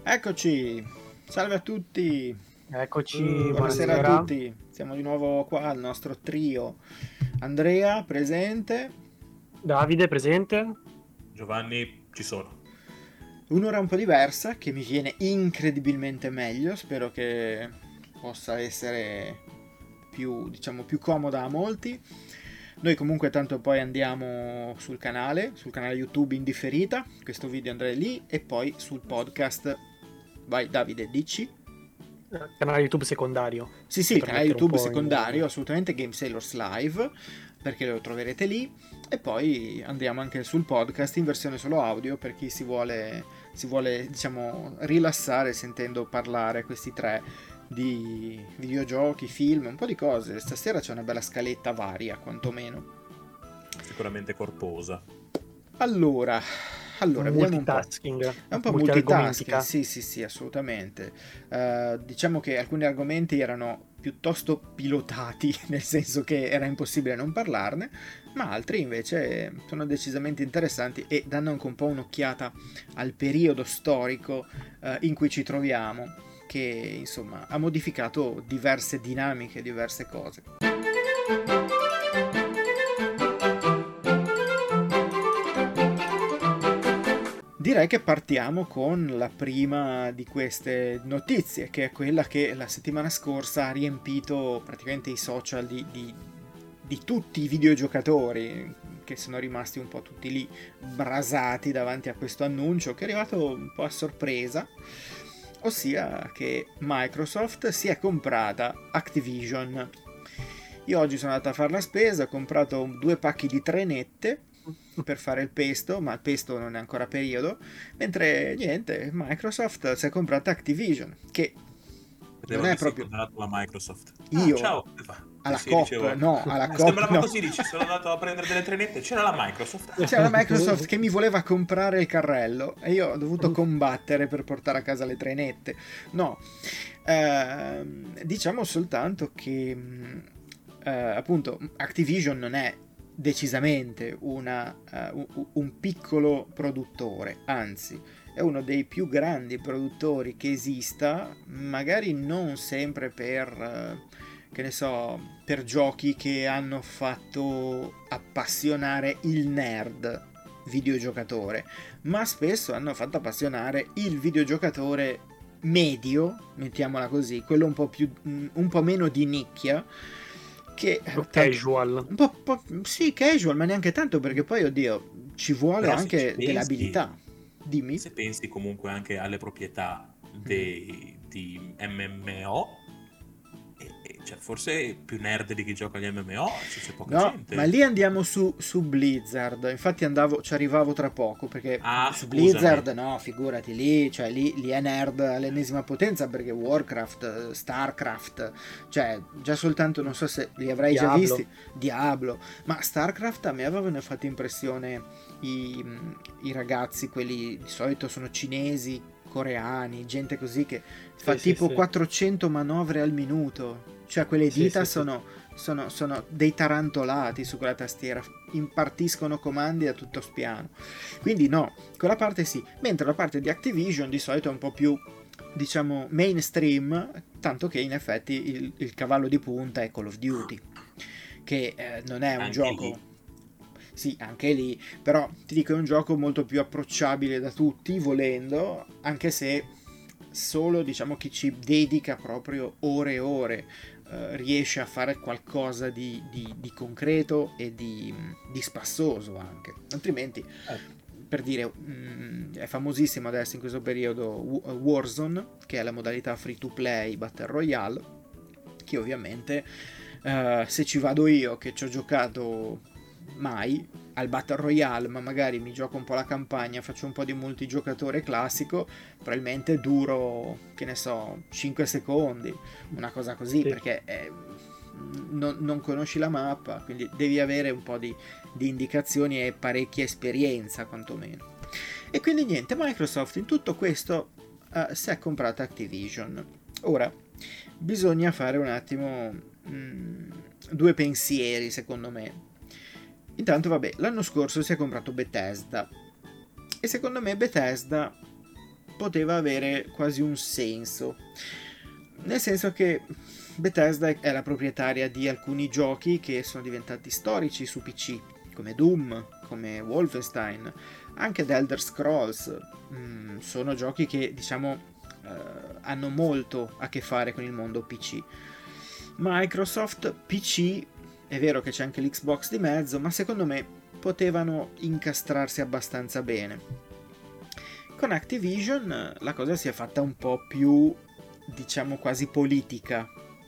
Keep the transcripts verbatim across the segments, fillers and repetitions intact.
Eccoci, salve a tutti. Eccoci, Uh, buonasera buonasera. a tutti. Siamo di nuovo qua al nostro trio. Andrea, presente. Davide, presente? Giovanni, ci sono. Un'ora un po' diversa, che mi viene incredibilmente meglio. Spero che possa essere più, diciamo, più comoda a molti. Noi comunque tanto poi andiamo sul canale, sul canale YouTube in differita. Questo video andrà lì e poi sul podcast. Vai Davide, dici? Canale YouTube secondario. Sì, sì, Per canale mettere un YouTube po' in- secondario, assolutamente Game Sailors Live, perché lo troverete lì. E poi andiamo anche sul podcast in versione solo audio per chi si vuole, si vuole diciamo, rilassare sentendo parlare questi tre di videogiochi, film, un po' di cose. Stasera c'è una bella scaletta varia, quantomeno. Sicuramente corposa. Allora, allora vediamo un po'. multitasking. È un po' multitasking, sì, sì, sì, assolutamente. Uh, diciamo che alcuni argomenti erano piuttosto pilotati, nel senso che era impossibile non parlarne, ma altri invece sono decisamente interessanti e danno anche un po' un'occhiata al periodo storico uh, in cui ci troviamo, che insomma ha modificato diverse dinamiche, diverse cose. Direi che partiamo con la prima di queste notizie, che è quella che la settimana scorsa ha riempito praticamente i social di, di, di tutti i videogiocatori, che sono rimasti un po' tutti lì brasati davanti a questo annuncio, che è arrivato un po' a sorpresa, ossia che Microsoft si è comprata Activision. Io oggi sono andato a fare la spesa, ho comprato due pacchi di trenette per fare il pesto, ma il pesto non è ancora periodo, mentre niente, Microsoft si è comprata Activision, che Vedevo non è che proprio sei andato alla Microsoft. io Ah, ciao. alla Sì, C O P, dicevo. no, alla Eh, C O P sembrava no. così, dici, sono andato a prendere delle trenette, c'era la Microsoft. C'era la Microsoft che mi voleva comprare il carrello e io ho dovuto combattere per portare a casa le trenette. No, eh, diciamo soltanto che eh, appunto Activision non è decisamente una, uh, un piccolo produttore, anzi è uno dei più grandi produttori che esista, magari non sempre per, uh, che ne so, per giochi che hanno fatto appassionare il nerd videogiocatore, ma spesso hanno fatto appassionare il videogiocatore medio, mettiamola così, quello un po' più, un po' meno di nicchia, che tanto, casual un po', po', sì, casual, ma neanche tanto, perché poi oddio ci vuole Però anche pensi, dell'abilità. Dimmi. Se pensi comunque anche alle proprietà dei, mm. di M M O, e, e, cioè forse più nerd di chi gioca agli M M O, cioè c'è poca no, gente. Ma lì andiamo su, su Blizzard, infatti andavo, ci arrivavo tra poco, perché ah, su scusami. Blizzard no, figurati, lì, cioè, lì, lì è nerd all'ennesima potenza, perché Warcraft, Starcraft, cioè già soltanto, non so se li avrai Diablo. già visti, Diablo, ma Starcraft a me avevano fatto impressione i, i ragazzi, quelli di solito sono cinesi, coreani, gente così che fa sì, tipo sì, sì. quattrocento manovre al minuto, cioè quelle dita sì, sì, sono... Sì. Sono, sono dei tarantolati su quella tastiera, impartiscono comandi a tutto spiano, quindi no, quella parte sì, mentre la parte di Activision di solito è un po' più, diciamo, mainstream, tanto che in effetti il, il cavallo di punta è Call of Duty, che eh, non è un anche gioco lì. Sì, anche lì, però ti dico è un gioco molto più approcciabile da tutti, volendo, anche se solo, diciamo, chi ci dedica proprio ore e ore Uh, riesce a fare qualcosa di, di, di concreto e di, di spassoso anche, altrimenti eh. per dire mh, è famosissimo adesso in questo periodo Warzone, che è la modalità free to play Battle Royale, che ovviamente uh, se ci vado io che ci ho giocato mai al Battle Royale, ma magari mi gioco un po' la campagna, faccio un po' di multigiocatore classico, probabilmente duro, che ne so, cinque secondi, una cosa così, sì. Perché è, non, non conosci la mappa, quindi devi avere un po' di, di indicazioni e parecchia esperienza quantomeno. E quindi niente, Microsoft in tutto questo uh, si è comprata Activision. Ora bisogna fare un attimo mh, due pensieri, secondo me. Intanto vabbè, l'anno scorso si è comprato Bethesda e secondo me Bethesda poteva avere quasi un senso, nel senso che Bethesda è la proprietaria di alcuni giochi che sono diventati storici su P C, come Doom, come Wolfenstein, anche The Elder Scrolls. Mm, sono giochi che, diciamo, eh, hanno molto a che fare con il mondo P C. Microsoft P C, è vero che c'è anche l'Xbox di mezzo, ma secondo me potevano incastrarsi abbastanza bene. Con Activision la cosa si è fatta un po' più, diciamo, quasi politica,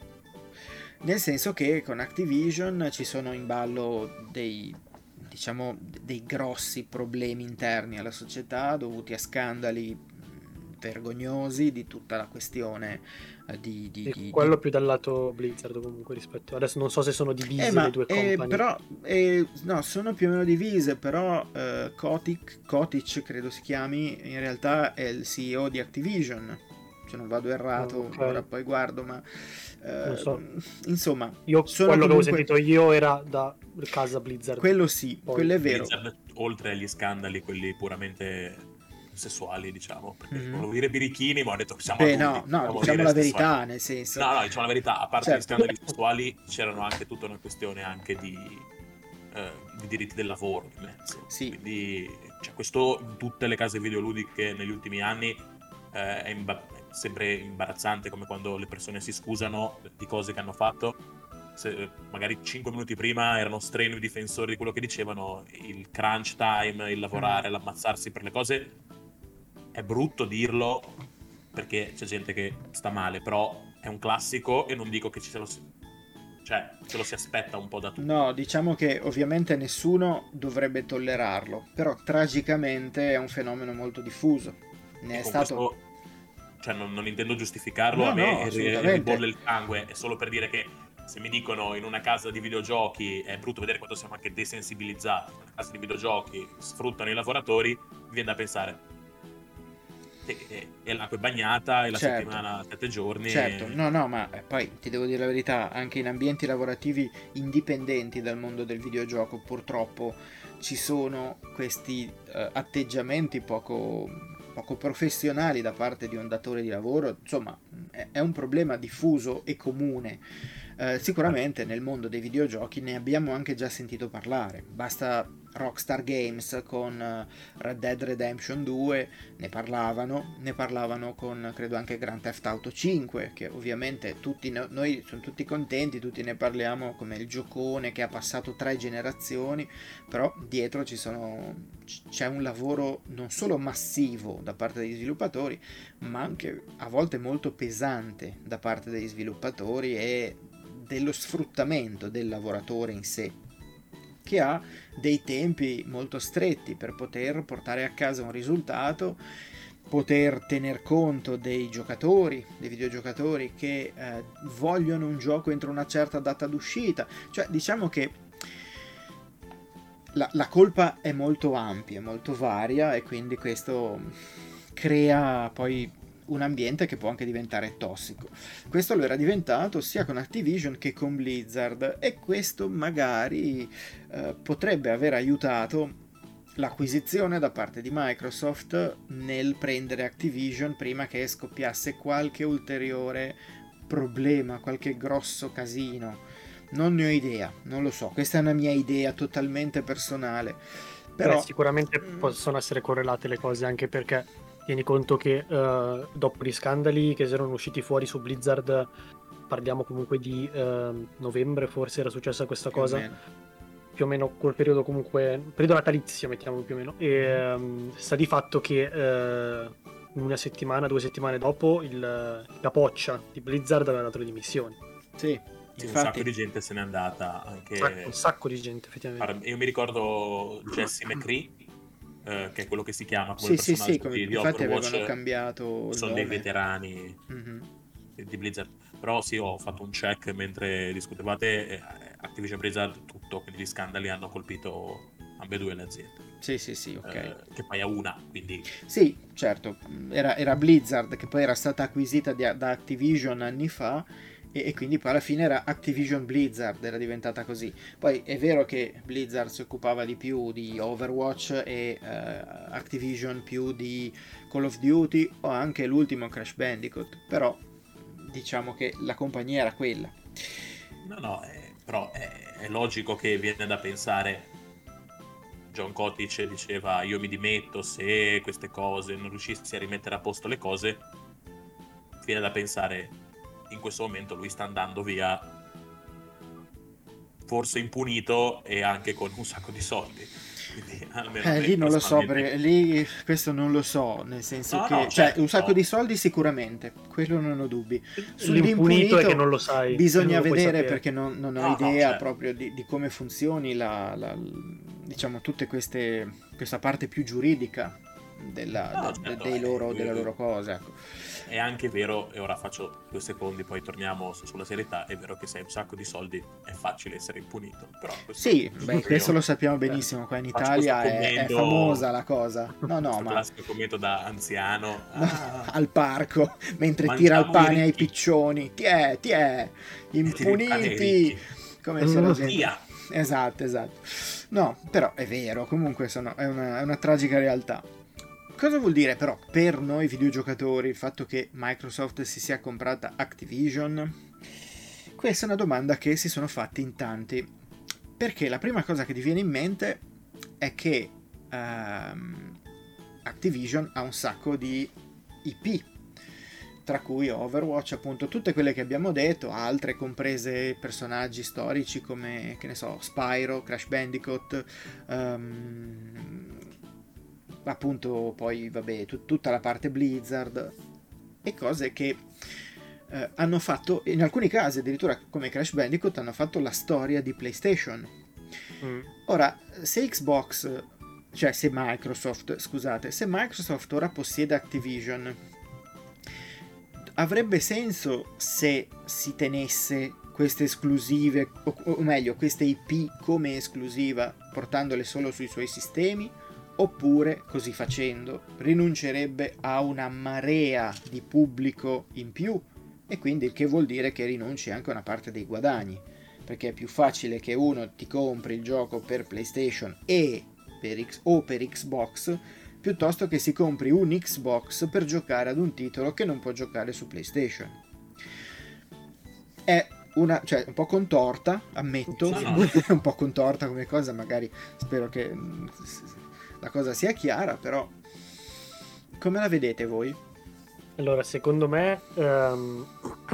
nel senso che con Activision ci sono in ballo dei, diciamo, dei grossi problemi interni alla società dovuti a scandali vergognosi di tutta la questione eh, di, di, di quello di... più dal lato Blizzard comunque rispetto adesso non so se sono divise eh, ma, le due eh, company, però eh, no, sono più o meno divise, però eh, Kotick, Kotick credo si chiami, in realtà è il C E O di Activision, se non vado errato. Okay. Ora poi guardo, ma eh, non so. Insomma, io sono quello comunque... che ho sentito io era da casa Blizzard, quello sì, poi quello è vero. Blizzard, oltre agli scandali quelli puramente sessuali, diciamo, perché Mm-hmm. volevo dire birichini, ma ho detto che siamo Beh, adulti, no, no, possiamo diciamo dire la sessuali. verità, nel senso. No, no, diciamo la verità, a parte Certo. gli scandali sessuali, c'erano anche tutta una questione anche di, eh, di diritti del lavoro in mezzo. Sì. Quindi, cioè, questo in tutte le case videoludiche negli ultimi anni eh, è imba- sempre imbarazzante, come quando le persone si scusano di cose che hanno fatto. Se magari cinque minuti prima erano strenui difensori di quello che dicevano, il crunch time, il lavorare, Mm. l'ammazzarsi per le cose, è brutto dirlo perché c'è gente che sta male, però è un classico e non dico che ci se lo si, cioè, se lo si aspetta un po' da tutti. No, diciamo che ovviamente nessuno dovrebbe tollerarlo, però tragicamente è un fenomeno molto diffuso. Ne E è con stato... questo, cioè, non, non intendo giustificarlo, No, a me no, ri- assolutamente. ribolle il sangue, è solo per dire che se mi dicono in una casa di videogiochi, è brutto vedere quanto siamo anche desensibilizzati, in una casa di videogiochi sfruttano i lavoratori, mi viene da pensare e, e, e l'acqua è bagnata e la Certo. settimana sette giorni. Certo, e... no, no, ma poi ti devo dire la verità, anche in ambienti lavorativi indipendenti dal mondo del videogioco, purtroppo ci sono questi eh, atteggiamenti poco, poco professionali da parte di un datore di lavoro. Insomma, è, è un problema diffuso e comune. Eh, sicuramente nel mondo dei videogiochi ne abbiamo anche già sentito parlare. Basta Rockstar Games con uh, Red Dead Redemption due, ne parlavano, ne parlavano con credo anche Grand Theft Auto cinque, che ovviamente tutti no- noi sono tutti contenti, tutti ne parliamo come il giocone che ha passato tre generazioni, però dietro ci sono c- c'è un lavoro non solo massivo da parte degli sviluppatori, ma anche a volte molto pesante da parte degli sviluppatori e dello sfruttamento del lavoratore in sé, che ha dei tempi molto stretti per poter portare a casa un risultato, poter tener conto dei giocatori, dei videogiocatori che eh, vogliono un gioco entro una certa data d'uscita. Cioè, diciamo che la, la colpa è molto ampia, molto varia, e quindi questo crea poi un ambiente che può anche diventare tossico. Questo lo era diventato sia con Activision che con Blizzard, e questo magari eh, potrebbe aver aiutato l'acquisizione da parte di Microsoft nel prendere Activision prima che scoppiasse qualche ulteriore problema, qualche grosso casino. Non ne ho idea, non lo so, questa è una mia idea totalmente personale, però Beh, sicuramente possono essere correlate le cose, anche perché tieni conto che uh, dopo gli scandali che erano usciti fuori su Blizzard, parliamo comunque di uh, novembre, forse era successa questa più cosa, o meno. più o meno quel periodo, comunque periodo natalizio mettiamo più o meno, e um, sta di fatto che uh, una settimana, due settimane dopo il capoccia di Blizzard aveva dato le dimissioni. Sì, Sì, un infatti. sacco di gente se n'è andata anche... Un sacco, un sacco di gente effettivamente. Io mi ricordo Jesse McCree, eh, che è quello che si chiama come Sì, sì, personaggio sì, come, di, di infatti Overwatch. avevano cambiato il Sono dei nome. veterani Mm-hmm. di Blizzard. Però sì, ho fatto un check mentre discutevate, eh, Activision Blizzard tutto, quindi gli scandali hanno colpito ambedue le aziende. Sì, sì, sì, ok. Eh, che poi è una, quindi... Sì, certo, era, era Blizzard che poi era stata acquisita di, da Activision anni fa, e, e quindi poi alla fine era Activision Blizzard, era diventata così. Poi è vero che Blizzard si occupava di più di Overwatch e uh, Activision più di Call of Duty o anche l'ultimo Crash Bandicoot, però diciamo che la compagnia era quella. No, no, eh, però è, è logico che viene da pensare. John Kotick diceva io mi dimetto se queste cose non riuscissi a rimettere a posto le cose. Viene da pensare in questo momento lui sta andando via forse impunito e anche con un sacco di soldi. Quindi, almeno eh, lì non lo so, perché lì questo non lo so, nel senso no, che no, cioè certo, un sacco no. di soldi sicuramente, quello non ho dubbi. L'impunito è che non lo sai, bisogna non lo vedere, sapere. perché non, non ho No, idea no, certo. proprio di, di come funzioni la, la diciamo tutte queste questa parte più giuridica della, No, de, certo, dei loro, eh, delle eh, loro cose, ecco. È anche vero, e ora faccio due secondi, poi torniamo su- sulla serietà. È vero che se hai un sacco di soldi è facile essere impunito. Però questo, Sì, beh, io questo lo sappiamo benissimo, qua in Italia faccio è, questo è commento- famosa la cosa. No, no, questo ma classico commento da anziano. Ah, al parco, mentre Mangiamo tira il i pane ai ricchi. piccioni. Ti è, ti è, tiri il pane ai impuniti. ricchi. Come se la gente... Via. Esatto, esatto. No, però è vero, comunque sono, è, una, è una tragica realtà. Cosa vuol dire però per noi videogiocatori il fatto che Microsoft si sia comprata Activision? Questa è una domanda che si sono fatti in tanti, perché la prima cosa che ti viene in mente è che um, Activision ha un sacco di I P, tra cui Overwatch, appunto, tutte quelle che abbiamo detto, altre comprese personaggi storici come, che ne so, Spyro, Crash Bandicoot, um, appunto poi vabbè tut- tutta la parte Blizzard e cose che eh, hanno fatto, in alcuni casi addirittura come Crash Bandicoot, hanno fatto la storia di PlayStation. Mm. Ora, se Xbox, cioè se Microsoft, scusate, se Microsoft ora possiede Activision, avrebbe senso se si tenesse queste esclusive, o, o meglio, queste I P come esclusiva, portandole solo sui suoi sistemi? Oppure, così facendo, rinuncerebbe a una marea di pubblico in più, e quindi che vuol dire che rinunci anche a una parte dei guadagni, perché è più facile che uno ti compri il gioco per PlayStation e per X, o per Xbox, piuttosto che si compri un Xbox per giocare ad un titolo che non può giocare su PlayStation. È una, cioè, un po' contorta, ammetto, No, no. un po' contorta come cosa, magari spero che la cosa sia chiara, però come la vedete voi? Allora, secondo me ehm,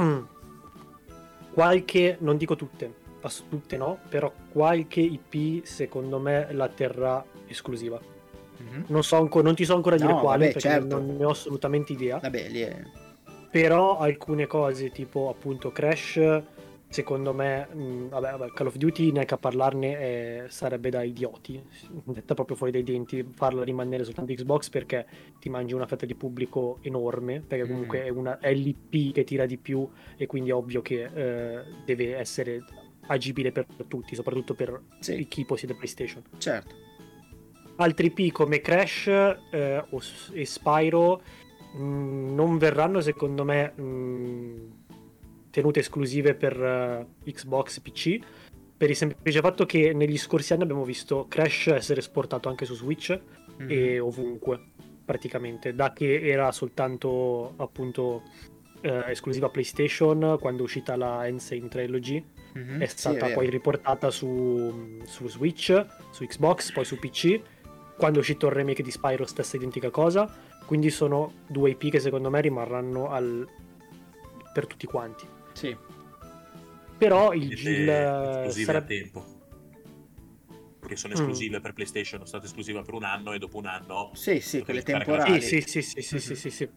qualche, non dico tutte, ass- tutte no, però qualche I P secondo me la terrà esclusiva. Mm-hmm. Non so ancora, non ti so ancora dire No, quale, vabbè, perché certo. non ne ho assolutamente idea. Vabbè, lì è... Però alcune cose, tipo appunto Crash, secondo me, mh, vabbè, vabbè, Call of Duty neanche a parlarne eh, sarebbe da idioti, detta proprio fuori dai denti, farla rimanere soltanto Xbox, perché ti mangi una fetta di pubblico enorme, perché comunque Mm. è, una, è l'I P che tira di più e quindi è ovvio che eh, deve essere agibile per tutti, soprattutto per Sì. chi possiede PlayStation. Certo. Altri I P come Crash eh, o, e Spyro mh, non verranno secondo me mh, tenute esclusive per uh, Xbox P C, per il semplice fatto che negli scorsi anni abbiamo visto Crash essere esportato anche su Switch Mm-hmm. e ovunque praticamente, da che era soltanto appunto eh, esclusiva PlayStation. Quando è uscita la Insane Trilogy Mm-hmm. è Sì, stata vero. poi riportata su, su Switch, su Xbox, poi su P C. Quando è uscito il remake di Spyro, stessa identica cosa. Quindi sono due I P che secondo me rimarranno al... per tutti quanti. Sì. Però il, Siete il esclusive sarebbe... a tempo. Perché sono Mm. esclusive per PlayStation, sono state esclusive per un anno e dopo un anno... Sì, sì, quelle potevi giocare temporali. Sì, sì, sì, sì, sì, sì, Mhm. sì, sì.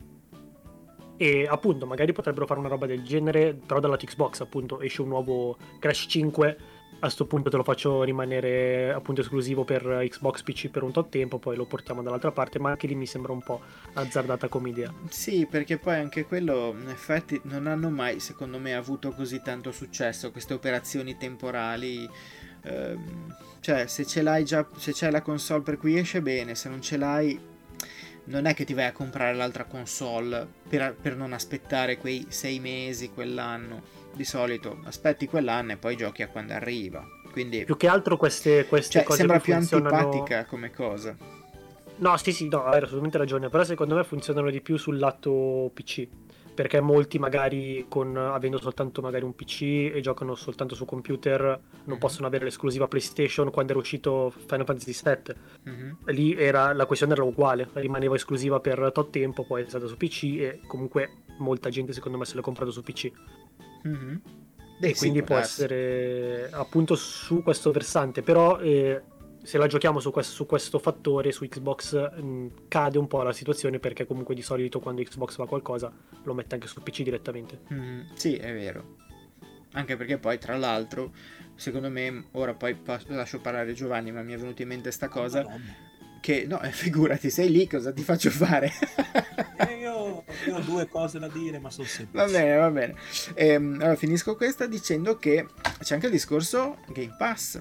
E appunto magari potrebbero fare una roba del genere, però dalla Xbox appunto esce un nuovo Crash cinque, a sto punto te lo faccio rimanere appunto esclusivo per Xbox P C per un tot tempo, poi lo portiamo dall'altra parte, ma anche lì mi sembra un po' azzardata come idea. Sì, perché poi anche quello, in effetti, non hanno mai, secondo me, avuto così tanto successo, queste operazioni temporali. Ehm, cioè, se ce l'hai già, se c'hai la console per cui esce bene, se non ce l'hai, non è che ti vai a comprare l'altra console per, per non aspettare quei sei mesi, quell'anno. di solito aspetti quell'anno e poi giochi a quando arriva. Quindi più che altro queste, queste cioè, cose sembra più funzionano... antipatica come cosa. No, sì, sì, no, hai assolutamente ragione, però secondo me funzionano di più sul lato P C, perché molti magari con avendo soltanto magari un P C e giocano soltanto su computer non mm-hmm. possono avere l'esclusiva PlayStation. Quando era uscito Final Fantasy sette, mm-hmm. lì era, la questione era uguale, rimaneva esclusiva per tot tempo, poi è stata su P C e comunque molta gente secondo me se l'ha comprato su P C. Mm-hmm. E sì, quindi può darsi. essere appunto su questo versante, però eh, se la giochiamo su questo, su questo fattore su Xbox mh, cade un po' la situazione, perché comunque di solito quando Xbox fa qualcosa lo mette anche su P C direttamente. Mm, sì, è vero. Anche perché poi tra l'altro secondo me, ora poi pa- lascio parlare Giovanni, ma mi è venuta in mente sta cosa, oh, che no, figurati, sei lì, cosa ti faccio fare? eh, io, io ho due cose da dire, ma sono semplici. Va bene, va bene. Ehm, allora finisco questa dicendo che c'è anche il discorso Game Pass,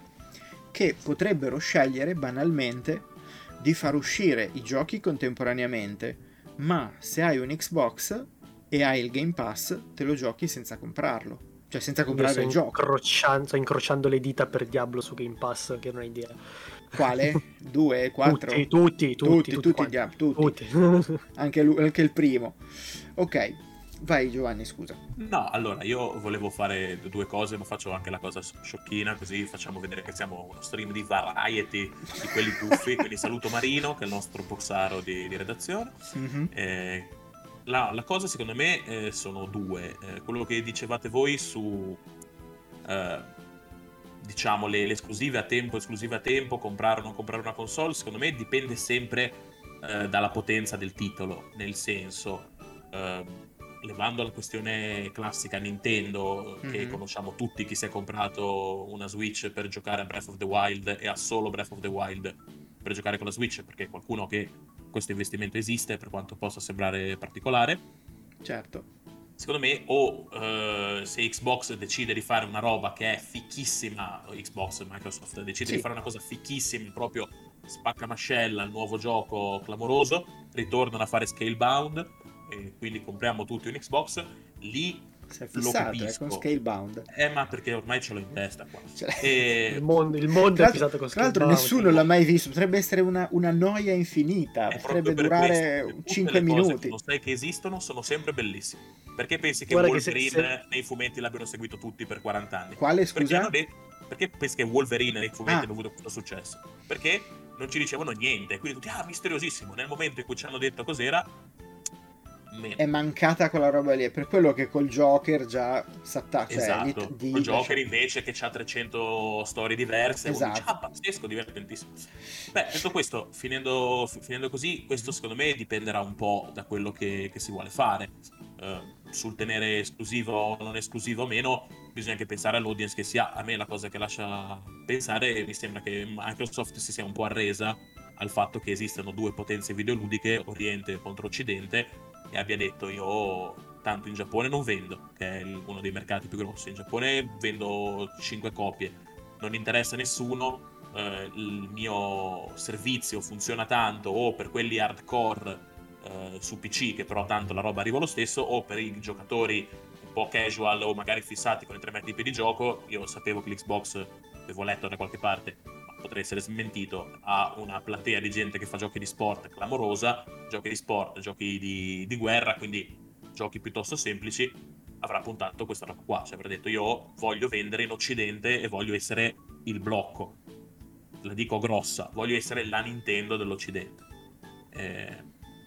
che potrebbero scegliere banalmente di far uscire i giochi contemporaneamente, ma se hai un Xbox e hai il Game Pass te lo giochi senza comprarlo, cioè senza comprare il gioco. Incrociando, sto incrociando le dita per Diablo su Game Pass, che non hai idea. Quale? Due? Quattro? Tutti, tutti, tutti, tutti, tutti, tutti, diab- tutti. tutti. Anche, lui, anche il primo. Ok, vai Giovanni, scusa. No, allora, io volevo fare due cose, ma faccio anche la cosa sciocchina, così facciamo vedere che siamo uno stream di variety di quelli buffi. Quindi saluto Marino, che è il nostro boxaro di, di redazione. Mm-hmm. Eh, la, la cosa, secondo me, eh, sono due. Eh, quello che dicevate voi su... Eh, diciamo le, le esclusive a tempo, esclusive a tempo, comprare o non comprare una console, secondo me dipende sempre eh, dalla potenza del titolo, nel senso, eh, levando la questione classica Nintendo, che mm-hmm. conosciamo tutti, chi si è comprato una Switch per giocare a Breath of the Wild e ha solo Breath of the Wild per giocare con la Switch, perché qualcuno che questo investimento esiste, per quanto possa sembrare particolare. Certo. Secondo me, o uh, se Xbox decide di fare una roba che è fichissima, Xbox, Microsoft decide sì. di fare una cosa fichissima, proprio spaccamascella, il nuovo gioco clamoroso, ritornano a fare Scalebound, e quindi compriamo tutti un Xbox, lì sei fissato, eh, con Scalebound. Eh, ma perché ormai ce l'ho in testa qua. E... il mondo, il mondo è fissato con Scalebound. Tra l'altro nessuno l'ha mai visto, potrebbe essere una, una noia infinita, è potrebbe durare questo, cinque minuti. Che non sai che esistono, sono sempre bellissime. Perché pensi che Guarda Wolverine che se, se... nei fumetti l'abbiano seguito tutti per quaranta anni? Quale, scusa? Perché, detto, perché pensi che Wolverine nei fumetti ah. hanno avuto questo successo? Perché non ci dicevano niente, quindi tutti, ah, misteriosissimo. Nel momento in cui ci hanno detto cos'era, meno. È mancata quella roba lì, è per quello che col Joker già s'attacca. Cioè, esatto, di, col Joker invece che c'ha trecento storie diverse, esatto. Dice, ah, pazzesco, divertentissimo. Beh, detto questo, finendo, finendo così, questo secondo me dipenderà un po' da quello che, che si vuole fare. Uh, sul tenere esclusivo o non esclusivo o meno, bisogna anche pensare all'audience che si ha. A me la cosa che lascia pensare, mi sembra che Microsoft si sia un po' arresa al fatto che esistano due potenze videoludiche, Oriente contro Occidente, e abbia detto io tanto in Giappone non vendo, che è uno dei mercati più grossi, in Giappone vendo cinque copie, non interessa a nessuno, eh, il mio servizio funziona tanto o per quelli hardcore eh, su P C, che però tanto la roba arriva lo stesso, o per i giocatori un po' casual o magari fissati con i tre tipi di gioco. Io sapevo che l'Xbox, avevo letto da qualche parte, potrei essere smentito, ha una platea di gente che fa giochi di sport clamorosa, giochi di sport, giochi di, di guerra, quindi giochi piuttosto semplici, avrà puntato questa roba qua, cioè avrà detto io voglio vendere in Occidente e voglio essere il blocco, la dico grossa, voglio essere la Nintendo dell'Occidente. Eh,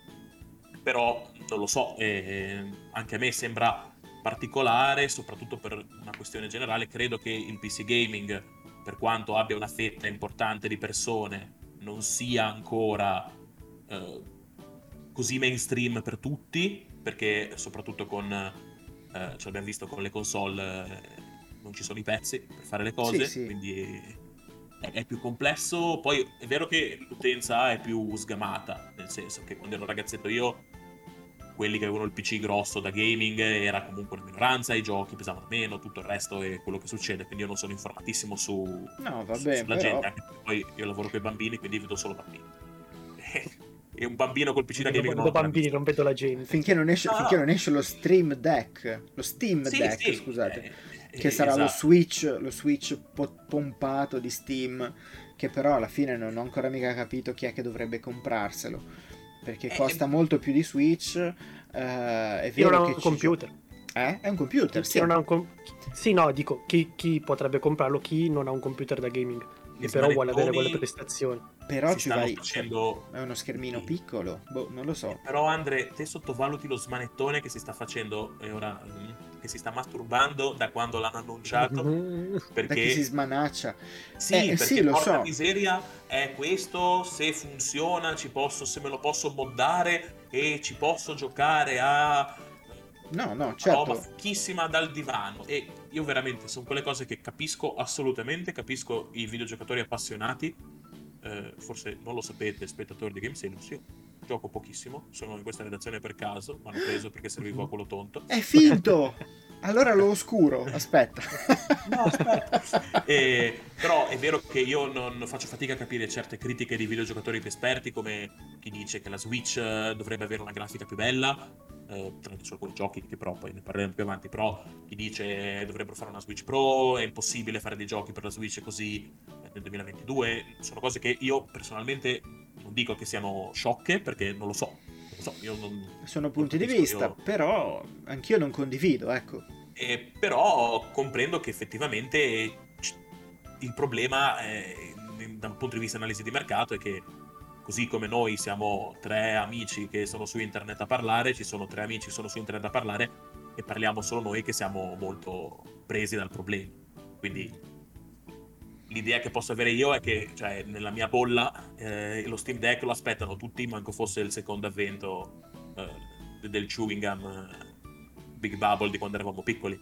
però non lo so, eh, anche a me sembra particolare, soprattutto per una questione generale. Credo che il P C gaming, per quanto abbia una fetta importante di persone, non sia ancora eh, così mainstream per tutti, perché soprattutto con, eh, ce l'abbiamo visto con le console, eh, non ci sono i pezzi per fare le cose, sì, sì. Quindi è, è più complesso. Poi è vero che l'utenza è più sgamata, nel senso che quando ero ragazzetto io, quelli che avevano il P C grosso da gaming era comunque una minoranza, i giochi pesavano meno, tutto il resto è quello che succede, quindi io non sono informatissimo su, no, vabbè, su sulla però... gente, anche perché poi io lavoro con i bambini, quindi vedo solo bambini. e un bambino col P C da Vedo, gaming non vedo l'ha bambini, visto. non vedo la gente. Finché non esce, No, finché no. non esce lo Stream Deck, lo Steam Sì, Deck, sì, scusate, eh, che eh, sarà lo esatto. Switch, lo Switch po- pompato di Steam, che però alla fine non ho ancora mica capito chi è che dovrebbe comprarselo, perché Eh, costa molto più di Switch. eh, è Chi non vero ha che un ci computer. gio- eh? È un computer, Chi sì. non ha un com- sì, no, dico, chi, chi potrebbe comprarlo? Chi non ha un computer da gaming Gli e però vuole avere smanettoni quelle prestazioni. Però si ci stanno vai, facendo... è uno schermino Sì. piccolo, boh, non lo so. Però Andre, te sottovaluti lo smanettone che si sta facendo e ora mm, che si sta masturbando da quando l'hanno annunciato, Da perché chi si smanaccia. sì, Eh, perché sì, lo porca so. miseria è questo, se funziona ci posso, se me lo posso moddare e ci posso giocare a No, no, roba certo. fichissima dal divano. E io veramente sono quelle cose che capisco assolutamente, capisco i videogiocatori appassionati. Eh, forse non lo sapete, spettatori di Game Sailors, io gioco pochissimo, sono in questa redazione per caso, mi hanno preso perché servivo a quello tonto. È finto! Allora lo oscuro, aspetta. No, aspetta. Eh, però è vero che io non faccio fatica a capire certe critiche di videogiocatori più esperti, come chi dice che la Switch eh, dovrebbe avere una grafica più bella, eh, tranne su alcuni giochi che però poi ne parleremo più avanti, però chi dice dovrebbero fare una Switch Pro, è impossibile fare dei giochi per la Switch così eh, nel duemilaventidue, sono cose che io personalmente non dico che siano sciocche, perché non lo so. So, io non, Sono non punti di capisco, vista, io- però anch'io non condivido, ecco. eh, però comprendo che effettivamente c- il problema eh, da un punto di vista di analisi di mercato è che così come noi siamo tre amici che sono su internet a parlare, ci sono tre amici che sono su internet a parlare e parliamo solo noi che siamo molto presi dal problema. Quindi l'idea che posso avere io è che, cioè, nella mia bolla eh, lo Steam Deck lo aspettano tutti, manco fosse il secondo avvento eh, del chewing gum eh, Big Bubble di quando eravamo piccoli.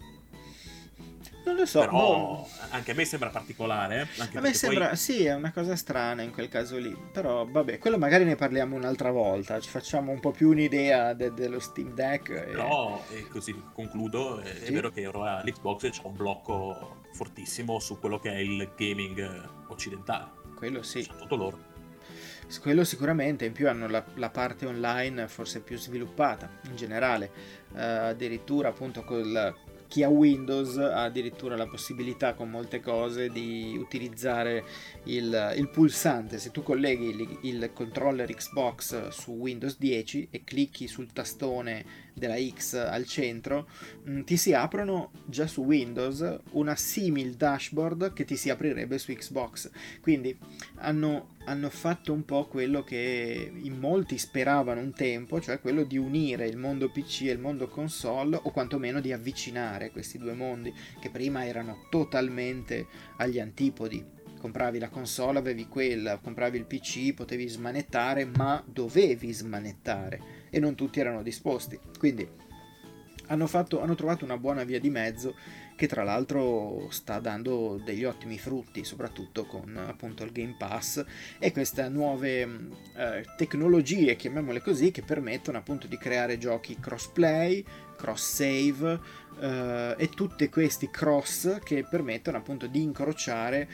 Non lo so, Però boh. anche a me sembra particolare, eh? Anche A me perché sembra, poi sì, è una cosa strana in quel caso lì, però vabbè, quello magari ne parliamo un'altra volta, ci facciamo un po' più un'idea de- dello Steam Deck. E... però, e così concludo, eh, Sì. è vero che ora l'Xbox c'ha un blocco fortissimo su quello che è il gaming eh, occidentale. Quello sì. Sono tutto loro. Quello sicuramente, in più hanno la, la parte online forse più sviluppata in generale. Eh, addirittura appunto col, chi ha Windows ha addirittura la possibilità con molte cose di utilizzare il, il pulsante. Se tu colleghi il, il controller Xbox su Windows dieci e clicchi sul tastone della X al centro, mh, ti si aprono già su Windows una simil dashboard che ti si aprirebbe su Xbox. Quindi hanno hanno fatto un po' quello che in molti speravano un tempo, cioè quello di unire il mondo P C e il mondo console, o quantomeno di avvicinare questi due mondi che prima erano totalmente agli antipodi. Compravi la console, avevi quella, compravi il P C, potevi smanettare, ma dovevi smanettare e non tutti erano disposti. Quindi hanno, fatto, hanno trovato una buona via di mezzo che tra l'altro sta dando degli ottimi frutti, soprattutto con appunto il Game Pass e queste nuove eh, tecnologie, chiamiamole così, che permettono appunto di creare giochi crossplay, cross save eh, e tutti questi cross che permettono appunto di incrociare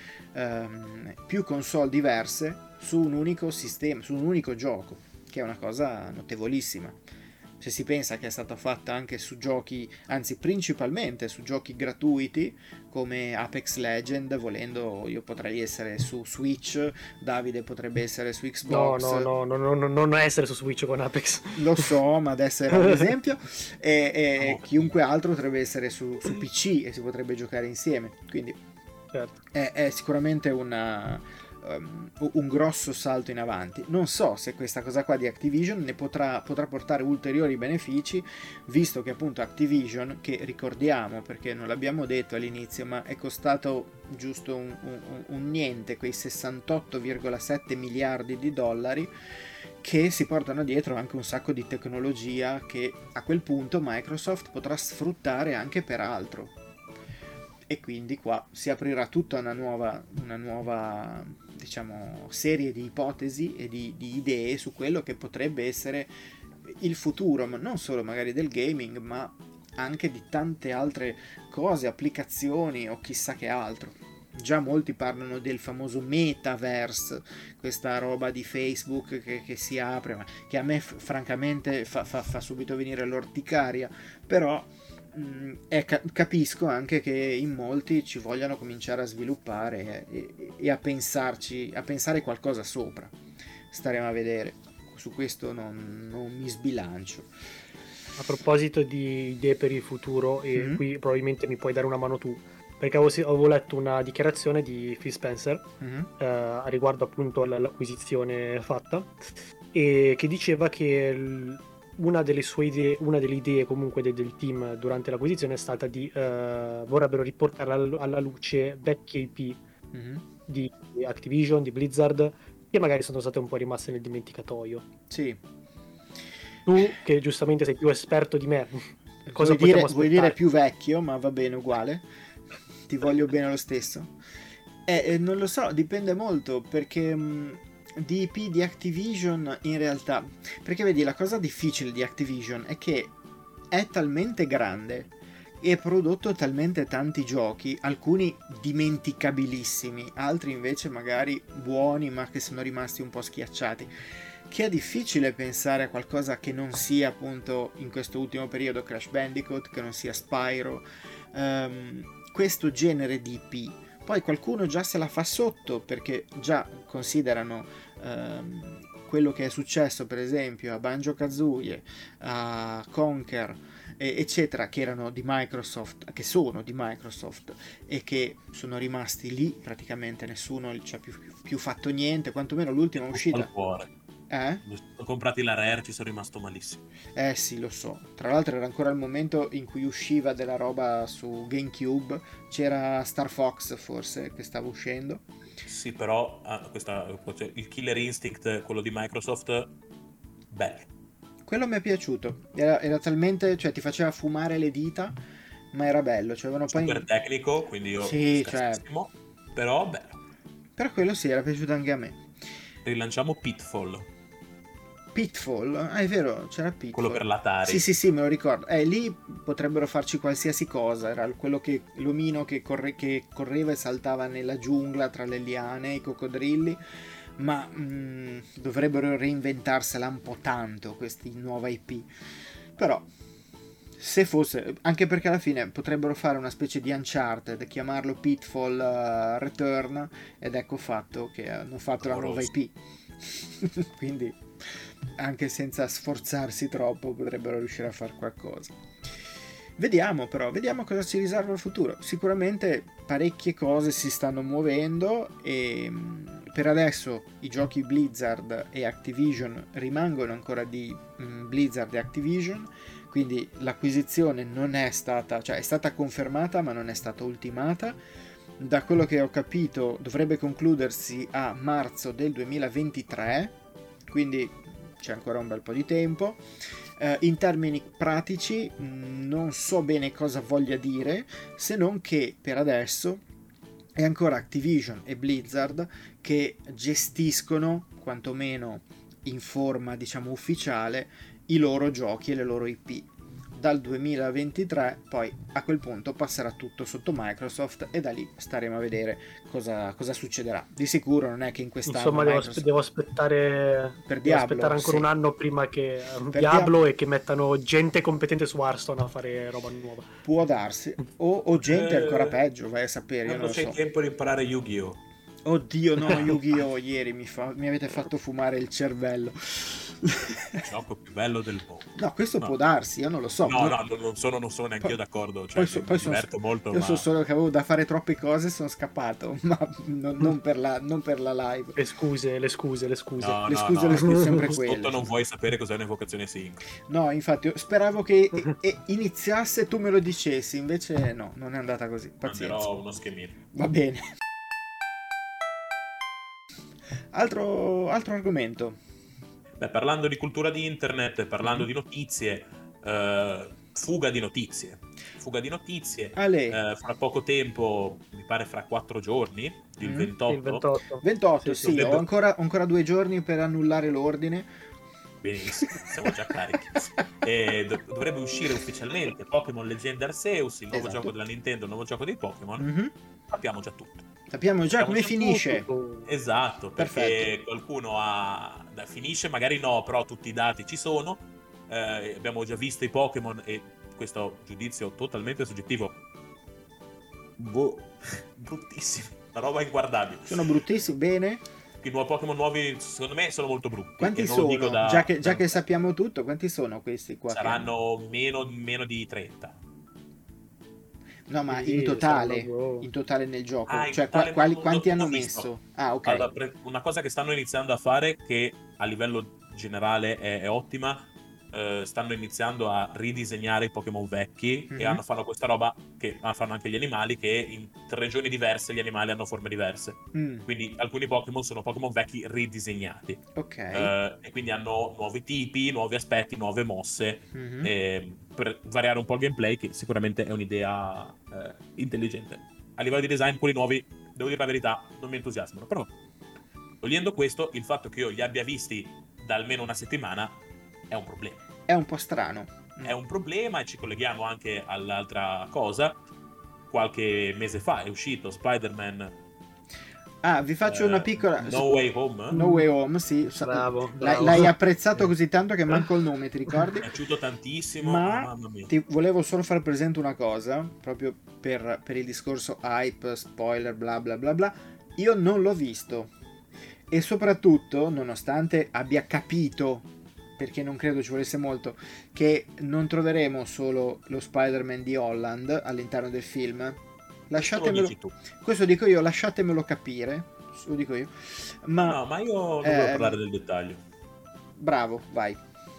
ehm, più console diverse su un unico sistema, su un unico gioco, che è una cosa notevolissima. Se si pensa che è stata fatta anche su giochi, anzi principalmente su giochi gratuiti come Apex Legend, volendo io potrei essere su Switch, Davide potrebbe essere su No, Xbox. no, no, no, no, no, non essere su Switch con Apex. Lo so, ma adesso era un esempio. E, e No. chiunque altro potrebbe essere su, su P C e si potrebbe giocare insieme. Quindi Certo. è, è sicuramente una, um, un grosso salto in avanti. Non so se questa cosa qua di Activision ne potrà, potrà portare ulteriori benefici, visto che appunto Activision, che ricordiamo perché non l'abbiamo detto all'inizio, ma è costato giusto un, un, un niente, quei sessantotto virgola sette miliardi di dollari, che si portano dietro anche un sacco di tecnologia che a quel punto Microsoft potrà sfruttare anche per altro. E quindi qua si aprirà tutta una nuova, una nuova diciamo, serie di ipotesi e di, di idee su quello che potrebbe essere il futuro, ma non solo magari del gaming, ma anche di tante altre cose, applicazioni o chissà che altro. già molti parlano del famoso metaverse, questa roba di Facebook che, che si apre, ma che a me f- francamente fa, fa, fa subito venire l'orticaria, però mh, è, capisco anche che in molti ci vogliano cominciare a sviluppare e, e, e a pensarci, a pensare qualcosa sopra. Staremo a vedere, su questo non, non mi sbilancio. A proposito di idee per il futuro, e mm-hmm. qui probabilmente mi puoi dare una mano tu, perché avevo, avevo letto una dichiarazione di Phil Spencer mm-hmm. eh, a riguardo appunto all'acquisizione fatta, e che diceva che l- una delle sue idee, una delle idee comunque de- del team durante l'acquisizione è stata di eh, vorrebbero riportare alla, alla luce vecchie I P mm-hmm. di Activision, di Blizzard, che magari sono state un po' rimaste nel dimenticatoio. Sì. Tu, che giustamente sei più esperto di me, cosa vuoi dire, vuoi dire più vecchio, ma va bene uguale, ti voglio bene lo stesso. Eh, eh, non lo so, dipende molto, perché mh, di I P di Activision in realtà, perché vedi, la cosa difficile di Activision è che è talmente grande e ha prodotto talmente tanti giochi, alcuni dimenticabilissimi, altri invece magari buoni ma che sono rimasti un po' schiacciati, che è difficile pensare a qualcosa che non sia appunto in questo ultimo periodo Crash Bandicoot, che non sia Spyro, um, questo genere di I P. Poi qualcuno già se la fa sotto perché già considerano um, quello che è successo per esempio a Banjo-Kazooie, a Conker, eccetera, che erano di Microsoft, che sono di Microsoft e che sono rimasti lì, praticamente nessuno ci ha più, più fatto niente, quantomeno l'ultima uscita. Al cuore. Eh? Ho comprati la Rare, ci sono rimasto malissimo. Eh sì, lo so. Tra l'altro era ancora il momento in cui usciva della roba su GameCube. C'era Star Fox forse che stava uscendo. Sì, però ah, questa, il Killer Instinct, quello di Microsoft, bello. Quello mi è piaciuto. Era, era talmente, cioè ti faceva fumare le dita, ma era bello. Cioè, super poi... tecnico, quindi io sì, cioè... però bello. Però quello sì, era piaciuto anche a me. Rilanciamo Pitfall. Pitfall? Ah, è vero, c'era Pitfall. Quello per l'Atari. Sì, sì, sì, me lo ricordo. Eh, lì potrebbero farci qualsiasi cosa. Era quello che l'omino che, corre, che correva e saltava nella giungla tra le liane, i coccodrilli. Ma mh, dovrebbero reinventarsela un po' tanto questi nuova I P. Però, se fosse, anche perché alla fine potrebbero fare una specie di Uncharted, chiamarlo Pitfall uh, Return, ed ecco fatto che hanno fatto la nuova I P. Quindi anche senza sforzarsi troppo potrebbero riuscire a fare qualcosa. Vediamo però, vediamo cosa ci riserva il futuro. Sicuramente parecchie cose si stanno muovendo e per adesso i giochi Blizzard e Activision rimangono ancora di mh, Blizzard e Activision, quindi l'acquisizione non è stata, cioè è stata confermata ma non è stata ultimata. Da quello che ho capito dovrebbe concludersi a marzo del duemilaventitré, quindi c'è ancora un bel po' di tempo. Uh, in termini pratici mh, non so bene cosa voglia dire, se non che per adesso è ancora Activision e Blizzard che gestiscono, quantomeno in forma diciamo ufficiale, i loro giochi e le loro I P. Dal duemilaventitré poi a quel punto passerà tutto sotto Microsoft e da lì staremo a vedere cosa, cosa succederà. Di sicuro non è che in quest'anno insomma devo, Microsoft... devo aspettare per devo Diablo, aspettare ancora sì. un anno prima che per Diablo, Diablo e che mettano gente competente su Hearthstone a fare roba nuova. Può darsi, o, o gente eh, ancora peggio, vai a sapere, io non lo c'è so. tempo di imparare Yu-Gi-Oh! Oddio no, Yu-Gi-Oh! Ieri mi, fa... mi avete fatto fumare il cervello. Il gioco più bello del mondo. No, questo no. può darsi, io non lo so. No, no, no, non sono, non sono neanche poi, io d'accordo. Cioè, poi so, mi poi diverto sono, molto. Io ma... so solo che avevo da fare troppe cose e sono scappato, ma non, non, per la, non per la live. Le scuse, le scuse, le scuse. No, le no, scuse, no. le scuse sempre Sotto quelle. non vuoi sapere cos'è un'evocazione sync. No, infatti, io speravo che e, e iniziasse e tu me lo dicessi, invece no, non è andata così. Pazienza. Manderò uno schemino. Va bene. Altro, altro argomento. Beh, parlando di cultura di internet, parlando mm-hmm. di notizie, eh, fuga di notizie. Fuga di notizie. Eh, fra poco tempo, mi pare fra quattro giorni, il mm-hmm. ventotto. Il ventotto, ventotto sì, sì dovrebbe... ho, ancora, ho ancora due giorni per annullare l'ordine. Benissimo, siamo già carichi. E dov- dovrebbe uscire ufficialmente Pokémon Legend Arceus, il nuovo esatto. gioco della Nintendo, il nuovo gioco dei Pokémon. Mm-hmm. Sappiamo già tutto. Sappiamo già come già finisce. tutto. Esatto, perché Perfetto. qualcuno ha... da- finisce, magari no, però tutti i dati ci sono. Eh, abbiamo già visto i Pokémon e questo giudizio totalmente soggettivo. Boh, bruttissimi, una roba inguardabile. Sono bruttissimi, bene. I nuovi Pokémon nuovi, secondo me, sono molto brutti. Quanti e non lo dico sono? da- già, che, già da- che sappiamo tutto, quanti sono questi qua? che- Saranno meno, meno di trenta. No, ma Sì, in totale, saranno- in totale nel gioco. Ah, in cioè, totale qua- quali- non- quanti non ho hanno visto. messo? Ah, ok. Allora, pre- una cosa che stanno iniziando a fare, che a livello generale è, è ottima, eh, stanno iniziando a ridisegnare i Pokémon vecchi Mhm. e hanno fanno questa roba che ah, fanno anche gli animali, che in tre regioni diverse gli animali hanno forme diverse. Mm, Quindi alcuni Pokémon sono Pokémon vecchi ridisegnati. ok. Eh, e quindi hanno nuovi tipi, nuovi aspetti, nuove mosse, Mhm. eh, per variare un po' il gameplay, che sicuramente è un'idea eh, intelligente. A livello di design, quelli nuovi, devo dire la verità, non mi entusiasmano. Però, togliendo questo, il fatto che io li abbia visti da almeno una settimana è un problema. È un po' strano. Mm. È un problema e ci colleghiamo anche all'altra cosa. Qualche mese fa è uscito Spider-Man Ah, vi faccio eh, una piccola... No Way Home. No Way Home, sì. Sa- Bravo, l'hai- bravo. L'hai apprezzato così tanto che manco il nome, ti ricordi? Mi è piaciuto tantissimo. Ma Mamma mia. ti volevo solo far presente una cosa, proprio per, per il discorso hype, spoiler, bla bla bla bla. Io non l'ho visto. E soprattutto, nonostante abbia capito, perché non credo ci volesse molto, che non troveremo solo lo Spider-Man di Holland all'interno del film, Lo lasciatemelo, dici tu. questo dico io, lasciatemelo capire, lo dico io, ma No, ma io non eh, volevo parlare del dettaglio. bravo, vai.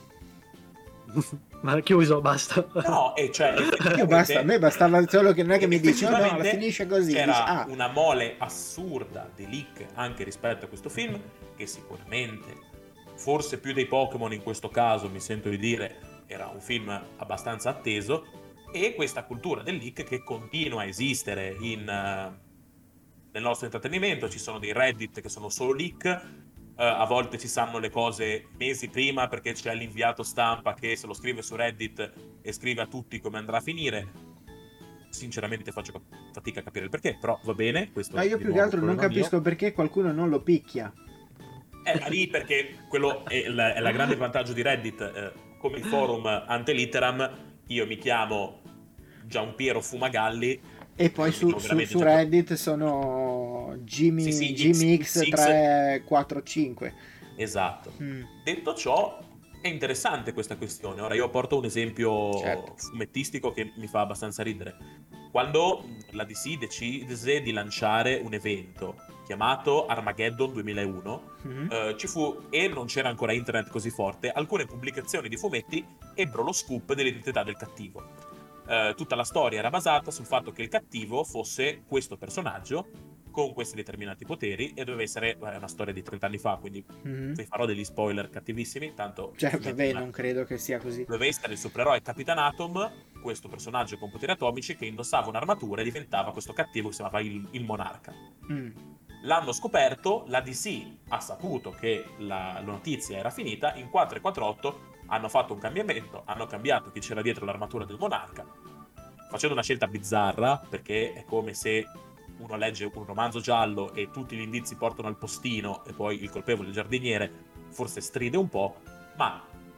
Ma chiuso, basta. No, e cioè, Io effettivamente- basta, a me bastava solo che non è che mi dici, oh no, la effettivamente finisce così, c'era dici, ah, una mole assurda di leak anche rispetto a questo film, che sicuramente, forse più dei Pokémon in questo caso, mi sento di dire, era un film abbastanza atteso, e questa cultura del leak che continua a esistere in, eh, nel nostro intrattenimento. Ci sono dei Reddit che sono solo leak, eh, a volte si sanno le cose mesi prima perché c'è l'inviato stampa che se lo scrive su Reddit e scrive a tutti come andrà a finire. Sinceramente faccio cap- fatica a capire il perché, però va bene. Questo ma io di più che nuovo altro non problema mio. capisco perché qualcuno non lo picchia. Eh, ma lì perché quello è il, è la grande vantaggio di Reddit, eh, come il forum ante litteram. Io mi chiamo Gianpiero Fumagalli E poi mi su, chiamo su, veramente su Gianpiero. Reddit sono Jimmy, Sì, sì, Jimmy X- X X. tre quattro cinque. Esatto. Mm, Detto ciò, è interessante questa questione. Ora io porto un esempio Certo. fumettistico che mi fa abbastanza ridere. Quando la D C decise di lanciare un evento chiamato Armageddon duemilauno, mhm. eh, ci fu, e non c'era ancora internet così forte, alcune pubblicazioni di fumetti ebbero lo scoop dell'identità del cattivo. Eh, tutta la storia era basata sul fatto che il cattivo fosse questo personaggio con questi determinati poteri e doveva essere, è una storia di trenta anni fa, quindi Mhm. vi farò degli spoiler cattivissimi, tanto Cioè, fumetti, vabbè, ma non credo che sia così. doveva essere il supereroe Capitan Atom, questo personaggio con poteri atomici che indossava un'armatura e diventava questo cattivo che si chiamava il, il Monarca. Mm, L'hanno scoperto, la D C ha saputo che la, la notizia era finita, in quattro e quattrocento hanno fatto un cambiamento, hanno cambiato chi c'era dietro l'armatura del Monarca, facendo una scelta bizzarra, perché è come se uno legge un romanzo giallo e tutti gli indizi portano al postino e poi il colpevole il giardiniere, forse stride un po', ma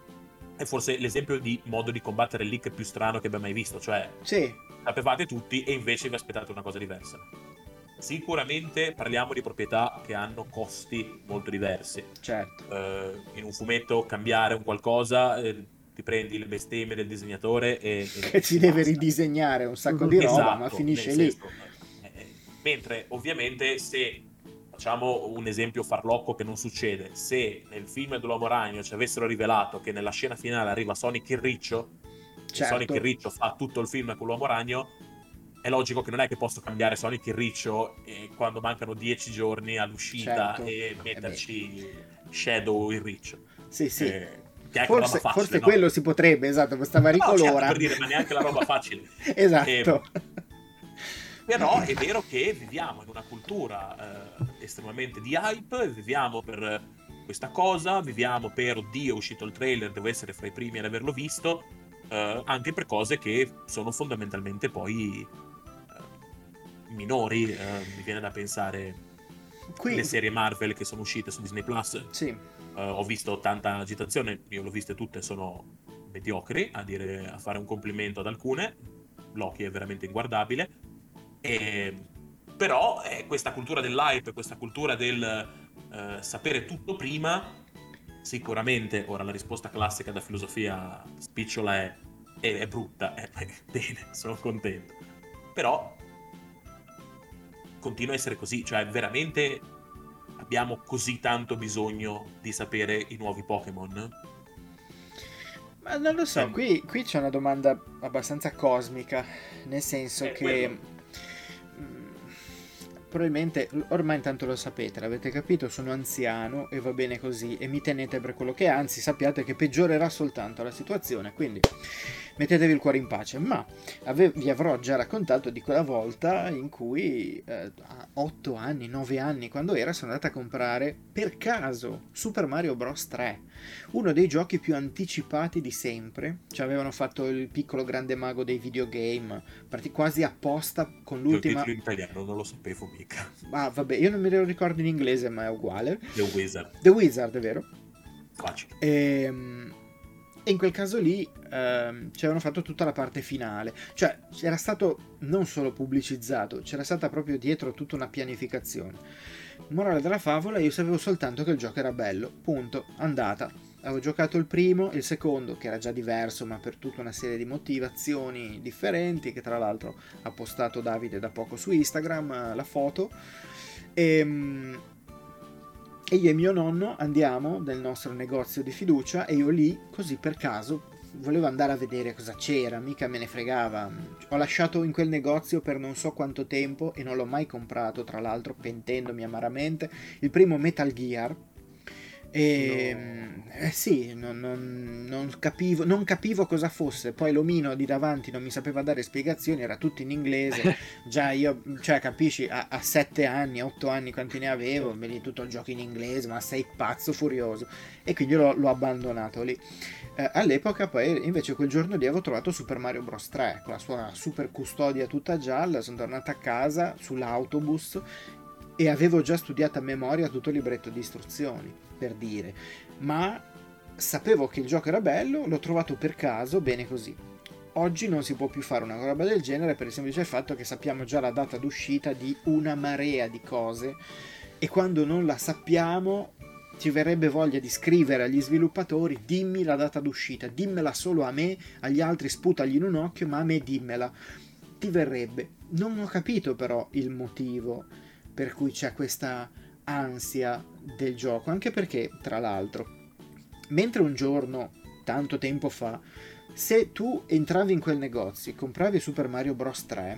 è forse l'esempio di modo di combattere il leak più strano che abbia mai visto, cioè sì, sapevate tutti e invece vi aspettate una cosa diversa. Sicuramente parliamo di proprietà che hanno costi molto diversi. certo. Eh, in un fumetto cambiare un qualcosa, eh, ti prendi le bestemmie del disegnatore e, e Che ci deve ridisegnare un sacco di roba, Esatto, ma finisce nel lì. senso, eh, eh, mentre ovviamente se facciamo un esempio farlocco che non succede, se nel film dell'Uomo Ragno ci avessero rivelato che nella scena finale arriva Sonic il Riccio, e Certo. Sonic il Riccio fa tutto il film con l'Uomo Ragno, è logico che non è che posso cambiare Sonic il Riccio eh, quando mancano dieci giorni all'uscita Certo. e metterci Shadow il Riccio. Sì, sì. Eh, che è Forse, una roba facile, forse no? quello si potrebbe, esatto, bastava No, certo, ricolora. per dire, ma neanche la roba facile. Esatto. Però è vero che viviamo in una cultura eh, estremamente di hype, viviamo per questa cosa, viviamo per oddio è uscito il trailer, devo essere fra i primi ad averlo visto, eh, anche per cose che sono fondamentalmente poi eh, minori, eh, mi viene da pensare Qui... le serie Marvel che sono uscite su Disney Plus. Sì. Uh, ho visto tanta agitazione, io l'ho viste tutte, sono mediocri, a dire, a fare un complimento ad alcune. Loki è veramente inguardabile, e... però è questa cultura dell'hype, questa cultura del uh, sapere tutto prima. Sicuramente ora la risposta classica da filosofia spicciola è è, è brutta, è, è bene, sono contento, però continua a essere così, cioè veramente abbiamo così tanto bisogno di sapere i nuovi Pokémon? Ma non lo so, Eh, qui, qui c'è una domanda abbastanza cosmica, nel senso È che quello. mm, probabilmente, ormai intanto lo sapete, l'avete capito, sono anziano e va bene così e mi tenete per quello che è, anzi sappiate che peggiorerà soltanto la situazione, quindi mettetevi il cuore in pace. Ma ave- vi avrò già raccontato di quella volta in cui eh, a otto anni, nove anni, quando era, sono andata a comprare per caso Super Mario Bros. tre, uno dei giochi più anticipati di sempre. Ci avevano fatto il piccolo grande mago dei videogame, parti- quasi apposta con Io il l'ultima... titolo in italiano non lo sapevo mica. Ah, vabbè, io non me lo ricordo in inglese, ma è uguale. The Wizard, The Wizard, è vero? facile. Ehm, E in quel caso lì ehm, ci avevano fatto tutta la parte finale. Cioè, era stato non solo pubblicizzato, c'era stata proprio dietro tutta una pianificazione. Morale della favola, io sapevo soltanto che il gioco era bello. Punto. Andata. Avevo giocato il primo, il secondo, che era già diverso, ma per tutta una serie di motivazioni differenti, che tra l'altro ha postato Davide da poco su Instagram, eh, la foto. E, e io e mio nonno andiamo nel nostro negozio di fiducia e io lì, così per caso, volevo andare a vedere cosa c'era, mica me ne fregava. Ho lasciato in quel negozio per non so quanto tempo e non l'ho mai comprato, tra l'altro, pentendomi amaramente, il primo Metal Gear. E No. eh sì, non, non- non capivo, non capivo cosa fosse. Poi l'omino di davanti non mi sapeva dare spiegazioni, era tutto in inglese. Già io, cioè, capisci, a, a sette anni, a otto anni, quanti ne avevo, vedi tutto il gioco in inglese, ma sei pazzo furioso. E quindi l'ho, l'ho abbandonato lì. Eh, all'epoca, poi, invece, quel giorno lì avevo trovato Super Mario Bros. tre, con la sua super custodia tutta gialla. Sono tornata a casa sull'autobus e avevo già studiato a memoria tutto il libretto di istruzioni, per dire, ma sapevo che il gioco era bello, l'ho trovato per caso, bene così. Oggi non si può più fare una roba del genere per il semplice fatto che sappiamo già la data d'uscita di una marea di cose e quando non la sappiamo ci verrebbe voglia di scrivere agli sviluppatori: dimmi la data d'uscita, dimmela solo a me, agli altri sputagli in un occhio, ma a me dimmela. Ti verrebbe. Non ho capito però il motivo per cui c'è questa ansia del gioco, anche perché, tra l'altro, mentre un giorno, tanto tempo fa, se tu entravi in quel negozio e compravi Super Mario Bros. tre,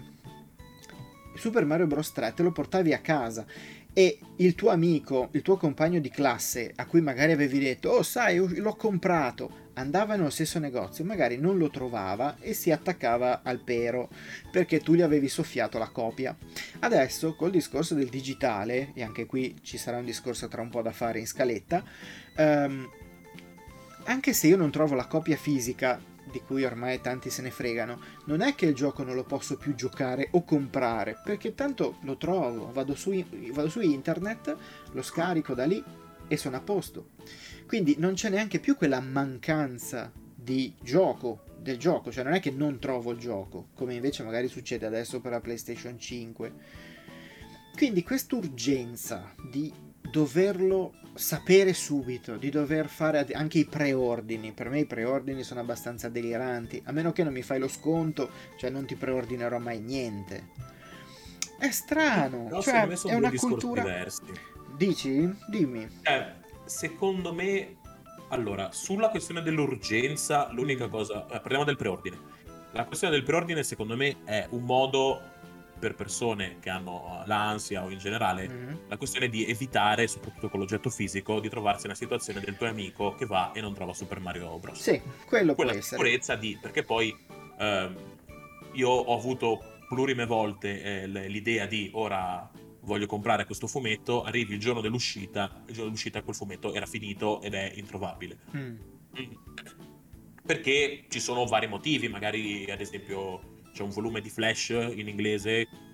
Super Mario Bros. tre te lo portavi a casa e il tuo amico, il tuo compagno di classe a cui magari avevi detto: oh sai, l'ho comprato, andava nello stesso negozio, magari non lo trovava e si attaccava al pero perché tu gli avevi soffiato la copia. Adesso col discorso del digitale, e anche qui ci sarà un discorso tra un po' da fare in scaletta, ehm, anche se io non trovo la copia fisica, di cui ormai tanti se ne fregano, non è che il gioco non lo posso più giocare o comprare, perché tanto lo trovo, vado su, vado su internet, lo scarico da lì e sono a posto. Quindi non c'è neanche più quella mancanza di gioco, del gioco, cioè non è che non trovo il gioco, come invece magari succede adesso per la PlayStation cinque. Quindi quest'urgenza di doverlo sapere subito, di dover fare anche i preordini, per me i preordini sono abbastanza deliranti, a meno che non mi fai lo sconto, cioè non ti preordinerò mai niente. È strano, Però cioè secondo me sono è due una discorsi cultura... diversi. Dici? Dimmi. Eh, secondo me, allora, sulla questione dell'urgenza, l'unica cosa, eh, parliamo del preordine. La questione del preordine, secondo me, è un modo per persone che hanno l'ansia o in generale, Mm-hmm. la questione di evitare, soprattutto con l'oggetto fisico, di trovarsi nella situazione del tuo amico che va e non trova Super Mario Bros. Sì, quello Quella può essere. sicurezza di, perché poi ehm, io ho avuto plurime volte eh, l- l'idea di ora voglio comprare questo fumetto, arrivi il giorno dell'uscita, il giorno dell'uscita quel fumetto era finito ed è introvabile. Mm. Mm. Perché ci sono vari motivi, magari ad esempio c'è un volume di Flash in inglese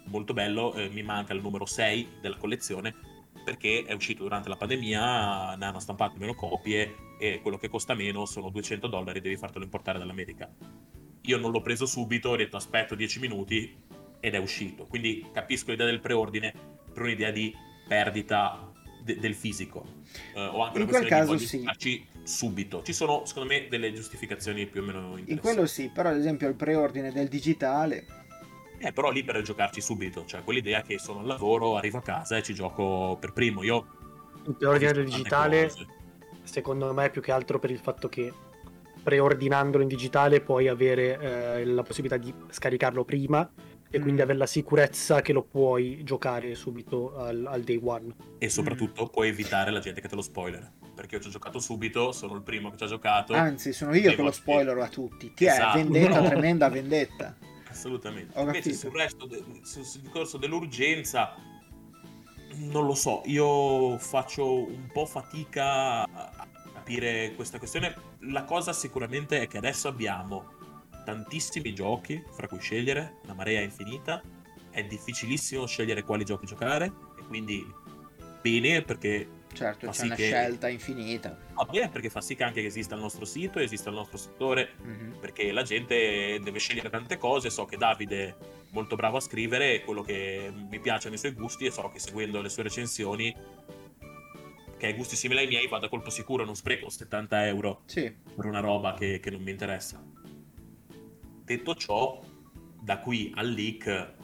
molto bello, eh, mi manca il numero sei della collezione perché è uscito durante la pandemia, ne hanno stampato meno copie e quello che costa meno sono duecento dollari, devi fartelo importare dall'America. Io non l'ho preso subito, ho detto aspetto dieci minuti ed è uscito, quindi capisco l'idea del preordine per un'idea di perdita de- del fisico, uh, o anche in una quel caso di sì, farci subito. Ci sono secondo me delle giustificazioni più o meno interessanti. In quello sì, però ad esempio il preordine del digitale, eh, però lì per giocarci subito, cioè quell'idea che sono al lavoro, arrivo a casa e ci gioco per primo. Io il preordine del digitale secondo me è più che altro per il fatto che preordinandolo in digitale puoi avere eh, la possibilità di scaricarlo prima e quindi Mm. avere la sicurezza che lo puoi giocare subito al, al day one. E soprattutto puoi evitare la gente che te lo spoiler, perché io ci ho giocato subito, sono il primo che ci ha giocato. anzi sono io che lo spoilerò a tutti. Ti è Esatto. vendetta, No. tremenda vendetta. Assolutamente. Ho Invece capito. sul resto, de- sul, sul discorso dell'urgenza, non lo so, io faccio un po' fatica a capire questa questione. La cosa sicuramente è che adesso abbiamo tantissimi giochi fra cui scegliere, una marea infinita, è difficilissimo scegliere quali giochi giocare e quindi bene perché Certo, fa c'è sì una che- scelta infinita. va bene perché fa sì che anche che esista il nostro sito, esista il nostro settore, Mhm. perché la gente deve scegliere tante cose. So che Davide è molto bravo a scrivere, è quello che mi piace nei suoi gusti, e so che seguendo le sue recensioni, che ha gusti simili ai miei, vado a colpo sicuro, non spreco settanta euro Sì, per una roba che, che non mi interessa. Detto ciò, da qui al leak, eh,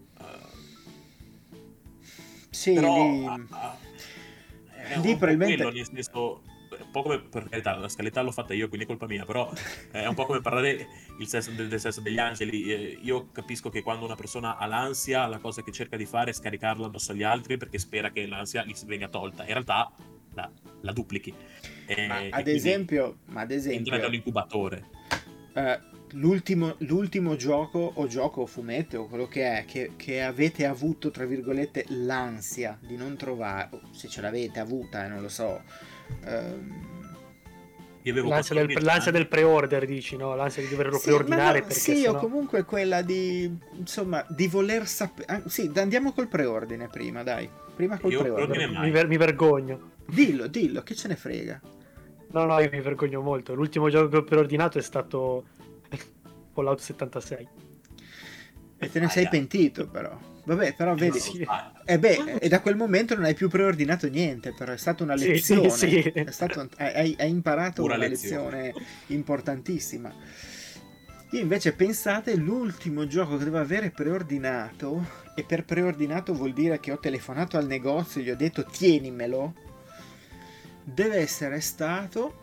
sì, però lì... ah, ah, è Lì un po' probabilmente- quello, nel senso, un po' come, per carità, la scaletta l'ho fatta io, quindi è colpa mia, però è un po' come parlare il sesso del, del sesso degli angeli. Eh, io capisco che quando una persona ha l'ansia, la cosa che cerca di fare è scaricarla addosso agli altri perché spera che l'ansia gli venga tolta. In realtà la, la duplichi. Eh, Ma e ad quindi esempio, ma ad entra esempio nell'incubatore. eh, l'ultimo, l'ultimo gioco o gioco o fumetto o quello che è che, che avete avuto tra virgolette l'ansia di non trovare, o se ce l'avete avuta, eh, non lo so, ehm, Io avevo L'ansia del, quattordici l'ansia anni. del pre-order, dici, no? L'ansia di doverlo sì, preordinare ma no, perché sì, o sennò... comunque quella di insomma di voler sapere. Sì, andiamo col preordine prima, dai. Prima col Io preordine. preordine mai. mi, ver- mi vergogno. Dillo, dillo, che ce ne frega. No, no, io mi vergogno molto. L'ultimo gioco che ho preordinato è stato Fallout settantasei. E te ne Ah, sei yeah. pentito, però. Vabbè, però vedi. Sì. E beh, e da quel momento non hai più preordinato niente, però è stata una Sì, lezione. sì, sì. È stato un- hai, hai imparato Pura una lezione. lezione importantissima. Io invece pensate, l'ultimo gioco che devo avere preordinato, e per preordinato vuol dire che ho telefonato al negozio e gli ho detto tienimelo, deve essere stato,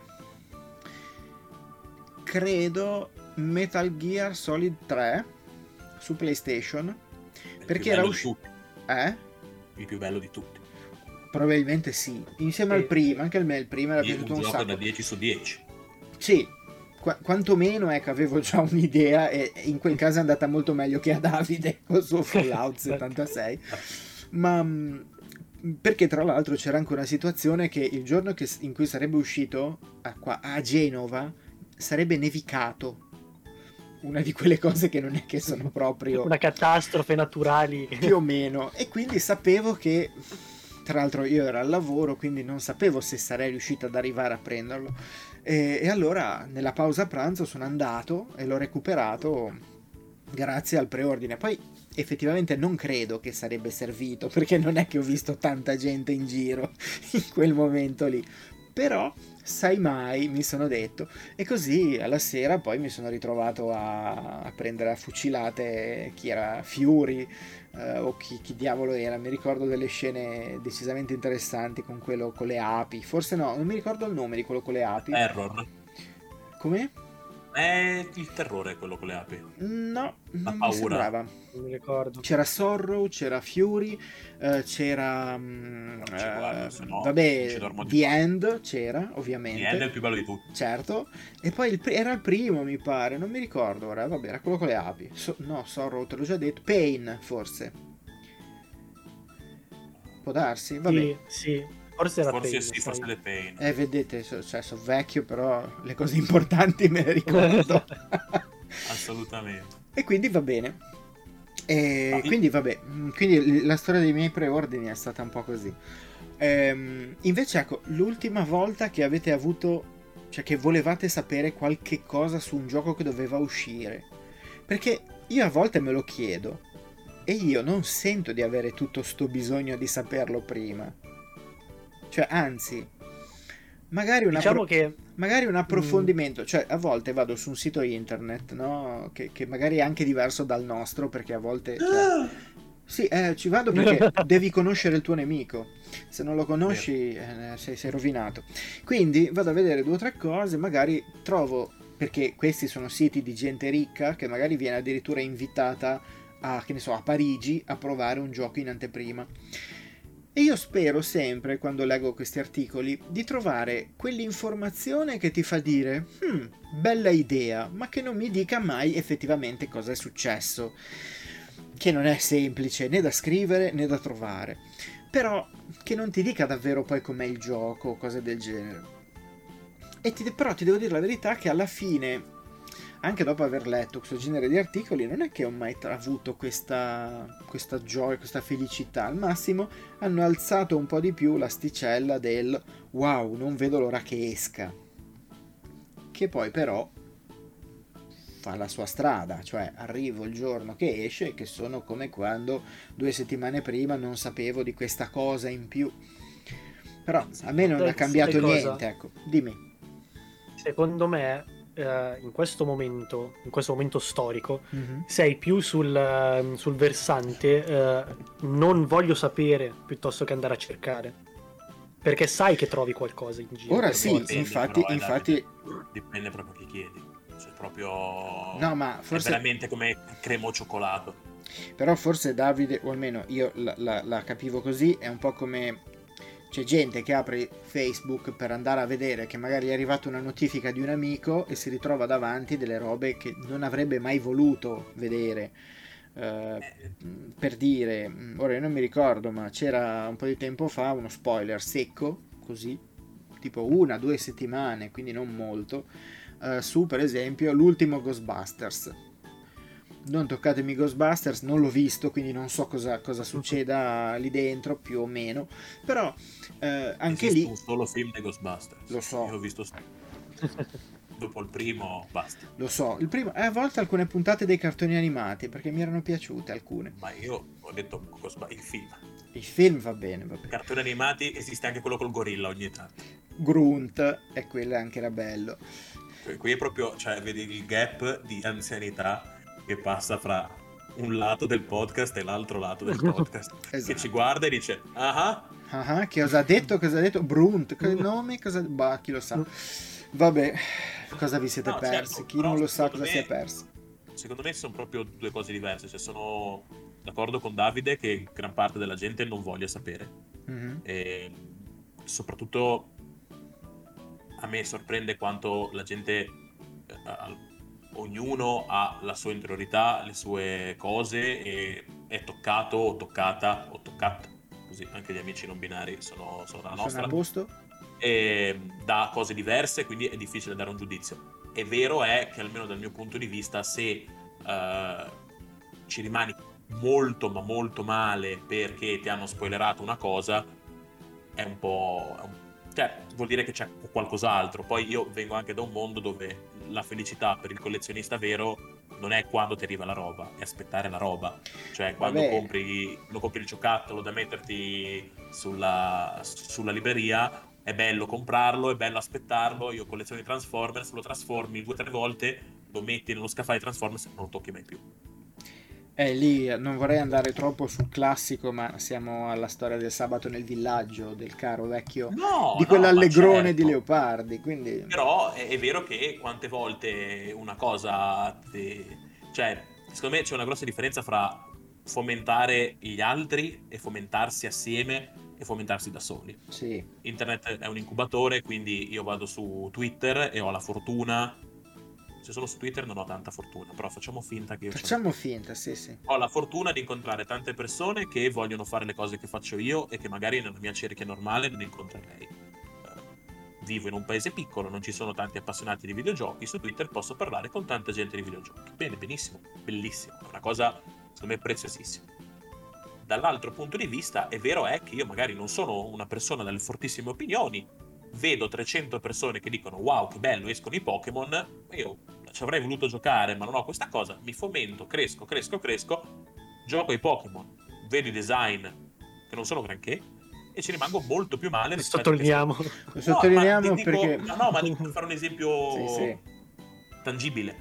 credo, Metal Gear Solid tre su PlayStation, Il perché più era bello di uscito... tutti. Eh? Il più bello di tutti. Probabilmente sì, insieme Sì. al primo, anche a me il primo era Io piaciuto un un gioco sacco. da dieci su dieci. Sì, qua- quantomeno ecco, avevo già un'idea e e in quel caso è andata molto meglio che a Davide col suo Fallout settantasei. Ma mh, perché tra l'altro c'era anche una situazione che il giorno che- in cui sarebbe uscito a, qua, a Genova sarebbe nevicato. Una di quelle cose che non è che sono proprio Una catastrofe naturali. più o meno, e quindi sapevo che, tra l'altro io ero al lavoro, quindi non sapevo se sarei riuscito ad arrivare a prenderlo, e, e allora nella pausa pranzo sono andato e l'ho recuperato grazie al preordine. Poi effettivamente non credo che sarebbe servito, perché non è che ho visto tanta gente in giro in quel momento lì, però sai mai, mi sono detto, e così alla sera poi mi sono ritrovato a, a prendere a fucilate chi era Fury, eh, o chi, chi diavolo era. Mi ricordo delle scene decisamente interessanti con quello con le api, forse no, non mi ricordo il nome di quello con le api. Error. Come? È il terrore quello con le api. No, La non mi paura. sembrava. Non mi ricordo. C'era Sorrow, c'era Fury, eh, c'era mm, Non ci guardo, se no vabbè, ci dormo di The fame. End c'era ovviamente. The End è il più bello di tutti. Certo, e poi il pri- era il primo, mi pare, non mi ricordo ora, vabbè, era quello con le api. So- no, Sorrow, te l'ho già detto. Pain, forse. Può darsi, vabbè. Sì, sì. Forse era Forse Pain, sì, sai. forse le Pain. Eh, vedete, so- cioè, sono vecchio, però le cose importanti me le ricordo. Assolutamente. E quindi va bene. E Ah, quindi vabbè, quindi la storia dei miei preordini è stata un po' così. Ehm, invece ecco, l'ultima volta che avete avuto, cioè che volevate sapere qualche cosa su un gioco che doveva uscire, perché io a volte me lo chiedo e io non sento di avere tutto sto bisogno di saperlo prima. Cioè, anzi, magari una Diciamo pro- che magari un mm, approfondimento, cioè a volte vado su un sito internet, no? Che, che magari è anche diverso dal nostro, perché a volte, cioè, sì, eh, ci vado perché devi conoscere il tuo nemico. Se non lo conosci, eh, sei, sei rovinato. Quindi vado a vedere due o tre cose, magari trovo, perché questi sono siti di gente ricca che magari viene addirittura invitata a, che ne so, a Parigi a provare un gioco in anteprima. E io spero sempre, quando leggo questi articoli, di trovare quell'informazione che ti fa dire "Hmm, bella idea", ma che non mi dica mai effettivamente cosa è successo. Che non è semplice né da scrivere né da trovare. Però che non ti dica davvero poi com'è il gioco o cose del genere. E ti, però ti devo dire la verità che alla fine, anche dopo aver letto questo genere di articoli, non è che ho mai tra- avuto questa, questa gioia, questa felicità. Al massimo hanno alzato un po' di più l'asticella del wow, non vedo l'ora che esca. Che poi però fa la sua strada, cioè arrivo il giorno che esce, che sono come quando due settimane prima non sapevo di questa cosa in più. Però a me non Sai- ha cambiato sai cosa? niente, ecco. Dimmi. Secondo me, eh, in questo momento, in questo momento storico, Mhm. sei più sul, eh, sul versante eh, non voglio sapere piuttosto che andare a cercare. Perché sai che trovi qualcosa in giro. Ora per sì, forza. Dipende, infatti, però, eh, infatti, Davide, dipende proprio chi chiedi. Cioè, proprio no, ma è forse, veramente come cremo cioccolato. però forse Davide, o almeno io la, la- la capivo così, è un po' come c'è gente che apre Facebook per andare a vedere che magari è arrivata una notifica di un amico e si ritrova davanti delle robe che non avrebbe mai voluto vedere. Eh, Eh, per dire, mh, ora io non mi ricordo, ma c'era un po' di tempo fa uno spoiler secco, così, tipo una, due settimane, quindi non molto, eh, su per esempio l'ultimo Ghostbusters. Non toccatemi Ghostbusters, non l'ho visto, quindi non so cosa, cosa succeda lì dentro, più o meno. Però eh, anche esiste lì, un solo film dei Ghostbusters. lo so. Io ho visto dopo il primo, basta. lo so, il primo, e a volte alcune puntate dei cartoni animati, perché mi erano piaciute alcune. Ma io ho detto Ghostbusters, il film. Il film va bene, va bene. Cartoni animati, esiste anche quello col gorilla ogni tanto. Grunt, e quello anche era bello. Que- Qui è proprio, cioè, vedi il gap di anzianità che passa fra un lato del podcast e l'altro lato del podcast. Esatto. Che ci guarda e dice, ah, Ah, ah, che cosa ha detto? Cosa ha detto? Brunt, che nome? Cosa... Bah, chi lo sa. Vabbè, cosa vi siete No, persi? certo, Chi però non lo sa secondo cosa me- si è perso. secondo me sono proprio due cose diverse. Cioè, sono d'accordo con Davide che gran parte della gente non voglia sapere. Mhm. E soprattutto a me sorprende quanto la gente, eh, al- ognuno ha la sua interiorità, le sue cose e è toccato o toccata o toccata, così anche gli amici non binari sono, sono dalla Sono nostra, a posto? e da cose diverse, quindi è difficile dare un giudizio. È vero è che almeno dal mio punto di vista, se eh, ci rimani molto ma molto male perché ti hanno spoilerato una cosa, è un po'... è un- cioè, vuol dire che c'è qualcos'altro. Poi io vengo anche da un mondo dove la felicità per il collezionista vero non è quando ti arriva la roba, è aspettare la roba. Cioè, quando Vabbè. compri, lo compri il giocattolo da metterti sulla, sulla libreria, è bello comprarlo, è bello aspettarlo. Io colleziono i Transformers, lo trasformi due o tre volte, lo metti nello scaffale Transformers e non lo tocchi mai più. Eh, lì non vorrei andare troppo sul classico, ma siamo alla storia del sabato nel villaggio, del caro vecchio, No, di no, quell'allegrone ma certo. di Leopardi, quindi... Però è, è vero che quante volte una cosa ti- cioè, secondo me c'è una grossa differenza fra fomentare gli altri e fomentarsi assieme e fomentarsi da soli. Sì, Internet è un incubatore, quindi io vado su Twitter e ho la fortuna. Se sono su Twitter non ho tanta fortuna, però facciamo finta che io ce l'ho. facciamo finta, sì, sì. Ho la fortuna di incontrare tante persone che vogliono fare le cose che faccio io e che magari nella mia cerchia normale non incontrerei. Eh, Vivo in un paese piccolo, non ci sono tanti appassionati di videogiochi, su Twitter posso parlare con tanta gente di videogiochi. Bene, benissimo, bellissimo, è una cosa secondo me preziosissimo. Dall'altro punto di vista è vero è che io magari non sono una persona dalle fortissime opinioni, vedo trecento persone che dicono wow che bello escono i Pokémon, io ci avrei voluto giocare ma non ho questa cosa, mi fomento, cresco, cresco, cresco, gioco ai Pokémon, vedo i design che non sono granché e ci rimango molto più male rispetto Sottolineiamo. a che... Lo sottolineiamo no, dico, perché... no, no, ma dico per fare un esempio sì, sì. tangibile.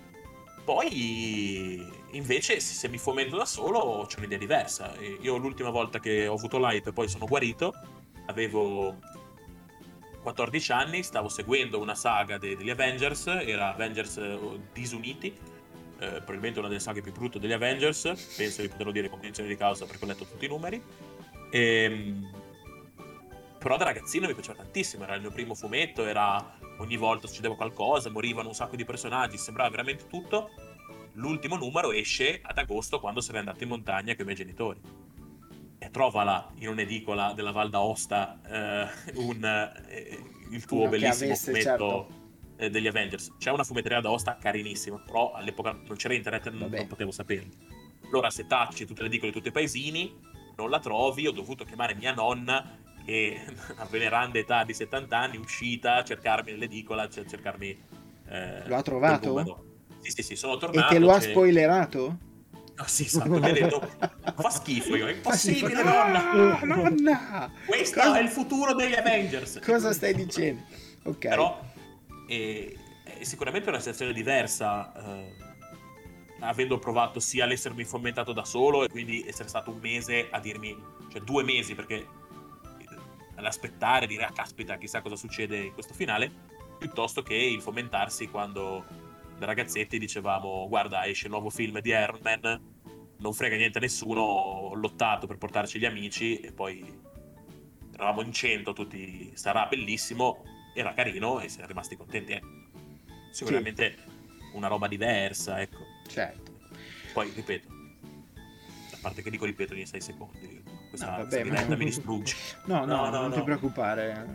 Poi invece se mi fomento da solo c'è un'idea diversa. Io l'ultima volta che ho avuto l'hype e poi sono guarito, avevo quattordici anni, stavo seguendo una saga de- degli Avengers, era Avengers eh, Disuniti, eh, probabilmente una delle saghe più brutte degli Avengers, penso di poterlo dire con cognizione di causa perché ho letto tutti i numeri. E... però da ragazzino mi piaceva tantissimo, era il mio primo fumetto, era ogni volta succedeva qualcosa, morivano un sacco di personaggi, sembrava veramente tutto. L'ultimo numero esce ad agosto quando sarei andato in montagna con i miei genitori e trovala in un'edicola della Val d'Aosta eh, un, eh, il tuo Uno bellissimo avesse, fumetto certo. eh, degli Avengers. C'è una fumetteria d'Aosta carinissima, però all'epoca non c'era internet, non, Vabbè. non potevo saperlo. Allora se tacci tutte le edicole di tutti i paesini non la trovi, ho dovuto chiamare mia nonna che a veneranda età di settanta anni uscita a cercarmi nell'edicola, cioè cercarmi eh, Lo ha trovato? quel numero. Sì, sì, sì, sono tornato. E te lo ha c'è- spoilerato? Ah, sì, esatto, mi ha detto fa schifo, io, è Fa schifo. impossibile, No, nonna. nonna! Questo Cosa- è il futuro degli Avengers. Cosa stai dicendo? Ok. Però è, è sicuramente una situazione diversa, eh, avendo provato sia l'essermi fomentato da solo e quindi essere stato un mese a dirmi, cioè due mesi, perché all'aspettare, dire ah caspita chissà cosa succede in questo finale, piuttosto che il fomentarsi quando da ragazzetti dicevamo guarda esce il nuovo film di Iron Man, non frega niente a nessuno, ho lottato per portarci gli amici e poi eravamo in cento tutti, sarà bellissimo, era carino e siamo rimasti contenti. Eh. Sicuramente una roba diversa, ecco. Certo. Poi ripeto, a parte che dico ripeto ogni sei secondi, questa, No, vabbè, questa diretta ma- mi distrugge. No, no, No, no, non no. ti preoccupare.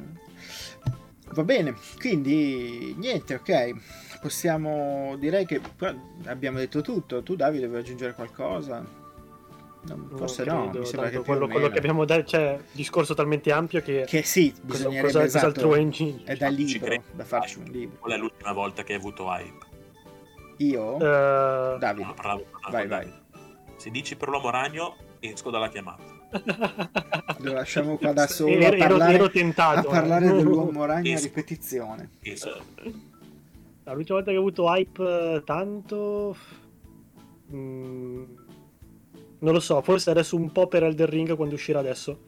Va bene, quindi niente, ok. Possiamo, direi che qua abbiamo detto tutto. Tu, Davide, vuoi aggiungere qualcosa? No, forse Non no, credo, mi sembra tanto che più o quello, quello meno. che abbiamo detto, cioè, discorso talmente ampio che, Che sì, cosa, bisognerebbe, cosa, esatto, cos'altro vuoi aggiungere? è da Ci libro, credo. da farci un libro. Qual è l'ultima volta che hai avuto hype? Io? Eh, Davide, No, parlavo, parlavo vai, con vai. Davide. Se dici per l'uomo ragno, esco dalla chiamata. Lo lasciamo qua da solo ero, a parlare, ero tentato, a parlare eh. dell'uomo ragno a Esco. ripetizione. Esco. L'ultima volta che ho avuto hype eh, tanto mm, non lo so, forse adesso un po' per Elden Ring quando uscirà adesso.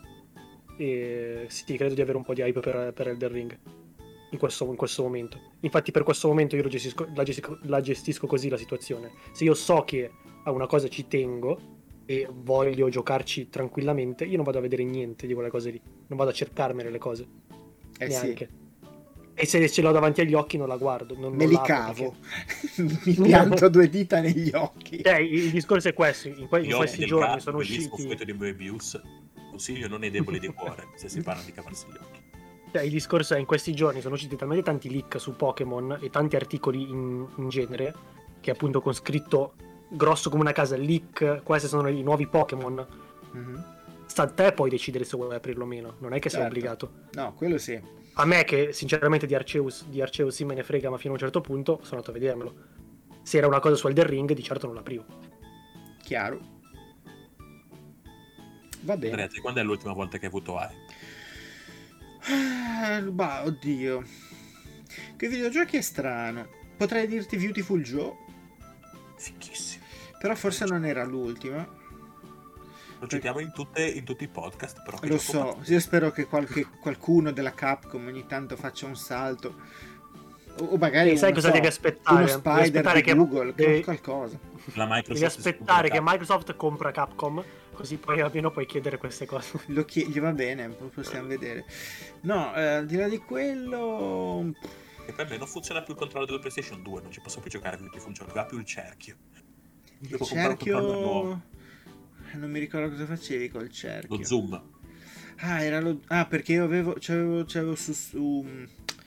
E sì, credo di avere un po' di hype per, per Elden Ring in questo, in questo momento. Infatti per questo momento io lo gestisco, la, gestisco, la gestisco così la situazione. Se io so che a una cosa ci tengo e voglio giocarci tranquillamente, io non vado a vedere niente di quelle cose lì, non vado a cercarmele le cose, Eh neanche. sì, E se ce l'ho davanti agli occhi non la guardo, non, me non li l'apro cavo. perché- Mi pianto due dita negli occhi. Cioè, il il discorso è questo, in, que- in Io questi del giorni gatto, sono bellissimo usciti, fumetto di Moebius, consiglio non ai deboli di cuore se si parla di cavarsi gli occhi. cioè, il discorso è in questi giorni sono usciti talmente tanti leak su Pokémon e tanti articoli in, in genere che appunto con scritto grosso come una casa leak, questi sono i nuovi Pokémon. Mhm. Sta a te poi decidere se vuoi aprirlo o meno, non è che sei Certo. obbligato. No, quello sì. A me che sinceramente di Arceus, di Arceus sì me ne frega, ma fino a un certo punto sono andato a vedermelo. Se era una cosa su Elden Ring di certo non l'aprivo. Chiaro. Va bene. Andrea, te quando è l'ultima volta che hai avuto hype? Ah, bah, oddio. Che videogiochi è strano. Potrei dirti Beautiful Joe, Fichissimo. però forse non era l'ultima. Lo citiamo in, tutte, in tutti i podcast, però. che Lo gioco so, pazzesco. io spero che qualche, qualcuno della Capcom ogni tanto faccia un salto. O, o magari E sai non cosa so, devi aspettare? uno Devi Spider aspettare di che- Google, devi- qualcosa. La Microsoft Devi aspettare si compra che Capcom. Microsoft compra Capcom, così poi almeno puoi chiedere queste cose. Lo chie- gli va bene, possiamo vedere. No, eh, al di là di quello... E per me non funziona più il controllo della PlayStation due, non ci posso più giocare a Beautiful Joe, va più il cerchio. Il Devo comprare un controller nuovo. cerchio... Eh, Non mi ricordo cosa facevi col cerchio. Lo zoom. Ah, era lo... ah, perché io avevo... C'avevo, c'avevo su... su...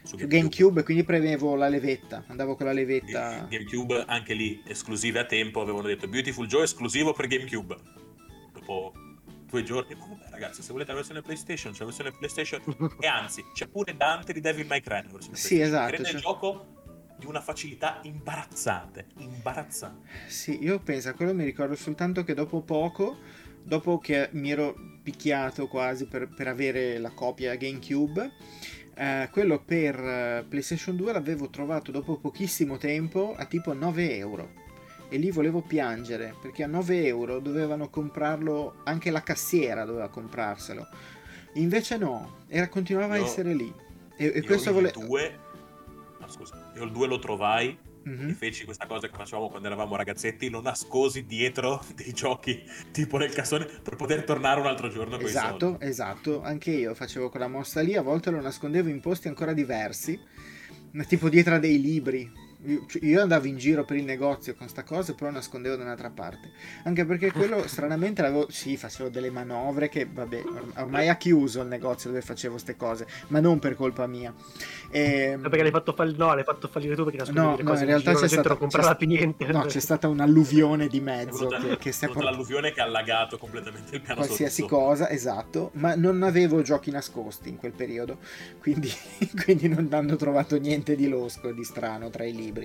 su Su GameCube. GameCube, quindi premevo la levetta, andavo con la levetta. GameCube, anche lì esclusive a tempo, avevano detto Beautiful Joe esclusivo per GameCube. Dopo due giorni, ma vabbè ragazzi, se volete la versione PlayStation c'è la versione PlayStation e anzi c'è pure Dante di Devil May Cry nella versione Sì, PlayStation, esatto, che rende cioè... il gioco di una facilità imbarazzante, imbarazzante. Sì, io penso, quello mi ricordo soltanto che dopo poco, dopo che mi ero picchiato quasi per, per avere la copia GameCube, eh, quello per eh, PlayStation due l'avevo trovato dopo pochissimo tempo a tipo nove euro. E lì volevo piangere, perché a nove euro dovevano comprarlo, anche la cassiera doveva comprarselo. Invece no, era, continuava Io- a essere lì. E, e Io questo il vole... due, no, scusa, io il due lo trovai Mhm. e feci questa cosa che facevamo quando eravamo ragazzetti, lo nascosi dietro dei giochi tipo nel cassone per poter tornare un altro giorno con i Esatto, soldi. esatto, anche io facevo quella mossa lì, a volte lo nascondevo in posti ancora diversi, ma tipo dietro a dei libri. Io, cioè, io andavo in giro per il negozio con sta cosa e poi lo nascondevo da un'altra parte. Anche perché quello stranamente l'avevo... Sì, facevo delle manovre che, vabbè, or- ormai ha chiuso il negozio dove facevo ste cose, ma non per colpa mia. E... Ma perché l'hai fatto fallire? No, l'hai fatto fallire tu perché nascondevi No, le no, cose in realtà giro, c'è la gente stata, non comprava c'è- più niente. no, c'è stata un'alluvione di È mezzo venuta, che, che si è è venuta portata l'alluvione che ha allagato completamente il piano qualsiasi sotto. cosa, esatto, ma non avevo giochi nascosti in quel periodo, quindi, quindi non hanno trovato niente di losco, di strano tra i libri.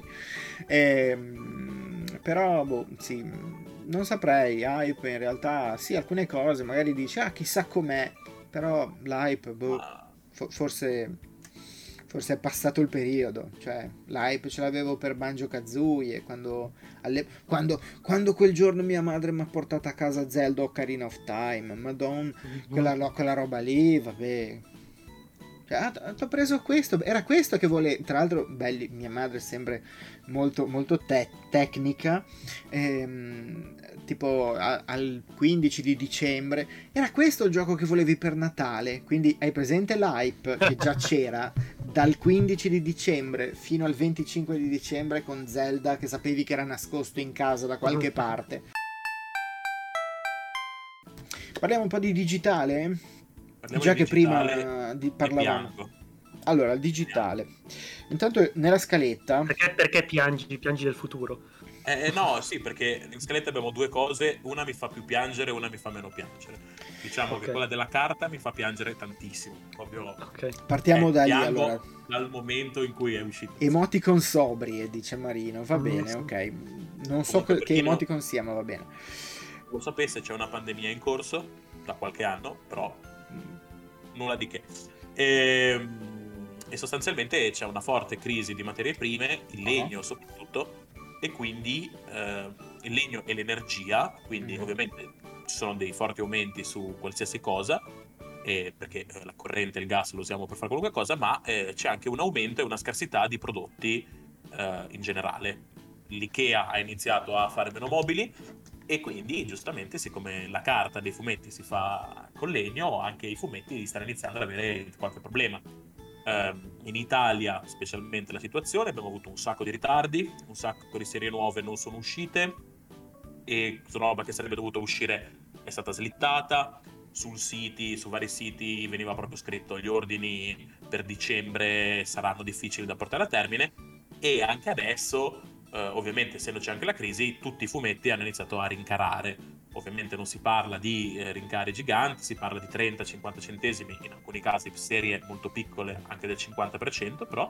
Ehm, però, boh, sì, non saprei, hype in realtà, sì, alcune cose, magari dici, ah, chissà com'è, però l'hype, boh, Ma fo- forse... Forse è passato il periodo, cioè l'hype ce l'avevo per Banjo-Kazooie, quando, alle- quando, quando quel giorno mia madre mi ha portato a casa Zelda Ocarina of Time, madonna, quella, ro- quella roba lì, vabbè. Cioè, ah, t- t'ho preso questo, era questo che volevo, tra l'altro, belli, mia madre è sempre molto, molto te- tecnica, ehm, tipo a- al quindici di dicembre, era questo il gioco che volevi per Natale, quindi hai presente l'hype che già c'era dal quindici di dicembre fino al venticinque di dicembre con Zelda che sapevi che era nascosto in casa da qualche parte. Parliamo un po' di digitale? parliamo Già di che digitale prima di e parlavamo. piango. Allora, il digitale. Intanto nella scaletta, Perché, perché piangi? Piangi del futuro. Eh, eh, no, sì, perché in scaletta abbiamo due cose, una mi fa più piangere, una mi fa meno piangere. Diciamo Ok. che quella della carta mi fa piangere tantissimo, proprio Ok. partiamo eh, da lì piango allora. dal momento in cui è uscito. Emoticon sobrie, dice Marino. Va Mm, bene, sì. ok. Non so Comunque, che, per che chi non- emoticon sia, ma va bene. Lo sapesse, c'è una pandemia in corso da qualche anno, però mh, nulla di che. E, e sostanzialmente c'è una forte crisi di materie prime, il legno soprattutto, e quindi eh, il legno e l'energia, quindi Mhm. ovviamente ci sono dei forti aumenti su qualsiasi cosa, eh, perché eh, la corrente e il gas lo usiamo per fare qualunque cosa, ma eh, c'è anche un aumento e una scarsità di prodotti eh, in generale. L'IKEA ha iniziato a fare meno mobili e quindi giustamente siccome la carta dei fumetti si fa con legno, anche i fumetti stanno iniziando ad avere qualche problema. Ehm, in Italia specialmente la situazione, abbiamo avuto un sacco di ritardi, un sacco di serie nuove non sono uscite e sono roba che sarebbe dovuta uscire è stata slittata. Sul siti, su vari siti veniva proprio scritto gli ordini per dicembre saranno difficili da portare a termine e anche adesso eh, ovviamente essendoci anche la crisi tutti i fumetti hanno iniziato a rincarare. Ovviamente non si parla di eh, rincari giganti, si parla di trenta cinquanta centesimi, in alcuni casi serie molto piccole anche del cinquanta per cento però.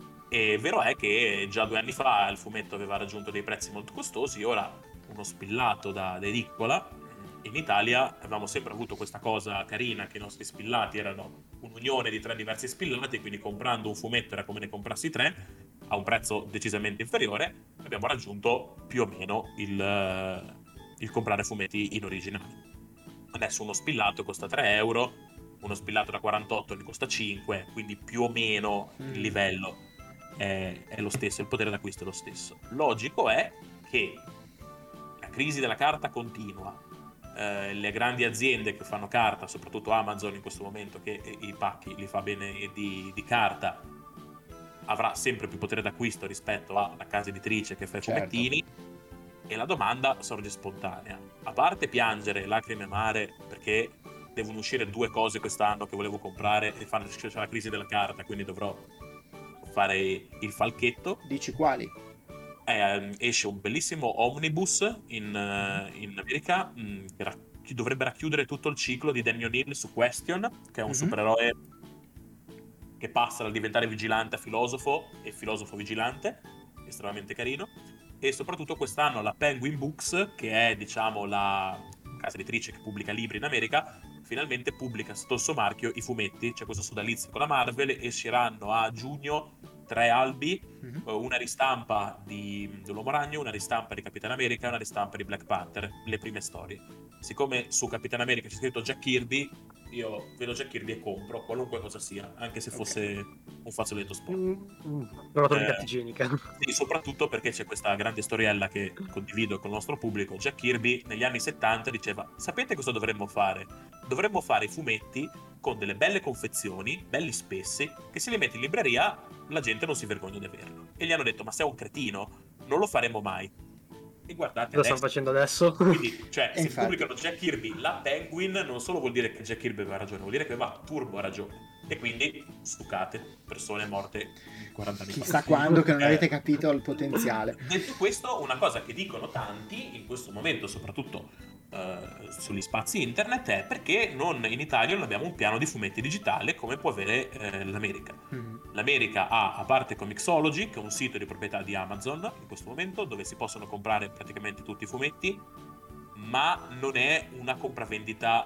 E vero è che già due anni fa il fumetto aveva raggiunto dei prezzi molto costosi, ora uno spillato da edicola. In Italia avevamo sempre avuto questa cosa carina che i nostri spillati erano un'unione di tre diversi spillati, quindi comprando un fumetto era come ne comprassi tre a un prezzo decisamente inferiore. Abbiamo raggiunto più o meno il, il comprare fumetti in originale. Adesso uno spillato costa tre euro, uno spillato da quarantotto ne costa cinque, quindi più o meno il livello è, è lo stesso, il potere d'acquisto è lo stesso. Logico è che la crisi della carta continua. Eh, le grandi aziende che fanno carta, soprattutto Amazon in questo momento che i pacchi li fa bene di, di carta, avrà sempre più potere d'acquisto rispetto alla casa editrice che fa i Certo. fumettini e la domanda sorge spontanea. A parte piangere, lacrime amare perché devono uscire due cose quest'anno che volevo comprare e fanno c'è la crisi della carta, quindi dovrò fare il falchetto. Dici quali? Eh, esce un bellissimo omnibus in, uh, in America mh, che, ra- che dovrebbe racchiudere tutto il ciclo di Danny O'Neill su Question, che è un Mhm. supereroe che passa dal diventare vigilante a filosofo e filosofo vigilante, estremamente carino. E soprattutto quest'anno la Penguin Books, che è diciamo la casa editrice che pubblica libri in America, finalmente pubblica sotto il suo marchio i fumetti. C'è questo sodalizio con la Marvel, esceranno a giugno tre albi, Mhm. una ristampa di dell'Uomo Ragno, una ristampa di Capitan America e una ristampa di Black Panther, le prime storie. Siccome su Capitan America c'è scritto Jack Kirby, io vedo Jack Kirby e compro qualunque cosa sia, anche se fosse un fazzoletto sporco. Mm, mm, Provato di Eh, carta igienica. Sì, soprattutto perché c'è questa grande storiella che condivido con il nostro pubblico. Jack Kirby negli anni settanta diceva: sapete cosa dovremmo fare? Dovremmo fare i fumetti con delle belle confezioni, belli spessi, che se li metti in libreria la gente non si vergogna di averli. E gli hanno detto: ma sei un cretino, non lo faremo mai. E guardate Lo adesso. stanno facendo adesso. Quindi, cioè, E se infatti. pubblicano Jack Kirby, la Penguin, non solo vuol dire che Jack Kirby aveva ragione, vuol dire che aveva turbo ragione. E quindi, stucate, persone morte quaranta anni fa. Chissà quando che non Eh, avete capito il potenziale. Detto questo, una cosa che dicono tanti in questo momento, soprattutto eh, sugli spazi internet, è perché non in Italia non abbiamo un piano di fumetti digitale come può avere eh, l'America. Mhm. L'America ha, a parte Comixology, che è un sito di proprietà di Amazon in questo momento, dove si possono comprare praticamente tutti i fumetti, ma non è una compravendita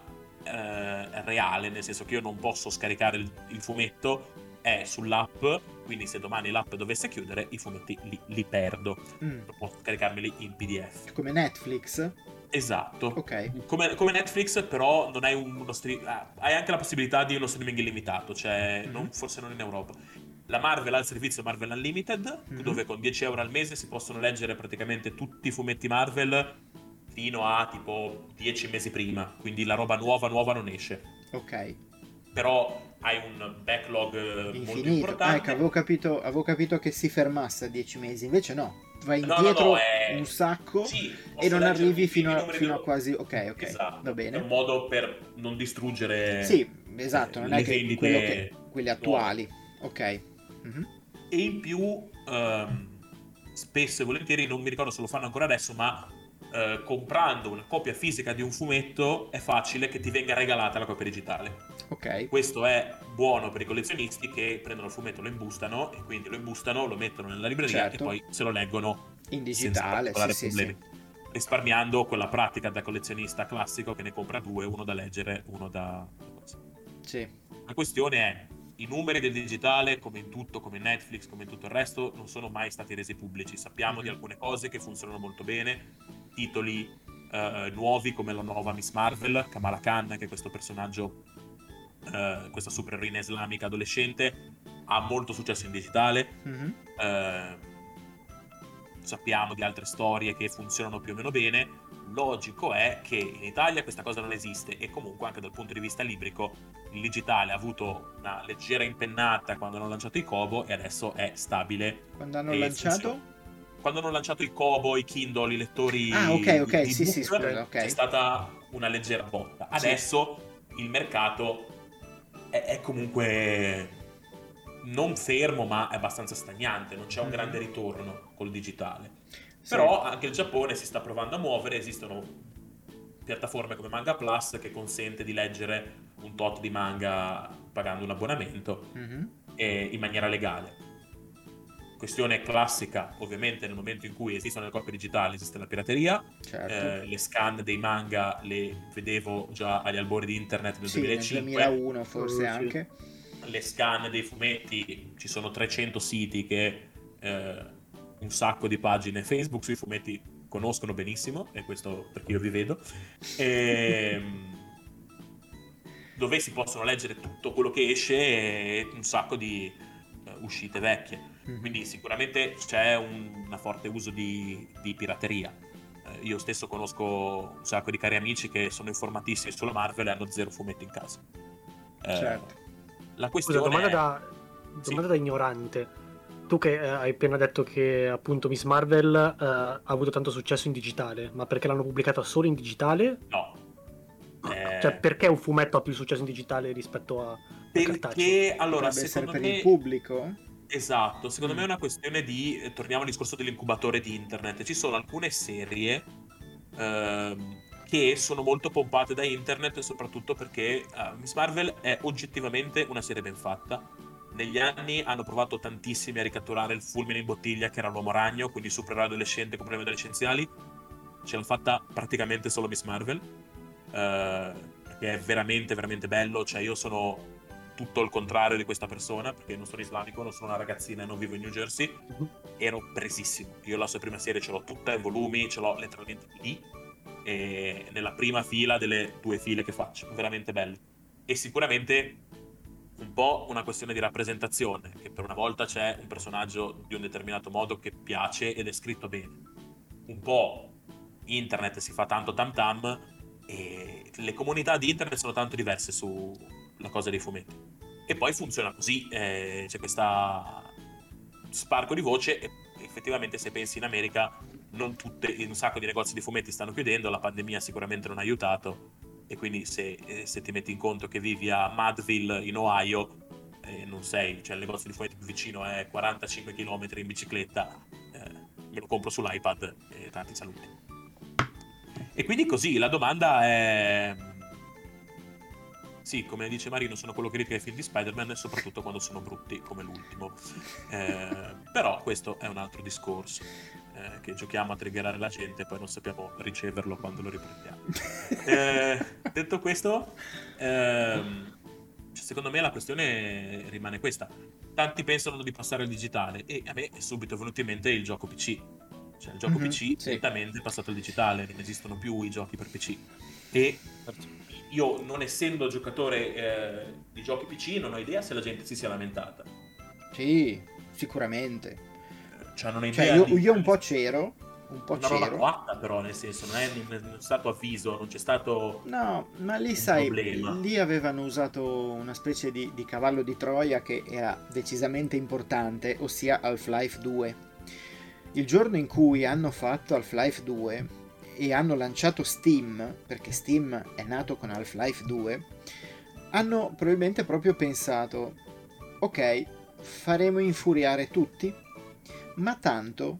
eh, reale, nel senso che io non posso scaricare il, il fumetto, è sull'app, quindi se domani l'app dovesse chiudere, i fumetti li, li perdo. Mm. Non posso scaricarmeli in P D F. Come Netflix? Esatto. Ok. Come, come Netflix, però non hai un- uno stream, ah, hai anche la possibilità di uno streaming illimitato, cioè Mhm. non- forse non in Europa. La Marvel ha il servizio Marvel Unlimited, Mhm. dove con dieci euro al mese si possono leggere praticamente tutti i fumetti Marvel fino a tipo dieci mesi prima, quindi la roba nuova nuova non esce. Ok. Però hai un backlog eh, molto Infinito. importante. Ecco, avevo capito, avevo capito che si fermasse a dieci mesi, invece no. Vai No, no, indietro no, è- un sacco Sì, e posso non leggere arrivi tutti i fino a, numeri fino a dello- quasi... Ok, ok, Esatto. va bene. È un modo per non distruggere Sì, esatto, non le è che vendite quello che quelli nuove. attuali. Ok. Mhm. E in più ehm, spesso e volentieri, non mi ricordo se lo fanno ancora adesso, ma eh, comprando una copia fisica di un fumetto è facile che ti venga regalata la copia digitale. Ok. Questo è buono per i collezionisti che prendono il fumetto, lo imbustano e quindi lo imbustano, lo mettono nella libreria Certo. e poi se lo leggono In senza digitale, sì, particolari sì, problemi, sì. risparmiando quella pratica da collezionista classico che ne compra due, uno da leggere, uno da... Sì. La questione è: i numeri del digitale, come in tutto, come in Netflix, come in tutto il resto, non sono mai stati resi pubblici. Sappiamo Mhm. di alcune cose che funzionano molto bene, titoli eh, nuovi come la nuova Miss Marvel, Kamala Khan, che è questo personaggio, eh, questa supereroina islamica adolescente, ha molto successo in digitale. Mhm. Eh, sappiamo di altre storie che funzionano più o meno bene. Logico è che in Italia questa cosa non esiste e comunque anche dal punto di vista librico il digitale ha avuto una leggera impennata quando hanno lanciato i Kobo e adesso è stabile. Quando hanno e lanciato? funziona. Quando hanno lanciato i Kobo, i Kindle, i lettori Ah, ok, ok, di sì, sì, ebook, scusa, ok. c'è stata una leggera botta. Sì. Adesso il mercato è, è comunque non fermo, ma è abbastanza stagnante, non c'è un Mhm. grande ritorno col digitale. Sì. Però anche il Giappone si sta provando a muovere, esistono piattaforme come Manga Plus che consente di leggere un tot di manga pagando un abbonamento Mhm. e in maniera legale. Questione classica, ovviamente nel momento in cui esistono le copie digitali esiste la pirateria. Certo. Eh, le scan dei manga le vedevo già agli albori di internet nel Sì, nel duemilacinque. duemilauno forse Sì. anche. Le scan dei fumetti, ci sono trecento siti che eh, un sacco di pagine Facebook sui fumetti conoscono benissimo, e questo perché io vi vedo, e, dove si possono leggere tutto quello che esce e un sacco di eh, uscite vecchie. Mhm. Quindi sicuramente c'è un una forte uso di, di pirateria. Eh, io stesso conosco un sacco di cari amici che sono informatissimi sulla Marvel e hanno zero fumetti in casa. Eh, Certo. La Scusa, questione domanda è... da, Sì. domanda da ignorante. Tu che eh, hai appena detto che appunto Miss Marvel eh, ha avuto tanto successo in digitale, ma perché l'hanno pubblicata solo in digitale? No. Eh, Cioè, perché un fumetto ha più successo in digitale rispetto a, a cartaceo? perché allora Potrebbe essere secondo per me il pubblico? Esatto, secondo Mm. me è una questione di, eh, torniamo al discorso dell'incubatore di internet, ci sono alcune serie ehm, che sono molto pompate da internet, soprattutto perché eh, Miss Marvel è oggettivamente una serie ben fatta. Negli anni hanno provato tantissimi a ricatturare il fulmine in bottiglia che era l'uomo ragno, quindi supereroe adolescente con problemi adolescenziali. Ce l'ha fatta praticamente solo Miss Marvel, eh, perché è veramente veramente bello. Cioè io sono tutto il contrario di questa persona, perché non sono islamico, non sono una ragazzina e non vivo in New Jersey. Mhm. Ero presissimo. Io la sua prima serie ce l'ho tutta in volumi, ce l'ho letteralmente lì, e nella prima fila delle due file che faccio, veramente bello. E sicuramente un po' una questione di rappresentazione, che per una volta c'è un personaggio di un determinato modo che piace ed è scritto bene. Un po' internet si fa tanto tam tam e le comunità di internet sono tanto diverse sulla cosa dei fumetti. E poi funziona così, eh, c'è questa sparco di voce e effettivamente se pensi in America non tutte, un sacco di negozi di fumetti stanno chiudendo, la pandemia sicuramente non ha aiutato e quindi se, eh, se ti metti in conto che vivi a Mudville in Ohio e non sei, cioè il negozio di fumetti più vicino è quarantacinque chilometri in bicicletta, eh, me lo compro sull'iPad e tanti saluti. E quindi così la domanda è sì, come dice Marino, sono quello che critica i film di Spider-Man, soprattutto quando sono brutti come l'ultimo. Eh, però questo è un altro discorso, eh, che giochiamo a triggerare la gente e poi non sappiamo riceverlo quando lo riprendiamo. Eh, detto questo, ehm, cioè, secondo me la questione rimane questa. Tanti pensano di passare al digitale e a me è subito venuto in mente il gioco P C. Cioè il gioco Mhm, P C sì. lentamente è passato al digitale, non esistono più i giochi per P C. E io, non essendo giocatore eh, di giochi P C, non ho idea se la gente si sia lamentata. Sì, sicuramente. Cioè, non ho Cioè, idea io, di... io un po' c'ero, un po' Una roba c'ero. coatta, però, nel senso, non è, non è stato avviso, non c'è stato No, ma lì un sai, problema. lì avevano usato una specie di, di cavallo di Troia che era decisamente importante, ossia Half-Life due. Il giorno in cui hanno fatto Half-Life due e hanno lanciato Steam, perché Steam è nato con Half-Life due, hanno probabilmente proprio pensato, ok, faremo infuriare tutti, ma tanto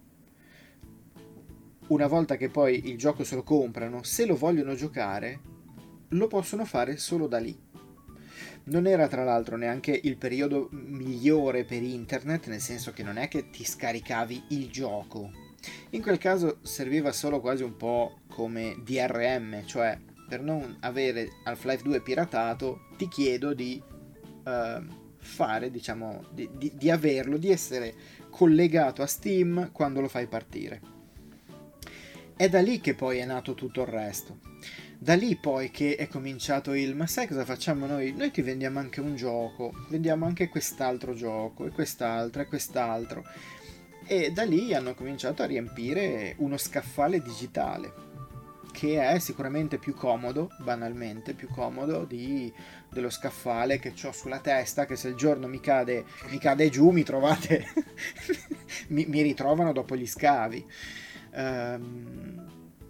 una volta che poi il gioco se lo comprano, se lo vogliono giocare, lo possono fare solo da lì. Non era tra l'altro neanche il periodo migliore per internet, nel senso che non è che ti scaricavi il gioco. In quel caso serviva solo quasi un po' come D R M, cioè per non avere Half-Life due piratato ti chiedo di uh, fare, diciamo, di, di, di averlo, di essere collegato a Steam quando lo fai partire. È da lì che poi è nato tutto il resto. Da lì poi che è cominciato il ma sai cosa facciamo noi? Noi ti vendiamo anche un gioco, vendiamo anche quest'altro gioco e quest'altro e quest'altro. E da lì hanno cominciato a riempire uno scaffale digitale che è sicuramente più comodo, banalmente più comodo di, dello scaffale che ho sulla testa, che se il giorno mi cade, mi cade giù mi trovate mi, mi ritrovano dopo gli scavi. Um,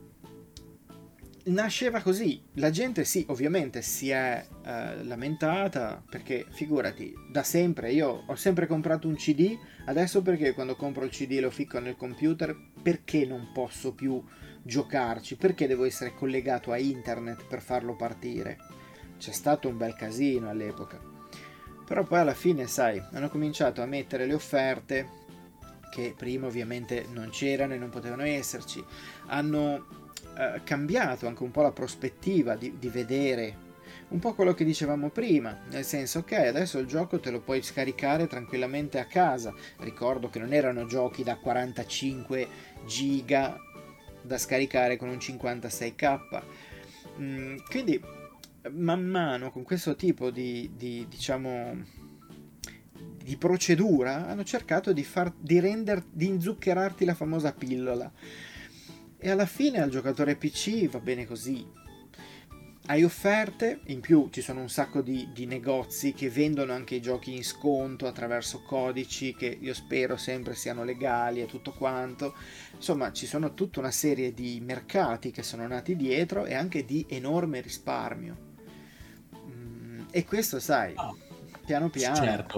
nasceva così, la gente sì, ovviamente si è uh, lamentata perché figurati, da sempre io ho sempre comprato un C D, adesso perché quando compro il C D lo ficco nel computer, perché non posso più giocarci, perché devo essere collegato a internet per farlo partire? C'è stato un bel casino all'epoca, però poi alla fine sai, hanno cominciato a mettere le offerte che prima ovviamente non c'erano e non potevano esserci, hanno eh, cambiato anche un po' la prospettiva di, di vedere un po' quello che dicevamo prima, nel senso ok, adesso il gioco te lo puoi scaricare tranquillamente a casa. Ricordo che non erano giochi da quarantacinque giga da scaricare con un cinquantasei k, mm, quindi man mano con questo tipo di, di diciamo di procedura hanno cercato di far di render di inzuccherarti la famosa pillola, e alla fine al giocatore P C va bene così. Hai offerte, in più ci sono un sacco di, di negozi che vendono anche i giochi in sconto attraverso codici che io spero sempre siano legali e tutto quanto. Insomma, ci sono tutta una serie di mercati che sono nati dietro e anche di enorme risparmio. Mm, e questo, sai, Ah, piano piano. certo,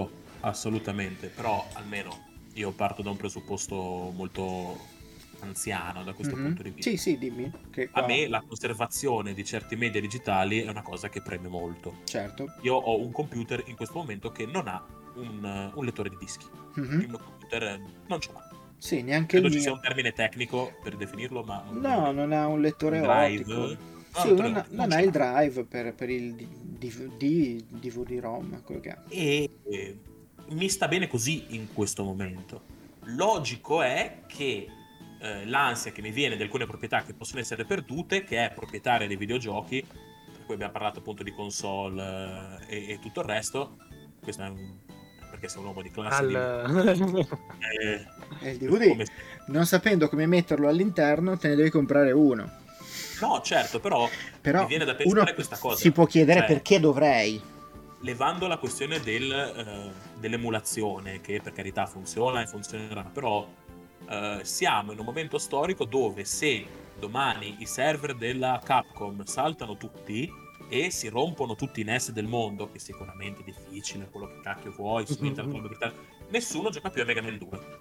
assolutamente, però almeno io parto da un presupposto molto anziano da questo Mhm. punto di vista. Sì, sì, dimmi. Che A qua... me la conservazione di certi media digitali è una cosa che preme molto. Certo. Io ho un computer in questo momento che non ha un, un lettore di dischi. Mhm. Il mio computer non ce l'ha. Sì, neanche il Credo ci sia mio. un termine tecnico per definirlo, ma non, non lo No, vedo. non ha un lettore Un drive? ottico. No, Sì, lettore non ha, ottico, non non ha ce il l'ha. drive per, per il D V D, D V D-ROM, quello che ha. E eh, mi sta bene così in questo momento. Logico è che eh, l'ansia che mi viene di alcune proprietà che possono essere perdute, che è proprietaria dei videogiochi, per cui abbiamo parlato appunto di console eh, e, e tutto il resto, questo è un, perché sei un uomo di classe di, Al... eh, E il D V D, come- non sapendo come metterlo all'interno, te ne devi comprare uno. no, certo, però, Però mi viene da uno pensare questa cosa, si può chiedere cioè, perché dovrei. levando la questione del, eh, dell'emulazione, che per carità funziona e funzionerà, però eh, siamo in un momento storico dove se domani i server della Capcom saltano tutti e si rompono tutti i N E S del mondo, che sicuramente è difficile, quello che cacchio vuoi, su internet, nessuno gioca più a Mega Man due.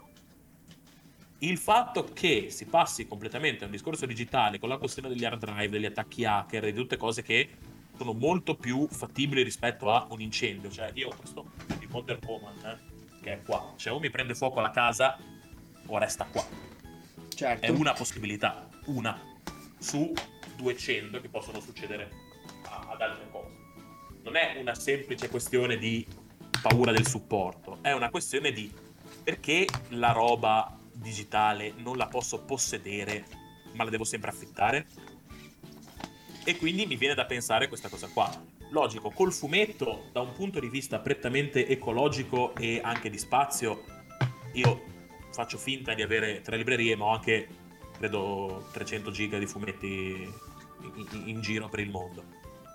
Il fatto che si passi completamente a un discorso digitale con la questione degli hard drive, degli attacchi hacker e di tutte cose che sono molto più fattibili rispetto a un incendio. Cioè, io ho questo di Wonder Woman eh, che è qua. Cioè, o mi prende fuoco la casa o resta qua. Certo. È una possibilità, una su duecento che possono succedere a- ad altre cose. Non è una semplice questione di paura del supporto, è una questione di perché la roba digitale non la posso possedere, ma la devo sempre affittare? E quindi mi viene da pensare questa cosa qua. Logico, col fumetto, da un punto di vista prettamente ecologico e anche di spazio, io faccio finta di avere tre librerie, ma ho anche, credo, trecento giga di fumetti in, in- in giro per il mondo.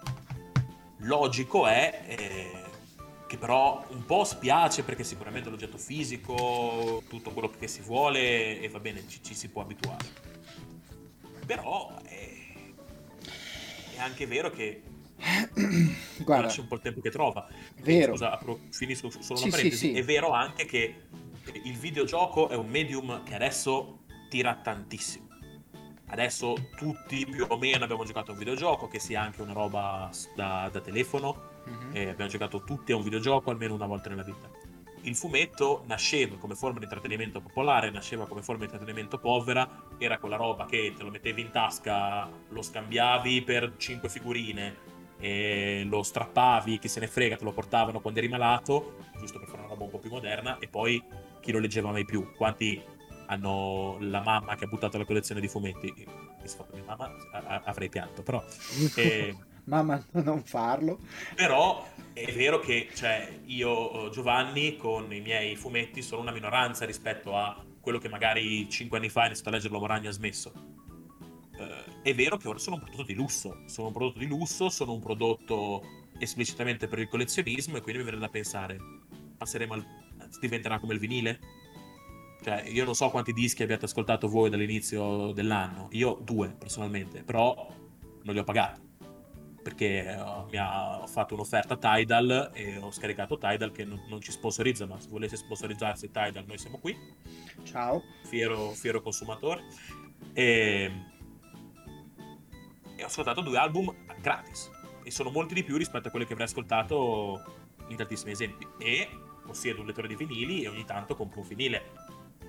Logico è eh, che però un po' spiace perché sicuramente l'oggetto fisico, tutto quello che si vuole, e va bene, ci, ci si può abituare. Però eh, è anche vero che Guarda, lascia un po' il tempo che trova. E, vero. scusa, apro- finisco solo Sì, una sì, parentesi. sì. È vero anche che il videogioco è un medium che adesso tira tantissimo. Adesso tutti più o meno abbiamo giocato a un videogioco, che sia anche una roba s- da, da telefono, Mhm. e abbiamo giocato tutti a un videogioco almeno una volta nella vita. Il fumetto nasceva come forma di intrattenimento popolare, nasceva come forma di intrattenimento povera, era quella roba che te lo mettevi in tasca, lo scambiavi per cinque figurine, e lo strappavi, chi se ne frega, te lo portavano quando eri malato, giusto per fare una roba un po' più moderna, e poi chi lo leggeva mai più? Quanti hanno la mamma che ha buttato la collezione di fumetti? Che se fosse mia mamma a- a- avrei pianto, però... eh, Mamma, non farlo. però è vero che cioè, io, eh, Giovanni, con i miei fumetti sono una minoranza rispetto a quello che magari cinque anni fa ha iniziato a leggerlo Moragno e ha smesso. Eh, è vero che ora sono un prodotto di lusso, sono un prodotto di lusso, sono un prodotto esplicitamente per il collezionismo, e quindi mi viene da pensare, passeremo al... diventerà come il vinile? Cioè, io non so quanti dischi abbiate ascoltato voi dall'inizio dell'anno, io due personalmente, però non li ho pagati perché eh, mi ha fatto un'offerta Tidal e ho scaricato Tidal, che non, non ci sponsorizza, ma se volesse sponsorizzarsi Tidal noi siamo qui, Ciao. fiero, fiero consumatore, e, e ho ascoltato due album gratis e sono molti di più rispetto a quelli che avrei ascoltato in tantissimi esempi, e possiedo un lettore di vinili e ogni tanto compro un vinile.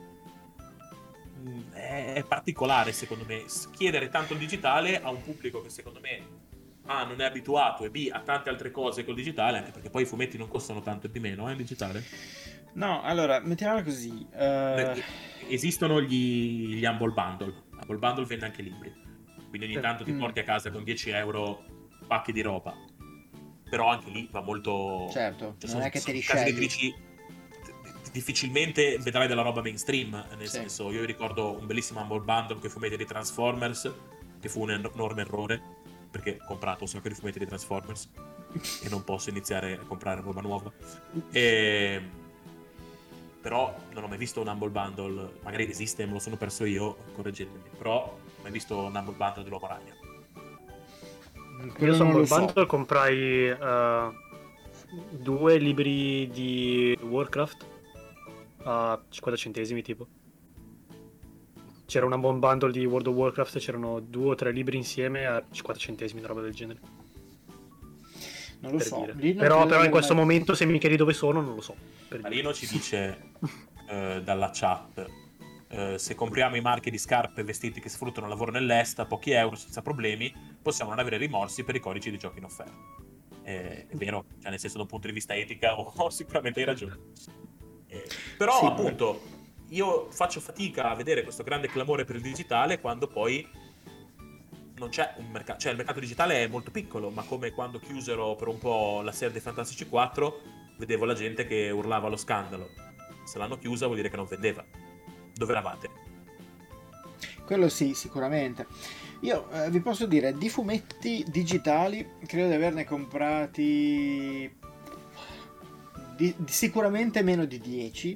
Mm, È è particolare secondo me chiedere tanto il digitale a un pubblico che secondo me A non è abituato e B ha tante altre cose col digitale, anche perché poi i fumetti non costano tanto di meno eh, in digitale. No, allora, mettiamola così. eh, Beh, esistono gli, gli Humble Bundle. Humble Bundle vende anche libri, quindi ogni Sì. tanto ti Mm. porti a casa con dieci euro pacchi di roba, però anche lì va molto... Certo, cioè, non sono- è che te sono li case scegli. editrici, difficilmente vedrai della roba mainstream, nel Sì. senso, io ricordo un bellissimo Humble Bundle con i fumetti di Transformers, che fu un enorme errore, perché ho comprato un sacco di fumetti di Transformers e non posso iniziare a comprare roba nuova. E... però non ho mai visto un Humble Bundle, magari esiste, me lo sono perso io, correggetemi, però non ho mai visto un Humble Bundle dell'Uomo Ragno. Quello Io su non lo Humble so. Bundle comprai eh, due libri di Warcraft a cinquanta centesimi tipo. C'era una buon bundle di World of Warcraft, c'erano due o tre libri insieme a cinquanta centesimi, una roba del genere. Non lo Per so. dire. Lì non Però, credo però di in questo mai- momento, se mi chiedi dove sono, non lo so. Per dire. Marino ci dice eh, dalla chat: eh, se compriamo i marchi di scarpe e vestiti che sfruttano il lavoro nell'est a pochi euro senza problemi, possiamo non avere rimorsi per i codici di giochi in offerta. Eh, è vero, cioè nel senso, da un punto di vista etica, oh, oh, sicuramente hai ragione. Eh, però Sì, appunto io faccio fatica a vedere questo grande clamore per il digitale quando poi non c'è un mercato, cioè il mercato digitale è molto piccolo, ma come quando chiusero per un po' la serie dei Fantastici quattro, vedevo la gente che urlava allo scandalo. Se l'hanno chiusa vuol dire che non vendeva. Dove eravate? Quello sì, sicuramente. Io eh, vi posso dire, di fumetti digitali, credo di averne comprati di- di- sicuramente meno di dieci.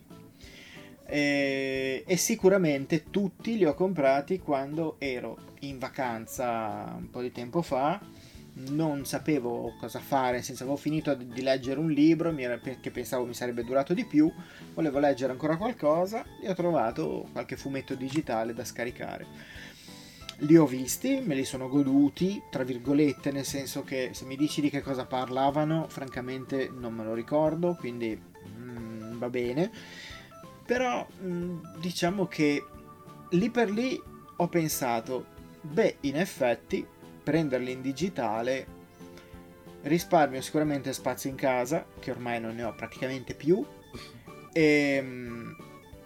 E, e sicuramente tutti li ho comprati quando ero in vacanza un po' di tempo fa, non sapevo cosa fare, nel senso avevo finito di leggere un libro mi era- che pensavo mi sarebbe durato di più, volevo leggere ancora qualcosa e ho trovato qualche fumetto digitale da scaricare. Li ho visti, me li sono goduti, tra virgolette, nel senso che se mi dici di che cosa parlavano, francamente non me lo ricordo, quindi mm, va bene. Però mh, diciamo che lì per lì ho pensato, beh, in effetti prenderli in digitale risparmio sicuramente spazio in casa, che ormai non ne ho praticamente più, e, mh,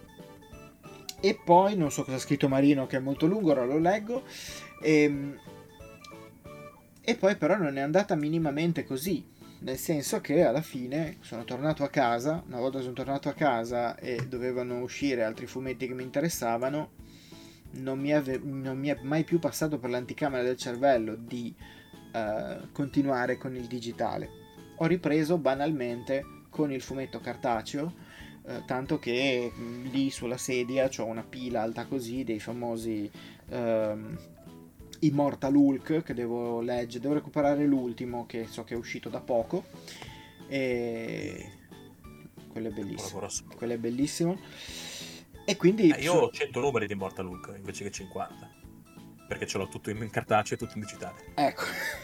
e poi non so cosa ha scritto Marino, che è molto lungo, ora lo leggo, e, mh, e poi però non è andata minimamente così. Nel senso che alla fine sono tornato a casa, una volta sono tornato a casa e dovevano uscire altri fumetti che mi interessavano, non mi, ave- non mi è mai più passato per l'anticamera del cervello di eh, continuare con il digitale. Ho ripreso banalmente con il fumetto cartaceo, eh, tanto che mh, lì sulla sedia ho una pila alta così dei famosi ehm, Immortal Hulk che devo leggere, devo recuperare l'ultimo che so che è uscito da poco e quello è bellissimo, quello è bellissimo e quindi Eh, io ho cento numeri di Immortal Hulk invece che cinquanta, perché ce l'ho tutto in cartaceo e tutto in digitale. ecco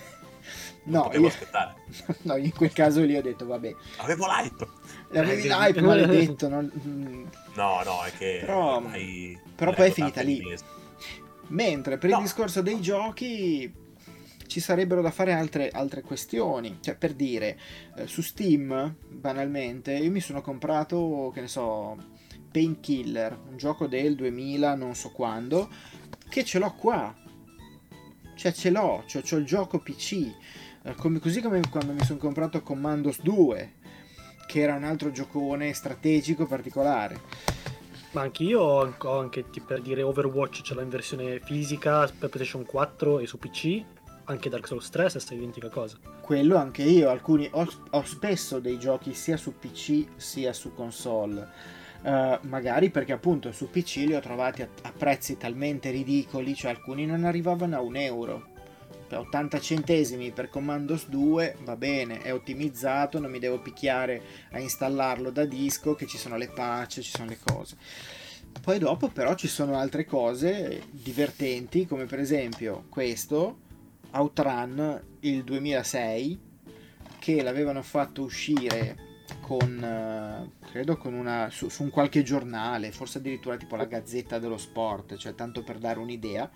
non no, potevo io... aspettare. no, in quel caso lì ho detto vabbè, avevo l'hype avevi l'hype, maledetto, non... no no è che però, ormai però poi è finita lì. Inglese. Mentre per no. il discorso dei giochi ci sarebbero da fare altre, altre questioni, cioè per dire eh, su Steam banalmente io mi sono comprato, che ne so, Painkiller, un gioco del duemila non so quando, che ce l'ho qua, cioè ce l'ho, cioè, c'ho il gioco P C, eh, come, così come quando mi sono comprato Commandos due, che era un altro giocone strategico particolare. Ma anch'io ho ho anche tipo, per dire Overwatch ce l'ho in versione fisica per PlayStation quattro e su P C, anche Dark Souls tre stessa identica cosa. Quello anche io, alcuni ho, ho spesso dei giochi sia su P C sia su console, uh, magari perché appunto su P C li ho trovati a, a prezzi talmente ridicoli, cioè alcuni non arrivavano a un euro. ottanta centesimi per Commandos due, va bene, è ottimizzato, non mi devo picchiare a installarlo da disco, che ci sono le patch, ci sono le cose. Poi dopo però ci sono altre cose divertenti, come per esempio questo, Outrun, il duemilasei, che l'avevano fatto uscire con, credo con una, su, su un qualche giornale, forse addirittura tipo la Gazzetta dello Sport, cioè tanto per dare un'idea.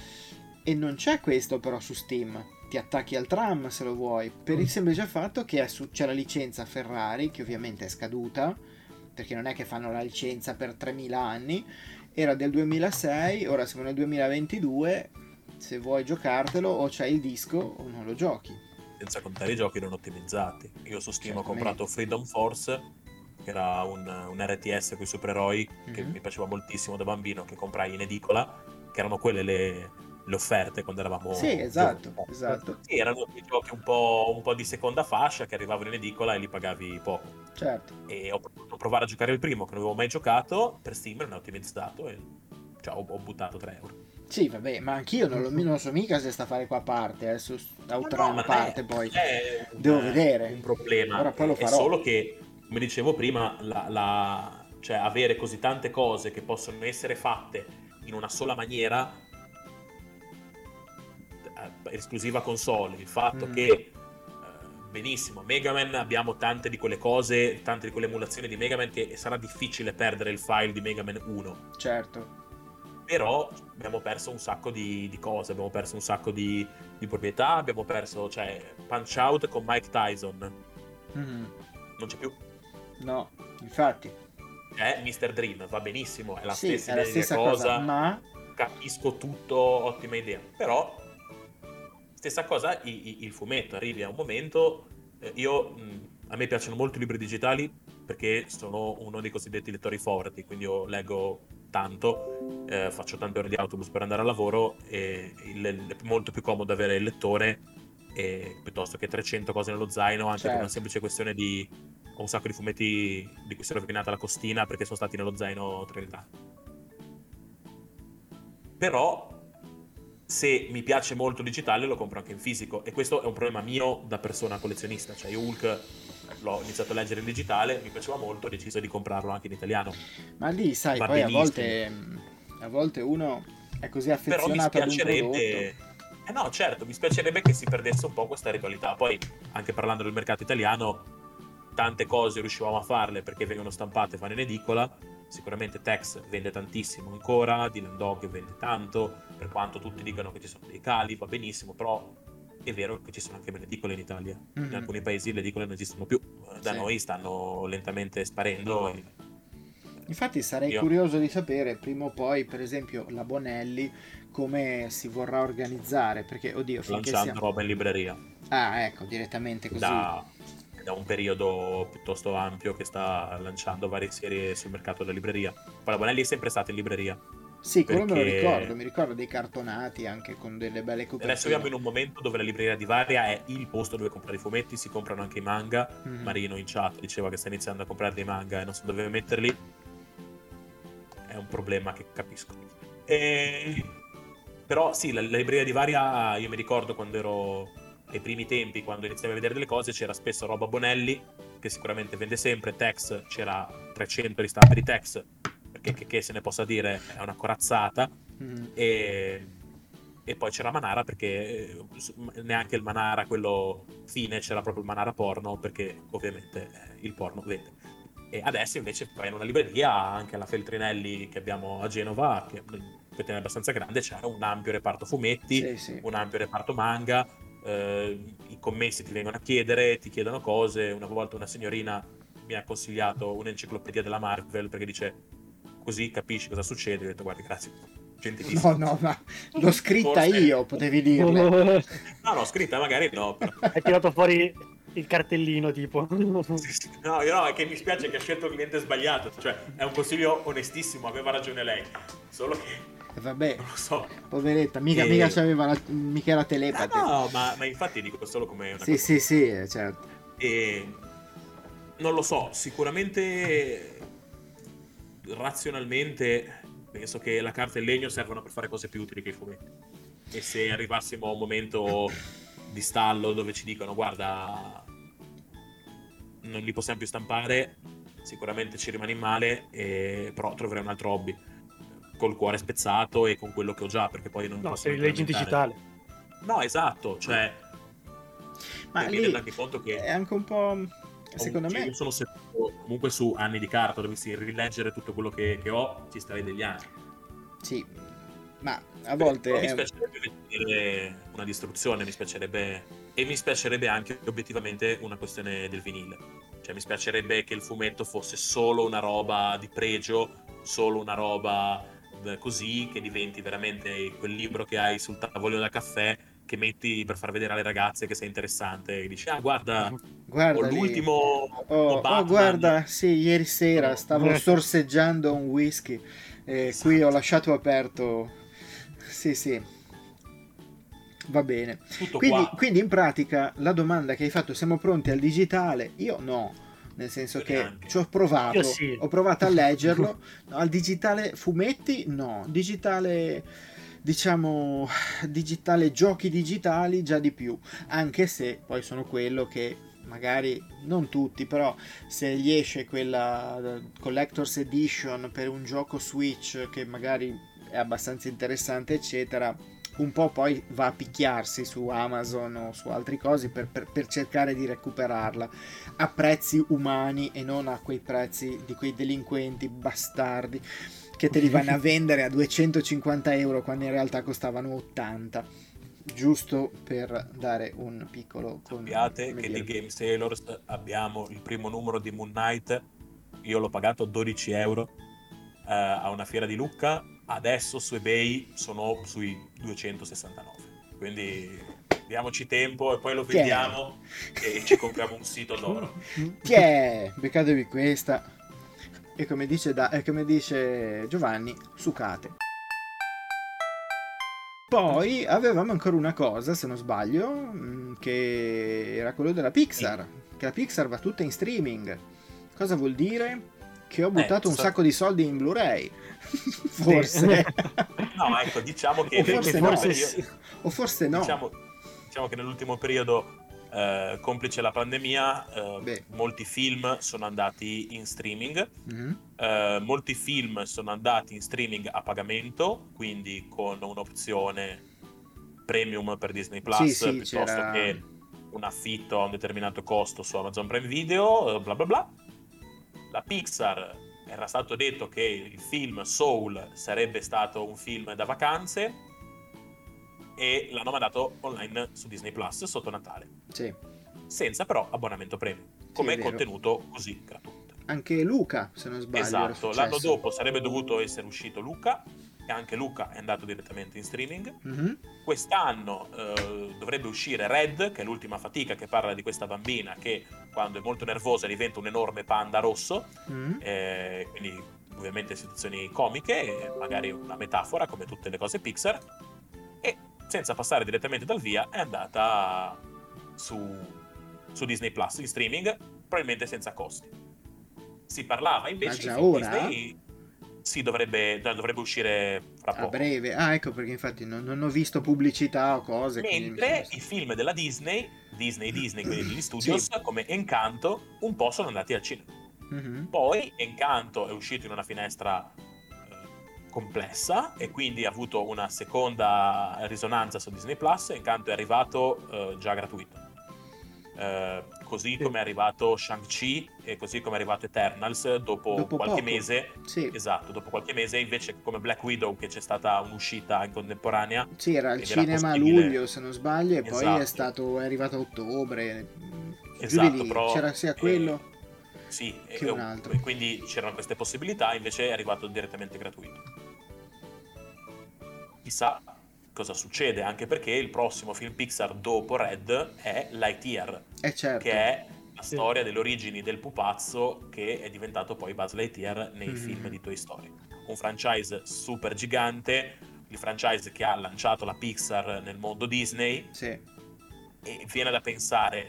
E non c'è questo però su Steam, ti attacchi al tram se lo vuoi, per il semplice fatto che su, c'è la licenza Ferrari, che ovviamente è scaduta, perché non è che fanno la licenza per tremila anni, era del duemilasei, ora siamo nel duemilaventidue, se vuoi giocartelo o c'hai il disco o non lo giochi. Senza contare i giochi non ottimizzati. Io su Steam Certamente. ho comprato Freedom Force, che era un, un R T S con i supereroi, che mm-hmm. mi piaceva moltissimo da bambino, che comprai in edicola, che erano quelle le... le offerte quando eravamo sì esatto giovani. esatto sì, erano dei giochi un po', un po' di seconda fascia che arrivavano in edicola e li pagavi poco, certo, e ho potuto provare a giocare il primo che non avevo mai giocato per Steam, non è ottimizzato e cioè, ho, ho buttato tre euro. Sì, vabbè, ma anch'io non lo, non so mica se sta a fare qua a parte, eh, su Outrun No, no, a parte, è, poi è un, devo vedere. un problema. Ora poi lo È, è farò. solo che, come dicevo prima, la, la- cioè avere così tante cose che possono essere fatte in una sola maniera, eh, esclusiva console, il fatto Mm. che eh, benissimo, Mega Man, abbiamo tante di quelle cose, tante di quelle emulazioni di Mega Man che sarà difficile perdere il file di Mega Man uno. Certo. Però abbiamo perso un sacco di, di cose, abbiamo perso un sacco di, di proprietà, abbiamo perso, cioè, Punch Out con Mike Tyson, Mm. non c'è più. No, infatti. È mister Dream, va benissimo, è la Sì, stessa è la identica stessa cosa, cosa, ma capisco tutto, ottima idea. Però, stessa cosa, i- i- il fumetto, arrivi a un momento, eh, io, mh, a me piacciono molto i libri digitali, perché sono uno dei cosiddetti lettori forti, quindi io leggo tanto, eh, faccio tante ore di autobus per andare al lavoro e il- è molto più comodo avere il lettore eh, piuttosto che trecento cose nello zaino, anche per una certo. semplice questione di ho un sacco di fumetti di cui si è rovinata la costina perché sono stati nello zaino trenta anni. Però se mi piace molto il digitale lo compro anche in fisico, e questo è un problema mio da persona collezionista. Cioè io Hulk l'ho iniziato a leggere in digitale, mi piaceva molto, ho deciso di comprarlo anche in italiano. Ma lì, sai, Va poi a benissimo. volte, a volte uno è così Però mi affezionato ad un spiacerebbe prodotto. eh no, certo, mi spiacerebbe che si perdesse un po' questa ritualità. Poi, anche parlando del mercato italiano, tante cose riuscivamo a farle perché vengono stampate e fanno in edicola. Sicuramente Tex vende tantissimo ancora, Dylan Dog vende tanto, per quanto tutti dicano che ci sono dei cali, va benissimo, però è vero che ci sono anche le edicole in Italia. Mhm. In alcuni paesi le edicole non esistono più, da Sì. noi stanno lentamente sparendo. e- Infatti sarei Io- curioso di sapere prima o poi, per esempio, la Bonelli come si vorrà organizzare, perché oddio, finché lanciando siamo... roba in libreria. Ah, ecco, direttamente così. da, da un periodo piuttosto ampio che sta lanciando varie serie sul mercato della libreria. Poi la Bonelli è sempre stata in libreria. Sì, quello me lo perché- ricordo, mi ricordo dei cartonati anche con delle belle Adesso copertine. siamo in un momento dove la libreria di Varia è il posto dove comprare i fumetti, si comprano anche i manga. Mhm. Marino in chat diceva che sta iniziando a comprare dei manga e non so dove metterli. È un problema che capisco. E... Però sì, la, la libreria di Varia, io mi ricordo quando ero ai primi tempi, quando iniziavi a vedere delle cose, c'era spesso roba Bonelli, che sicuramente vende sempre, Tex, c'era trecento ristampe di Tex, perché che, che se ne possa dire è una corazzata, Mhm. e, e poi c'era Manara, perché eh, neanche il Manara, quello fine, c'era proprio il Manara porno, perché ovviamente eh, il porno vende. E adesso invece vai in una libreria, anche alla Feltrinelli che abbiamo a Genova, che è abbastanza grande, c'è un ampio reparto fumetti, Sì, sì. un ampio reparto manga, eh, i commessi ti vengono a chiedere, ti chiedono cose. Una volta una signorina mi ha consigliato un'enciclopedia della Marvel perché dice così capisci cosa succede. Io ho detto guardi, grazie, gentilissimo. No, no, ma l'ho scritta Forse- io, potevi dirle. No, no, scritta magari no, però. Hai tirato fuori il cartellino tipo. Sì, sì. No, io no, è che mi spiace che ha scelto il cliente sbagliato. Cioè, è un consiglio onestissimo, aveva ragione lei. Solo che E vabbè, non lo so. poveretta, mica, E- mica c'aveva la, mica era Ah, telepate. no, ma, ma infatti dico solo come una Sì, cosa. sì, sì, eh, certo. E non lo so, sicuramente razionalmente penso che la carta e il legno servono per fare cose più utili che i fumetti. E se arrivassimo a un momento di stallo dove ci dicono guarda non li possiamo più stampare, sicuramente ci rimane in male, e... però troverei un altro hobby col cuore spezzato e con quello che ho già, perché poi non No, posso se li leggi in implementare. digitale. No, esatto, cioè Ma mi lì rendo anche conto che è anche un po'... Secondo cioè, me... io sono seduto comunque su anni di carta, dovessi rileggere tutto quello che, che ho, ci starei degli anni. Sì, ma a volte... Però mi è- spiacerebbe vedere una distruzione, mi spiacerebbe, e mi spiacerebbe anche obiettivamente una questione del vinile. Cioè mi spiacerebbe che il fumetto fosse solo una roba di pregio, solo una roba eh, così, che diventi veramente quel libro che hai sul tavolino da caffè, che metti per far vedere alle ragazze che sei interessante e dici ah guarda, Guarda ho lì. l'ultimo Oh, ho oh, Batman. guarda, sì, ieri sera No. stavo sorseggiando un whisky e Esatto. qui ho lasciato aperto. Sì, sì. Va bene. Tutto Quindi, qua. quindi in pratica la domanda che hai fatto, siamo pronti al digitale? Io no, nel senso Io che neanche. ci ho provato, Io sì. ho provato a leggerlo. No, al digitale fumetti no, digitale diciamo digitale, giochi digitali già di più, anche se poi sono quello che magari non tutti, però se gli esce quella Collector's Edition per un gioco Switch che magari è abbastanza interessante eccetera, un po' poi va a picchiarsi su Amazon o su altri cosi per, per, per cercare di recuperarla a prezzi umani e non a quei prezzi di quei delinquenti bastardi che te li vanno a vendere a duecentocinquanta euro quando in realtà costavano ottanta, giusto per dare un piccolo con... Sappiate che di Game Sailors abbiamo il primo numero di Moon Knight, io l'ho pagato dodici euro eh, a una fiera di Lucca, adesso su eBay sono sui duecentosessantanove, quindi diamoci tempo e poi lo vendiamo e ci compriamo un sito d'oro. Tiè, beccatevi questa. E come dice, da, e come dice Giovanni, sucate. Poi avevamo ancora una cosa, se non sbaglio, che era quello della Pixar, che la Pixar va tutta in streaming. Cosa vuol dire? Che ho buttato eh, un so... sacco di soldi in Blu-ray. Forse. No, ecco, diciamo che... O forse, no. Periodo, sì. o forse no. Diciamo, diciamo che nell'ultimo periodo, eh, complice la pandemia, eh, molti film sono andati in streaming. Mm-hmm. Eh, molti film sono andati in streaming a pagamento, quindi con un'opzione premium per Disney Plus, sì, sì, piuttosto c'era... che un affitto a un determinato costo su Amazon Prime Video, bla bla bla. La Pixar, era stato detto che il film Soul sarebbe stato un film da vacanze e l'hanno mandato online su Disney Plus sotto Natale, sì. senza però abbonamento premium, come sì, contenuto così gratuito. Anche Luca, se non sbaglio, esatto, l'anno dopo sarebbe dovuto essere uscito Luca e anche Luca è andato direttamente in streaming. Mm-hmm. Quest'anno eh, dovrebbe uscire Red, che è l'ultima fatica, che parla di questa bambina che quando è molto nervosa diventa un enorme panda rosso. Mm-hmm. eh, quindi ovviamente situazioni comiche, magari una metafora come tutte le cose Pixar, e senza passare direttamente dal via è andata su, su Disney Plus in streaming, probabilmente senza costi. Si parlava invece ah, di Disney. Sì, dovrebbe, dovrebbe uscire fra poco. A breve. Ah, ecco perché infatti non, non ho visto pubblicità o cose. Mentre i film della Disney, Disney Disney, quindi degli studios, sì. come Encanto, un po' sono andati al cinema. Mm-hmm. Poi Encanto è uscito in una finestra eh, complessa e quindi ha avuto una seconda risonanza su Disney Plus. Encanto è arrivato eh, già gratuito. Uh, così come è arrivato Shang-Chi e così come è arrivato Eternals dopo, dopo qualche poco. mese sì. esatto, dopo qualche mese, invece come Black Widow che c'è stata un'uscita in contemporanea, sì, era al cinema a luglio se non sbaglio e esatto. poi è stato è arrivato a ottobre, esatto, lì. Però, c'era sia quello eh, sì, che e, un altro, e quindi c'erano queste possibilità, invece è arrivato direttamente gratuito. Chissà cosa succede, anche perché il prossimo film Pixar dopo Red è Lightyear, eh certo. che è la sì. storia delle origini del pupazzo che è diventato poi Buzz Lightyear nei mm. film di Toy Story. Un franchise super gigante, il franchise che ha lanciato la Pixar nel mondo Disney, sì. e viene da pensare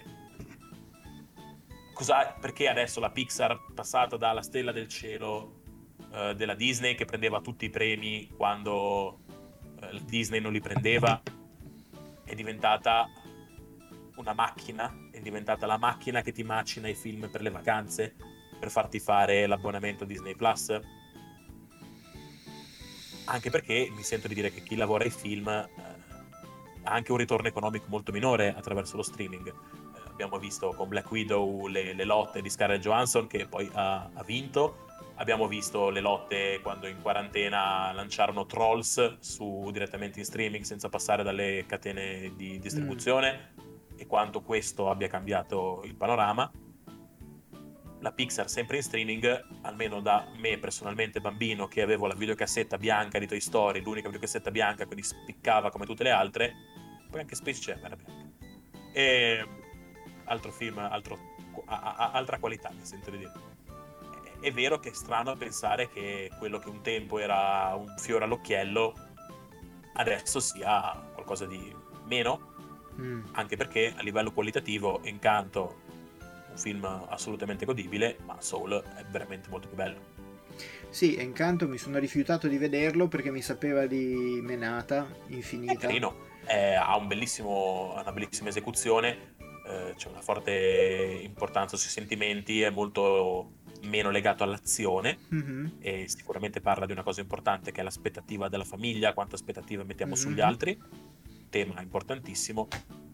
cosa, perché adesso la Pixar, passata dalla stella del cielo uh, della Disney che prendeva tutti i premi quando Disney non li prendeva, è diventata una macchina, è diventata la macchina che ti macina i film per le vacanze per farti fare l'abbonamento Disney Plus. Anche perché mi sento di dire che chi lavora ai film eh, ha anche un ritorno economico molto minore attraverso lo streaming. Eh, abbiamo visto con Black Widow le, le lotte di Scarlett Johansson che poi ha, ha vinto. Abbiamo visto le lotte quando in quarantena lanciarono Trolls su, direttamente in streaming senza passare dalle catene di distribuzione mm. e quanto questo abbia cambiato il panorama. La Pixar sempre in streaming, almeno da me personalmente bambino che avevo la videocassetta bianca di Toy Story, l'unica videocassetta bianca, quindi spiccava come tutte le altre, poi anche Space Jam era bianca. E altro film, altro, a, a, altra qualità, mi sento di dire. È vero che è strano pensare che quello che un tempo era un fiore all'occhiello adesso sia qualcosa di meno, mm. anche perché a livello qualitativo Encanto un film assolutamente godibile, ma Soul è veramente molto più bello. Sì, Encanto mi sono rifiutato di vederlo perché mi sapeva di menata È infinita. carino, eh, ha un bellissimo, una bellissima esecuzione, eh, c'è una forte importanza sui sentimenti, è molto meno legato all'azione Mhm, e sicuramente parla di una cosa importante che è l'aspettativa della famiglia, quante aspettative mettiamo sugli mhm. altri, tema importantissimo.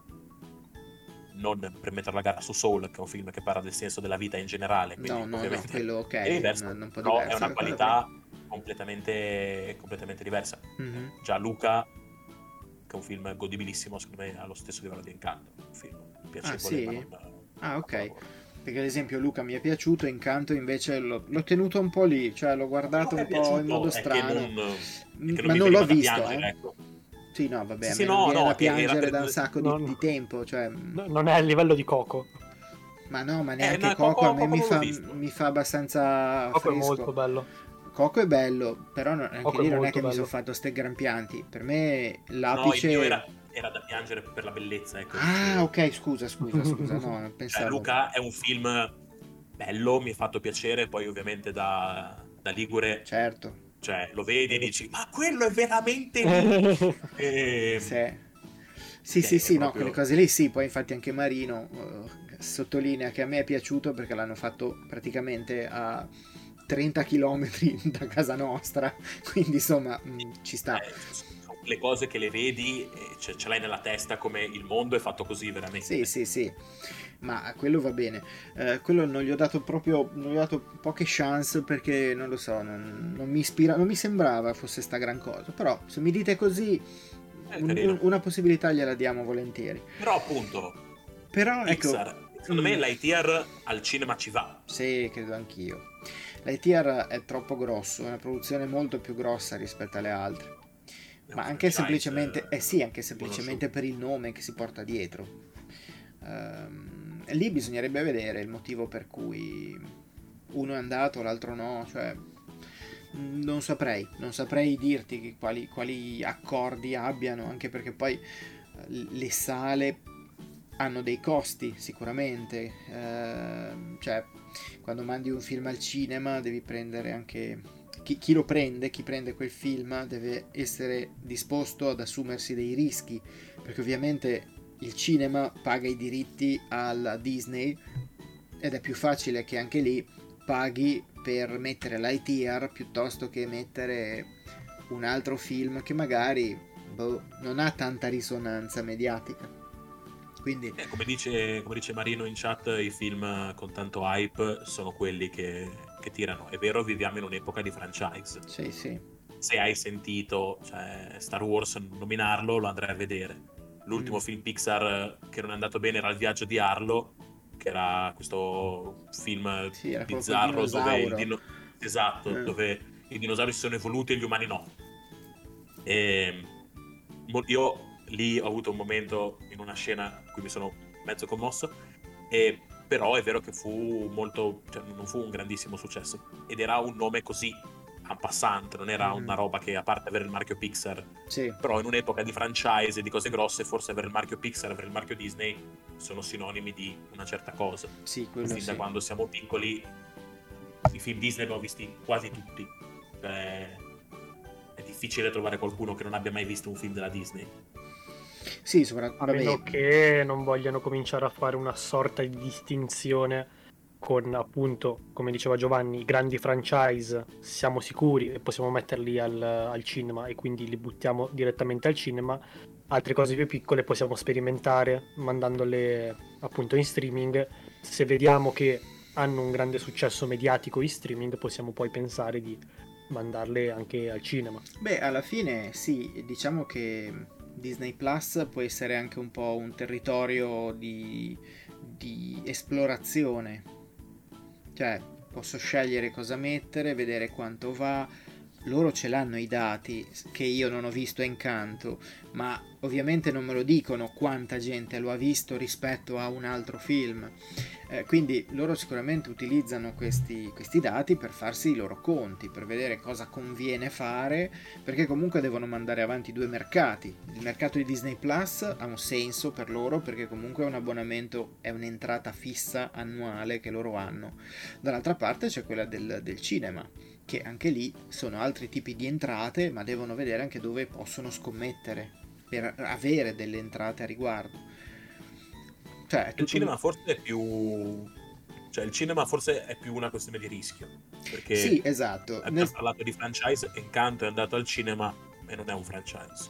Non per mettere la gara su Soul, che è un film che parla del senso della vita in generale, quindi No, no, no, ovviamente quello ok, è diverso, no, un po' però è diverso una da quello, qualità completamente, completamente diversa. però. Mhm. Già Luca, che è un film godibilissimo, secondo me ha lo stesso livello di Encanto, un film piacevole, Ah, sì? ma non Ah, ok. capolavoro. Perché ad esempio Luca mi è piaciuto, Encanto invece l'ho, l'ho tenuto un po' lì, cioè l'ho Quello guardato che un è po' in modo piaciuto è che strano. non, è M- che non ma mi non l'ho veniva da visto, piangere, eh. ecco. Sì, no, vabbè, Sì, a sì, me non no, viene da no, che era piangere per... da un sacco No, di, di no. tempo, cioè... No, non è a livello di Coco. Ma no, ma Eh, neanche no, Coco a Coco, me Coco mi non l'ho fa, visto. mi fa abbastanza Coco è molto fresco. bello. Coco è bello, però non- anche Coco è lì non è molto che mi sono bello. fatto ste gran pianti. Per me No, il mio l'apice... era, era da piangere per la bellezza, ecco, Ah, dicevo. ok, scusa, scusa, scusa, no, Cioè, pensavo... Luca è un film bello, mi ha fatto piacere, poi ovviamente da, da Ligure, Certo. cioè, lo vedi e dici, ma quello è veramente lì! E, Sì. Sì, sì, è, è sì, no, quelle proprio... cose lì sì, poi infatti anche Marino eh, sottolinea che a me è piaciuto perché l'hanno fatto praticamente a trenta chilometri da casa nostra, quindi insomma mh, ci sta. eh, sono le cose che le vedi e ce, ce l'hai nella testa come il mondo è fatto così Sì, veramente. sì, sì, ma quello va bene. Eh, quello non gli ho dato proprio, non gli ho dato poche chance perché non lo so, non, non mi ispira, non mi sembrava fosse sta gran cosa, però se mi dite così È un- un- carino. una possibilità gliela diamo volentieri. Però appunto, Però ecco, Pixar, secondo me mm, Lightyear al cinema ci va. sì, credo anch'io. Lightyear è troppo grosso, è una produzione molto più grossa rispetto alle altre. È Ma un anche franchise semplicemente, eh sì, anche eh, semplicemente riconosciuto. per il nome che si porta dietro. Ehm, lì bisognerebbe vedere il motivo per cui uno è andato, l'altro no, cioè mm, non saprei, non saprei dirti che quali, quali accordi abbiano, anche perché poi eh, le sale hanno dei costi sicuramente, ehm, cioè quando mandi un film al cinema devi prendere anche chi, chi lo prende, chi prende quel film deve essere disposto ad assumersi dei rischi, perché ovviamente il cinema paga i diritti alla Disney ed è più facile che anche lì paghi per mettere Lightyear piuttosto che mettere un altro film che magari boh, non ha tanta risonanza mediatica. Quindi Eh, come dice, come dice Marino in chat, i film con tanto hype sono quelli che, che tirano. È vero, viviamo in un'epoca di franchise. sì, sì. Se hai sentito, cioè, Star Wars nominarlo, lo andrai a vedere. L'ultimo Mm. film Pixar che non è andato bene era Il viaggio di Arlo, che era questo film Sì, era quello col bizzarro dove il, dinosauro. dino- esatto, Eh. dove i dinosauri si sono evoluti e gli umani no. E mo- io lì ho avuto un momento in una scena in cui mi sono mezzo commosso, e però è vero che fu molto, cioè, non fu un grandissimo successo ed era un nome così en passant, non era Mhm. una roba che, a parte avere il marchio Pixar, Sì, però in un'epoca di franchise e di cose grosse, forse avere il marchio Pixar e avere il marchio Disney sono sinonimi di una certa cosa. sì, quello Fin sì. da quando siamo piccoli i film Disney li ho visti quasi tutti, cioè è difficile trovare qualcuno che non abbia mai visto un film della Disney. Sì, sopra... A vabbè, meno che non vogliano cominciare a fare una sorta di distinzione con, appunto, come diceva Giovanni, i grandi franchise, siamo sicuri e possiamo metterli al, al cinema e quindi li buttiamo direttamente al cinema. Altre cose più piccole possiamo sperimentare mandandole appunto in streaming. Se vediamo che hanno un grande successo mediatico in streaming, possiamo poi pensare di mandarle anche al cinema. beh, alla fine sì, diciamo che Disney Plus può essere anche un po' un territorio di, di esplorazione. Cioè, posso scegliere cosa mettere, vedere quanto va. Loro ce l'hanno i dati che io non ho visto a Encanto, ma ovviamente non me lo dicono quanta gente lo ha visto rispetto a un altro film, eh, quindi loro sicuramente utilizzano questi, questi dati per farsi i loro conti, per vedere cosa conviene fare, perché comunque devono mandare avanti due mercati. Il mercato di Disney Plus ha un senso per loro perché comunque è un abbonamento, è un'entrata fissa annuale che loro hanno. Dall'altra parte c'è quella del, del cinema, che anche lì sono altri tipi di entrate, ma devono vedere anche dove possono scommettere per avere delle entrate a riguardo. Cioè, il cinema un... forse è più cioè il cinema forse è più una questione di rischio, perché sì, esatto. abbiamo Nel... parlato di franchise, Encanto è andato al cinema e non è un franchise.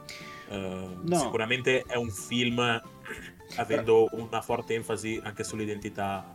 Uh, no. Sicuramente è un film avendo Però... una forte enfasi anche sull'identità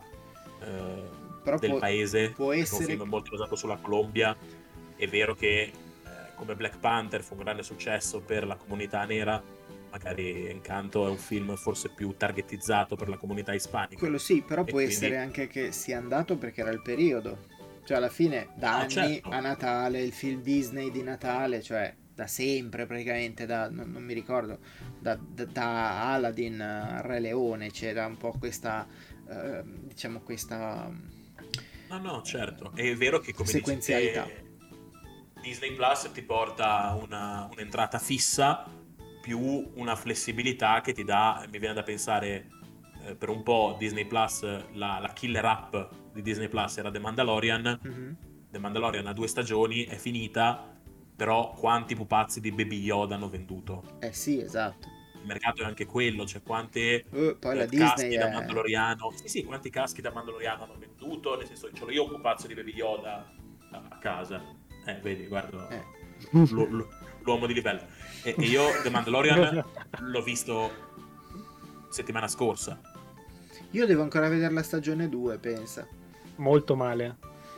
uh, del può, paese, può essere... un film molto basato sulla Colombia. È vero che uh, come Black Panther fu un grande successo per la comunità nera, magari Encanto è un film forse più targetizzato per la comunità ispanica. Quello sì, però può quindi... essere anche che sia andato perché era il periodo. Cioè alla fine da no, anni certo. a Natale, il film Disney di Natale, cioè da sempre praticamente, da, non, non mi ricordo, da, da, da Aladdin a Re Leone c'era un po' questa, eh, diciamo questa... No, no, certo. È vero che come sequenzialità. Dici, Disney Plus ti porta una, un'entrata fissa più una flessibilità che ti dà, mi viene da pensare eh, per un po' Disney Plus, la, la killer app di Disney Plus era The Mandalorian. Mm-hmm. The Mandalorian ha due stagioni, è finita, però quanti pupazzi di Baby Yoda hanno venduto? Eh sì, esatto. Il mercato è anche quello, cioè quante uh, poi la eh, Disney caschi è... da Mandaloriano, sì sì, quanti caschi da Mandaloriano hanno venduto, nel senso ce l'ho io un pupazzo di Baby Yoda a, a casa, eh vedi, guarda, eh. Lo, lo, l'uomo di livello. E, e io The Mandalorian l'ho visto settimana scorsa. Io devo ancora vedere la stagione due, pensa. Molto male.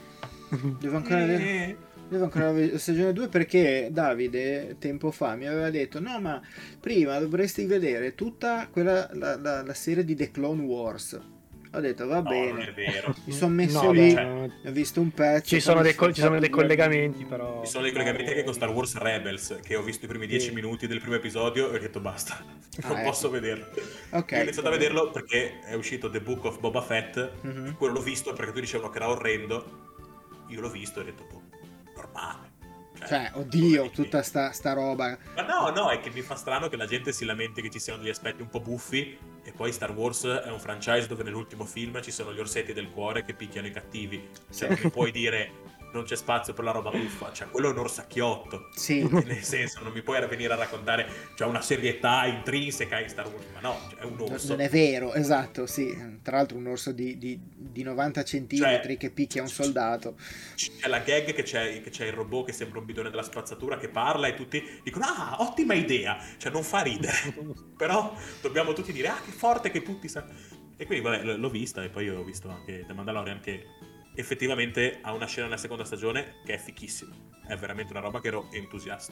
Devo ancora e... vedere Devo ancora vedere la stagione due perché Davide tempo fa mi aveva detto no ma prima dovresti vedere tutta quella la, la, la serie di The Clone Wars. Ho detto va no, bene, non è vero. Mi sono messo no, lì, cioè, ho visto un pezzo. Ci sono dei, co- ci sono dei collegamenti, però. Ci sono dei collegamenti anche con Star Wars Rebels, che ho visto i primi dieci sì. minuti del primo episodio e ho detto basta, non ah, posso ecco. vederlo. Okay, ho iniziato a vederlo perché è uscito The Book of Boba Fett, mm-hmm. e quello l'ho visto perché tu dicevano che era orrendo. Io l'ho visto e ho detto, boh, normale. Cioè, cioè oddio, tutta sta, sta roba. Ma no, no, è che mi fa strano che la gente si lamenti che ci siano degli aspetti un po' buffi e poi Star Wars è un franchise dove nell'ultimo film ci sono gli orsetti del cuore che picchiano i cattivi. Cioè, mi puoi dire non c'è spazio per la roba buffa, cioè quello è un orsacchiotto. Sì. Nel senso, non mi puoi venire a raccontare cioè una serietà intrinseca in Star Wars, ma no, cioè, è un orso. Non è vero, esatto, sì. Tra l'altro un orso di, di, di novanta centimetri cioè, che picchia un soldato. C'è la gag che c'è, che c'è il robot che sembra un bidone della spazzatura che parla e tutti dicono ah, ottima idea, cioè non fa ridere. Però dobbiamo tutti dire ah, che forte che tutti sa. E quindi vabbè, l'ho vista e poi ho visto anche The Mandalorian che effettivamente ha una scena nella seconda stagione che è fichissima, è veramente una roba che ero entusiasta.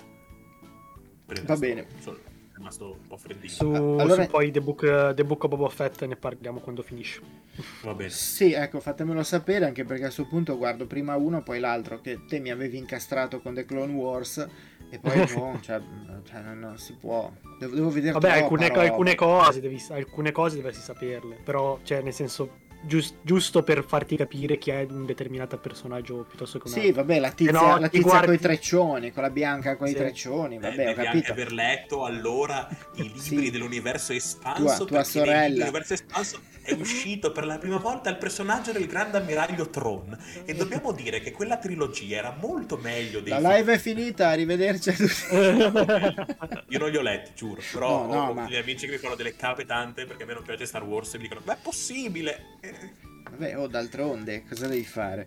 Va bene, sono rimasto un po' freddino. Su, allora... su poi The Book, The Book of Boba Fett ne parliamo quando finisce. Va bene. Sì, ecco, fatemelo sapere anche perché a questo punto guardo prima uno poi l'altro, che te mi avevi incastrato con The Clone Wars e poi no, cioè, cioè non, non si può. Devo, devo vedere vabbè, alcune, alcune cose devi, alcune cose dovresti saperle, però cioè nel senso Giust, giusto per farti capire chi è un determinato personaggio piuttosto che un altro. Sì, vabbè, la tizia, no, la tizia guardi... con i treccioni, con la bianca con sì. i treccioni, vabbè, eh, ho capito. Anche aver letto allora i libri sì. dell'universo espanso, tua, tua sorella. Dell'universo espanso è uscito per la prima volta il personaggio del grande ammiraglio Thrawn e dobbiamo dire che quella trilogia era molto meglio dei la film. Live è finita, arrivederci a tutti. Io non li ho letti, giuro, però no, no, ho ma... gli amici che mi fanno delle cape tante perché a me non piace Star Wars e mi dicono ma è possibile. Vabbè, oh, d'altronde, cosa devi fare?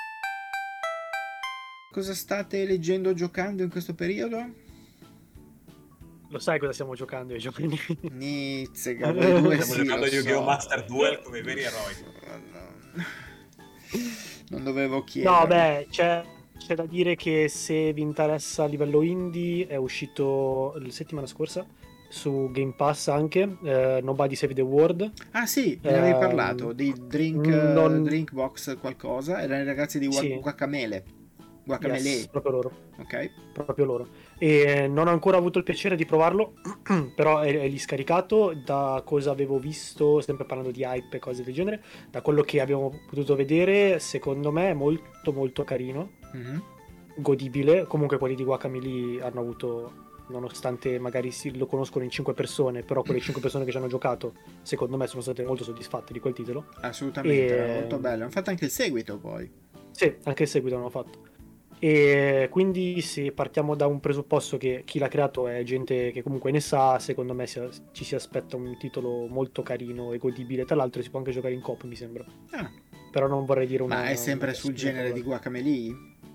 Cosa state leggendo o giocando in questo periodo? Lo sai cosa stiamo giocando io giocando? Nizzega, voi due stiamo sì, giocando a Yu-Gi-Oh! So. Master Duel come veri eroi. No. Non dovevo chiedere. No, beh, c'è, c'è da dire che se vi interessa a livello indie è uscito la settimana scorsa su Game Pass anche eh, Nobody Save the World. Ah sì, ne avevi uh, parlato di Drink, non... uh, Drink Box qualcosa, erano i ragazzi di sì. Guacamele. Guacamelee. Yes, proprio loro. Ok. Proprio loro. E non ho ancora avuto il piacere di provarlo, però è, è lì scaricato. Da cosa avevo visto, sempre parlando di hype e cose del genere, da quello che abbiamo potuto vedere, secondo me è molto molto carino, Mm-hmm. godibile. Comunque quelli di Guacamelee hanno avuto, nonostante magari si, lo conoscono in cinque persone, però quelle cinque persone che ci hanno giocato, secondo me sono state molto soddisfatte di quel titolo. Assolutamente, E- era molto bello. Hanno fatto anche il seguito poi. Sì, anche il seguito hanno fatto. E quindi se partiamo da un presupposto che chi l'ha creato è gente che comunque ne sa, secondo me si- ci si aspetta un titolo molto carino e godibile. Tra l'altro si può anche giocare in coop, mi sembra. Ah, Però non vorrei dire una... ma è sempre una sul caspita genere di parola. Guacamelee?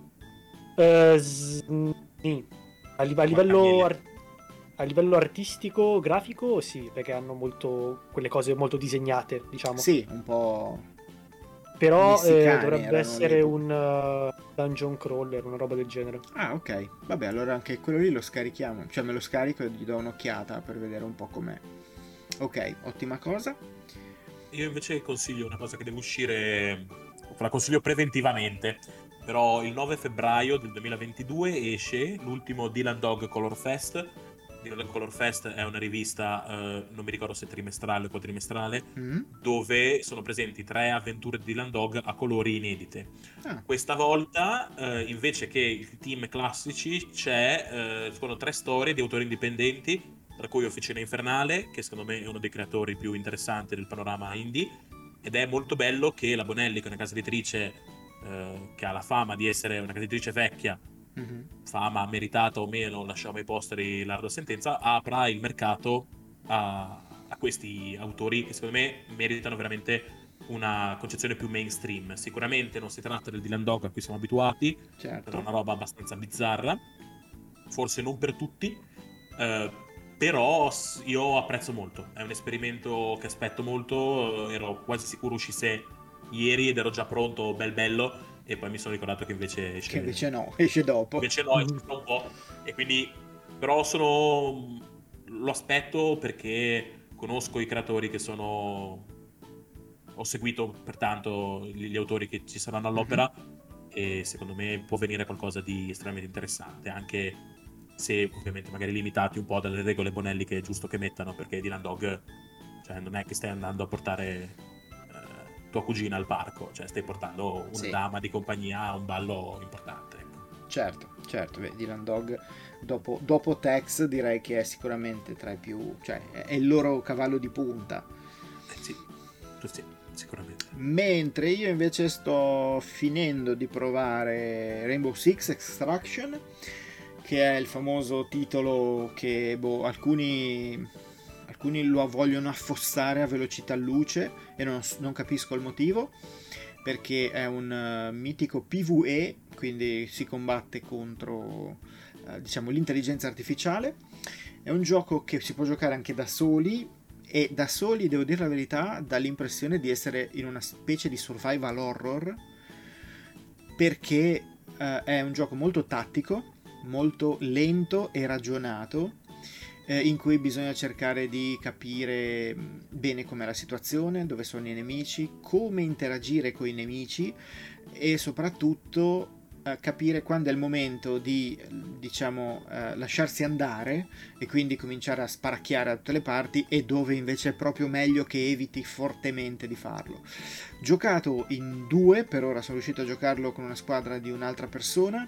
Eh, s- sì. A, li- a livello Guacamele. ar- a livello artistico, grafico, sì, perché hanno molto quelle cose molto disegnate, diciamo. Sì, un po'. Però eh, messicani dovrebbe erano essere all'epoca. un uh, dungeon crawler, una roba del genere. Ah, ok. Vabbè, allora anche quello lì lo scarichiamo. Cioè, me lo scarico e gli do un'occhiata per vedere un po' com'è. Ok, ottima cosa. Io invece consiglio una cosa che deve uscire, la consiglio preventivamente, però il nove febbraio del duemilaventidue esce l'ultimo Dylan Dog Color Fest. Dylan Dog Color Fest è una rivista, eh, non mi ricordo se trimestrale o quadrimestrale, Mm. dove sono presenti tre avventure di Dylan Dog a colori inedite. Ah, Questa volta, eh, invece che i team classici, c'è, eh, sono tre storie di autori indipendenti, tra cui Officina Infernale, che secondo me è uno dei creatori più interessanti del panorama indie, ed è molto bello che la Bonelli, che è una casa editrice eh, che ha la fama di essere una casa editrice vecchia, mhm. fama meritata o meno, lasciamo ai posteri l'ardua sentenza, apra il mercato a, a questi autori che secondo me meritano veramente una concezione più mainstream. Sicuramente non si tratta del Dylan Dog a cui siamo abituati, sarà Certo. una roba abbastanza bizzarra, forse non per tutti, eh, però s- io apprezzo molto, è un esperimento che aspetto molto, eh, ero quasi sicuro uscisse ieri ed ero già pronto, bel bello, e poi mi sono ricordato che invece esce, Che invece no, esce dopo. invece no, esce tra un po', e quindi però sono lo aspetto perché conosco i creatori che sono, ho seguito pertanto gli gli autori che ci saranno all'opera, e secondo me può venire qualcosa di estremamente interessante, anche se ovviamente magari limitati un po' dalle regole Bonelli che è giusto che mettano, perché Dylan Dog, cioè, non è che stai andando a portare eh, tua cugina al parco, cioè stai portando una Sì. dama di compagnia a un ballo importante, ecco. Certo, certo, beh, Dylan Dog dopo, dopo Tex direi che è sicuramente tra i più, cioè è il loro cavallo di punta. Eh, sì, sì, sicuramente. Mentre io invece sto finendo di provare Rainbow Six Extraction, che è il famoso titolo che boh, alcuni, alcuni lo vogliono affossare a velocità luce e non, non capisco il motivo, perché è un uh, mitico PvE, quindi si combatte contro uh, diciamo l'intelligenza artificiale. È un gioco che si può giocare anche da soli, e da soli, devo dire la verità, dà l'impressione di essere in una specie di survival horror, perché uh, è un gioco molto tattico, molto lento e ragionato, eh, in cui bisogna cercare di capire bene com'è la situazione, dove sono i nemici, come interagire con i nemici e soprattutto eh, capire quando è il momento di, diciamo, eh, lasciarsi andare e quindi cominciare a sparacchiare da tutte le parti, e dove invece è proprio meglio che eviti fortemente di farlo. Giocato in due, per ora sono riuscito a giocarlo con una squadra di un'altra persona,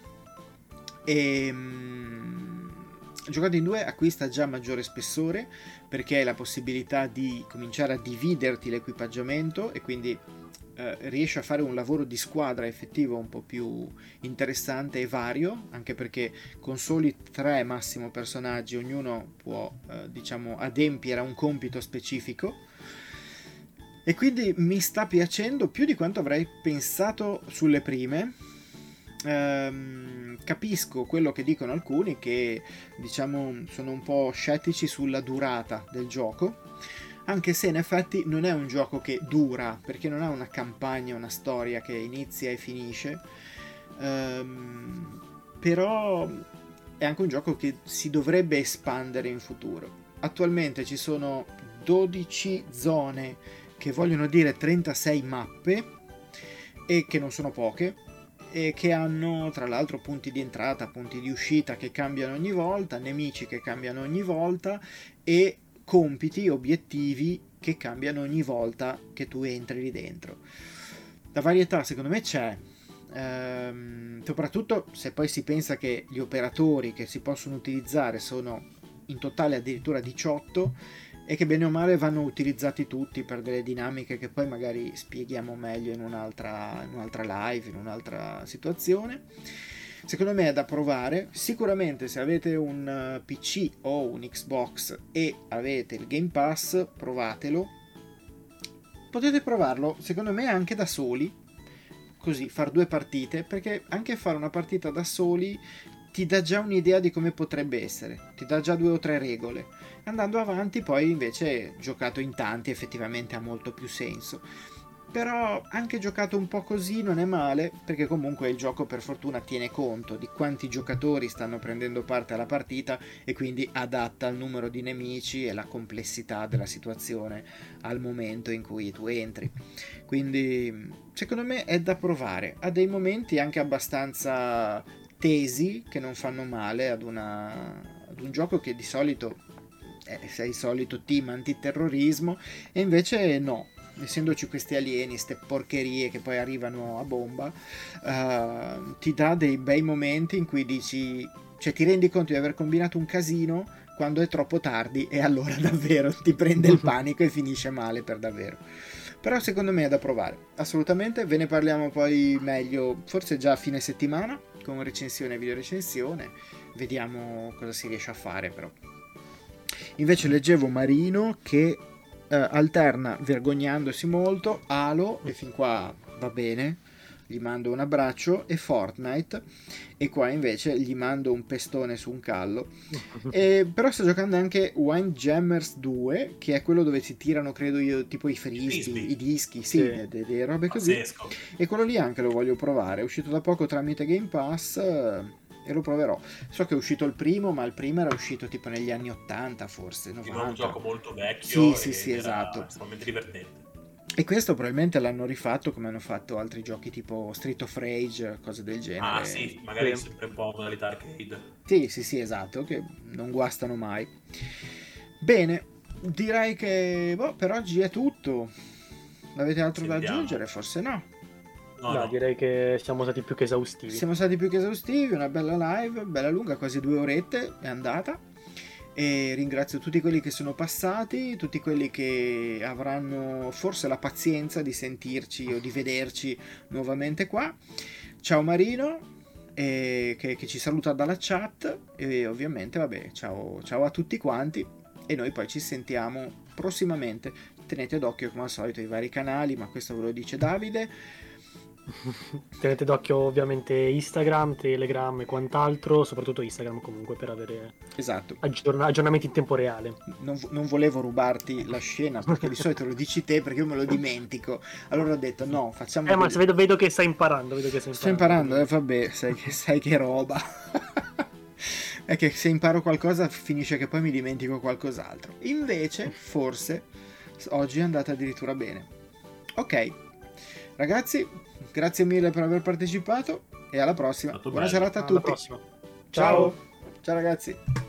e mm, giocato in due acquista già maggiore spessore, perché hai la possibilità di cominciare a dividerti l'equipaggiamento e quindi eh, riesci a fare un lavoro di squadra effettivo un po' più interessante e vario, anche perché con soli tre massimo personaggi ognuno può eh, diciamo adempiere a un compito specifico, e quindi mi sta piacendo più di quanto avrei pensato sulle prime. Ehm, capisco quello che dicono alcuni, che diciamo sono un po' scettici sulla durata del gioco, anche se in effetti non è un gioco che dura, perché non ha una campagna, una storia che inizia e finisce. Ehm, però è anche un gioco che si dovrebbe espandere in futuro. Attualmente ci sono dodici zone, che vogliono dire trentasei mappe, e che non sono poche, e che hanno tra l'altro punti di entrata, punti di uscita che cambiano ogni volta, nemici che cambiano ogni volta e compiti, obiettivi che cambiano ogni volta che tu entri lì dentro. La varietà secondo me c'è, ehm, soprattutto se poi si pensa che gli operatori che si possono utilizzare sono in totale addirittura diciotto e che bene o male vanno utilizzati tutti per delle dinamiche che poi magari spieghiamo meglio in un'altra, in un'altra live, in un'altra situazione. Secondo me è da provare. Sicuramente se avete un P C o un Xbox e avete il Game Pass, provatelo. Potete provarlo, secondo me, anche da soli, così, far due partite, perché anche fare una partita da soli ti dà già un'idea di come potrebbe essere, ti dà già due o tre regole. Andando avanti poi invece giocato in tanti effettivamente ha molto più senso. Però anche giocato un po' così non è male, perché comunque il gioco per fortuna tiene conto di quanti giocatori stanno prendendo parte alla partita e quindi adatta il numero di nemici e la complessità della situazione al momento in cui tu entri. Quindi secondo me è da provare, ha dei momenti anche abbastanza tesi che non fanno male ad, una, ad un gioco che di solito è, sei solito team antiterrorismo e invece no. Essendoci questi alieni, ste porcherie che poi arrivano a bomba, uh, ti dà dei bei momenti in cui dici, cioè ti rendi conto di aver combinato un casino quando è troppo tardi e allora davvero ti prende il panico e finisce male per davvero. Però secondo me è da provare, assolutamente. Ve ne parliamo poi meglio, forse già a fine settimana, con recensione e video recensione, vediamo cosa si riesce a fare. Però invece leggevo Marino che Uh, alterna vergognandosi molto Halo, e fin qua va bene, gli mando un abbraccio, e Fortnite, e qua invece gli mando un pestone su un callo. E, però sto giocando anche Windjammers due, che è quello dove si tirano, credo io, tipo i frisbee, i dischi, sì, sì. Delle de robe così. Pazzesco. E quello lì anche lo voglio provare, è uscito da poco tramite Game Pass, uh, e lo proverò. So che è uscito il primo, ma il primo era uscito tipo negli anni ottanta, forse novanta. È un gioco molto vecchio. Sì, sì, sì, esatto. Estremamente divertente. E questo probabilmente l'hanno rifatto come hanno fatto altri giochi tipo Street of Rage, cose del genere. Ah sì, magari sì. Sempre un po' modalità arcade. Sì, sì, sì, esatto, che non guastano mai. Bene, direi che boh, per oggi è tutto. Avete altro da aggiungere? Forse no. No, no, direi che siamo stati più che esaustivi. Siamo stati più che esaustivi, una bella live, bella lunga, quasi due orette, è andata. E ringrazio tutti quelli che sono passati, tutti quelli che avranno forse la pazienza di sentirci o di vederci nuovamente qua. Ciao Marino, e che, che ci saluta dalla chat, e ovviamente vabbè, ciao, ciao a tutti quanti, e noi poi ci sentiamo prossimamente. Tenete d'occhio come al solito i vari canali, ma questo ve lo dice Davide. Tenete d'occhio ovviamente Instagram, Telegram e quant'altro, soprattutto Instagram comunque, per avere esatto. aggiorn- aggiornamenti in tempo reale. Non, non volevo rubarti la scena, perché di solito lo dici te, perché io me lo dimentico. Allora ho detto no, facciamo... Eh ma se vedo, vedo che stai imparando, vedo che stai imparando. Sto imparando, eh, vabbè, sai che, sai che roba. È che se imparo qualcosa finisce che poi mi dimentico qualcos'altro. Invece, forse, oggi è andata addirittura bene. Ok, ragazzi, grazie mille per aver partecipato e alla prossima. Buona serata a tutti. Ciao. Ciao, ciao ragazzi.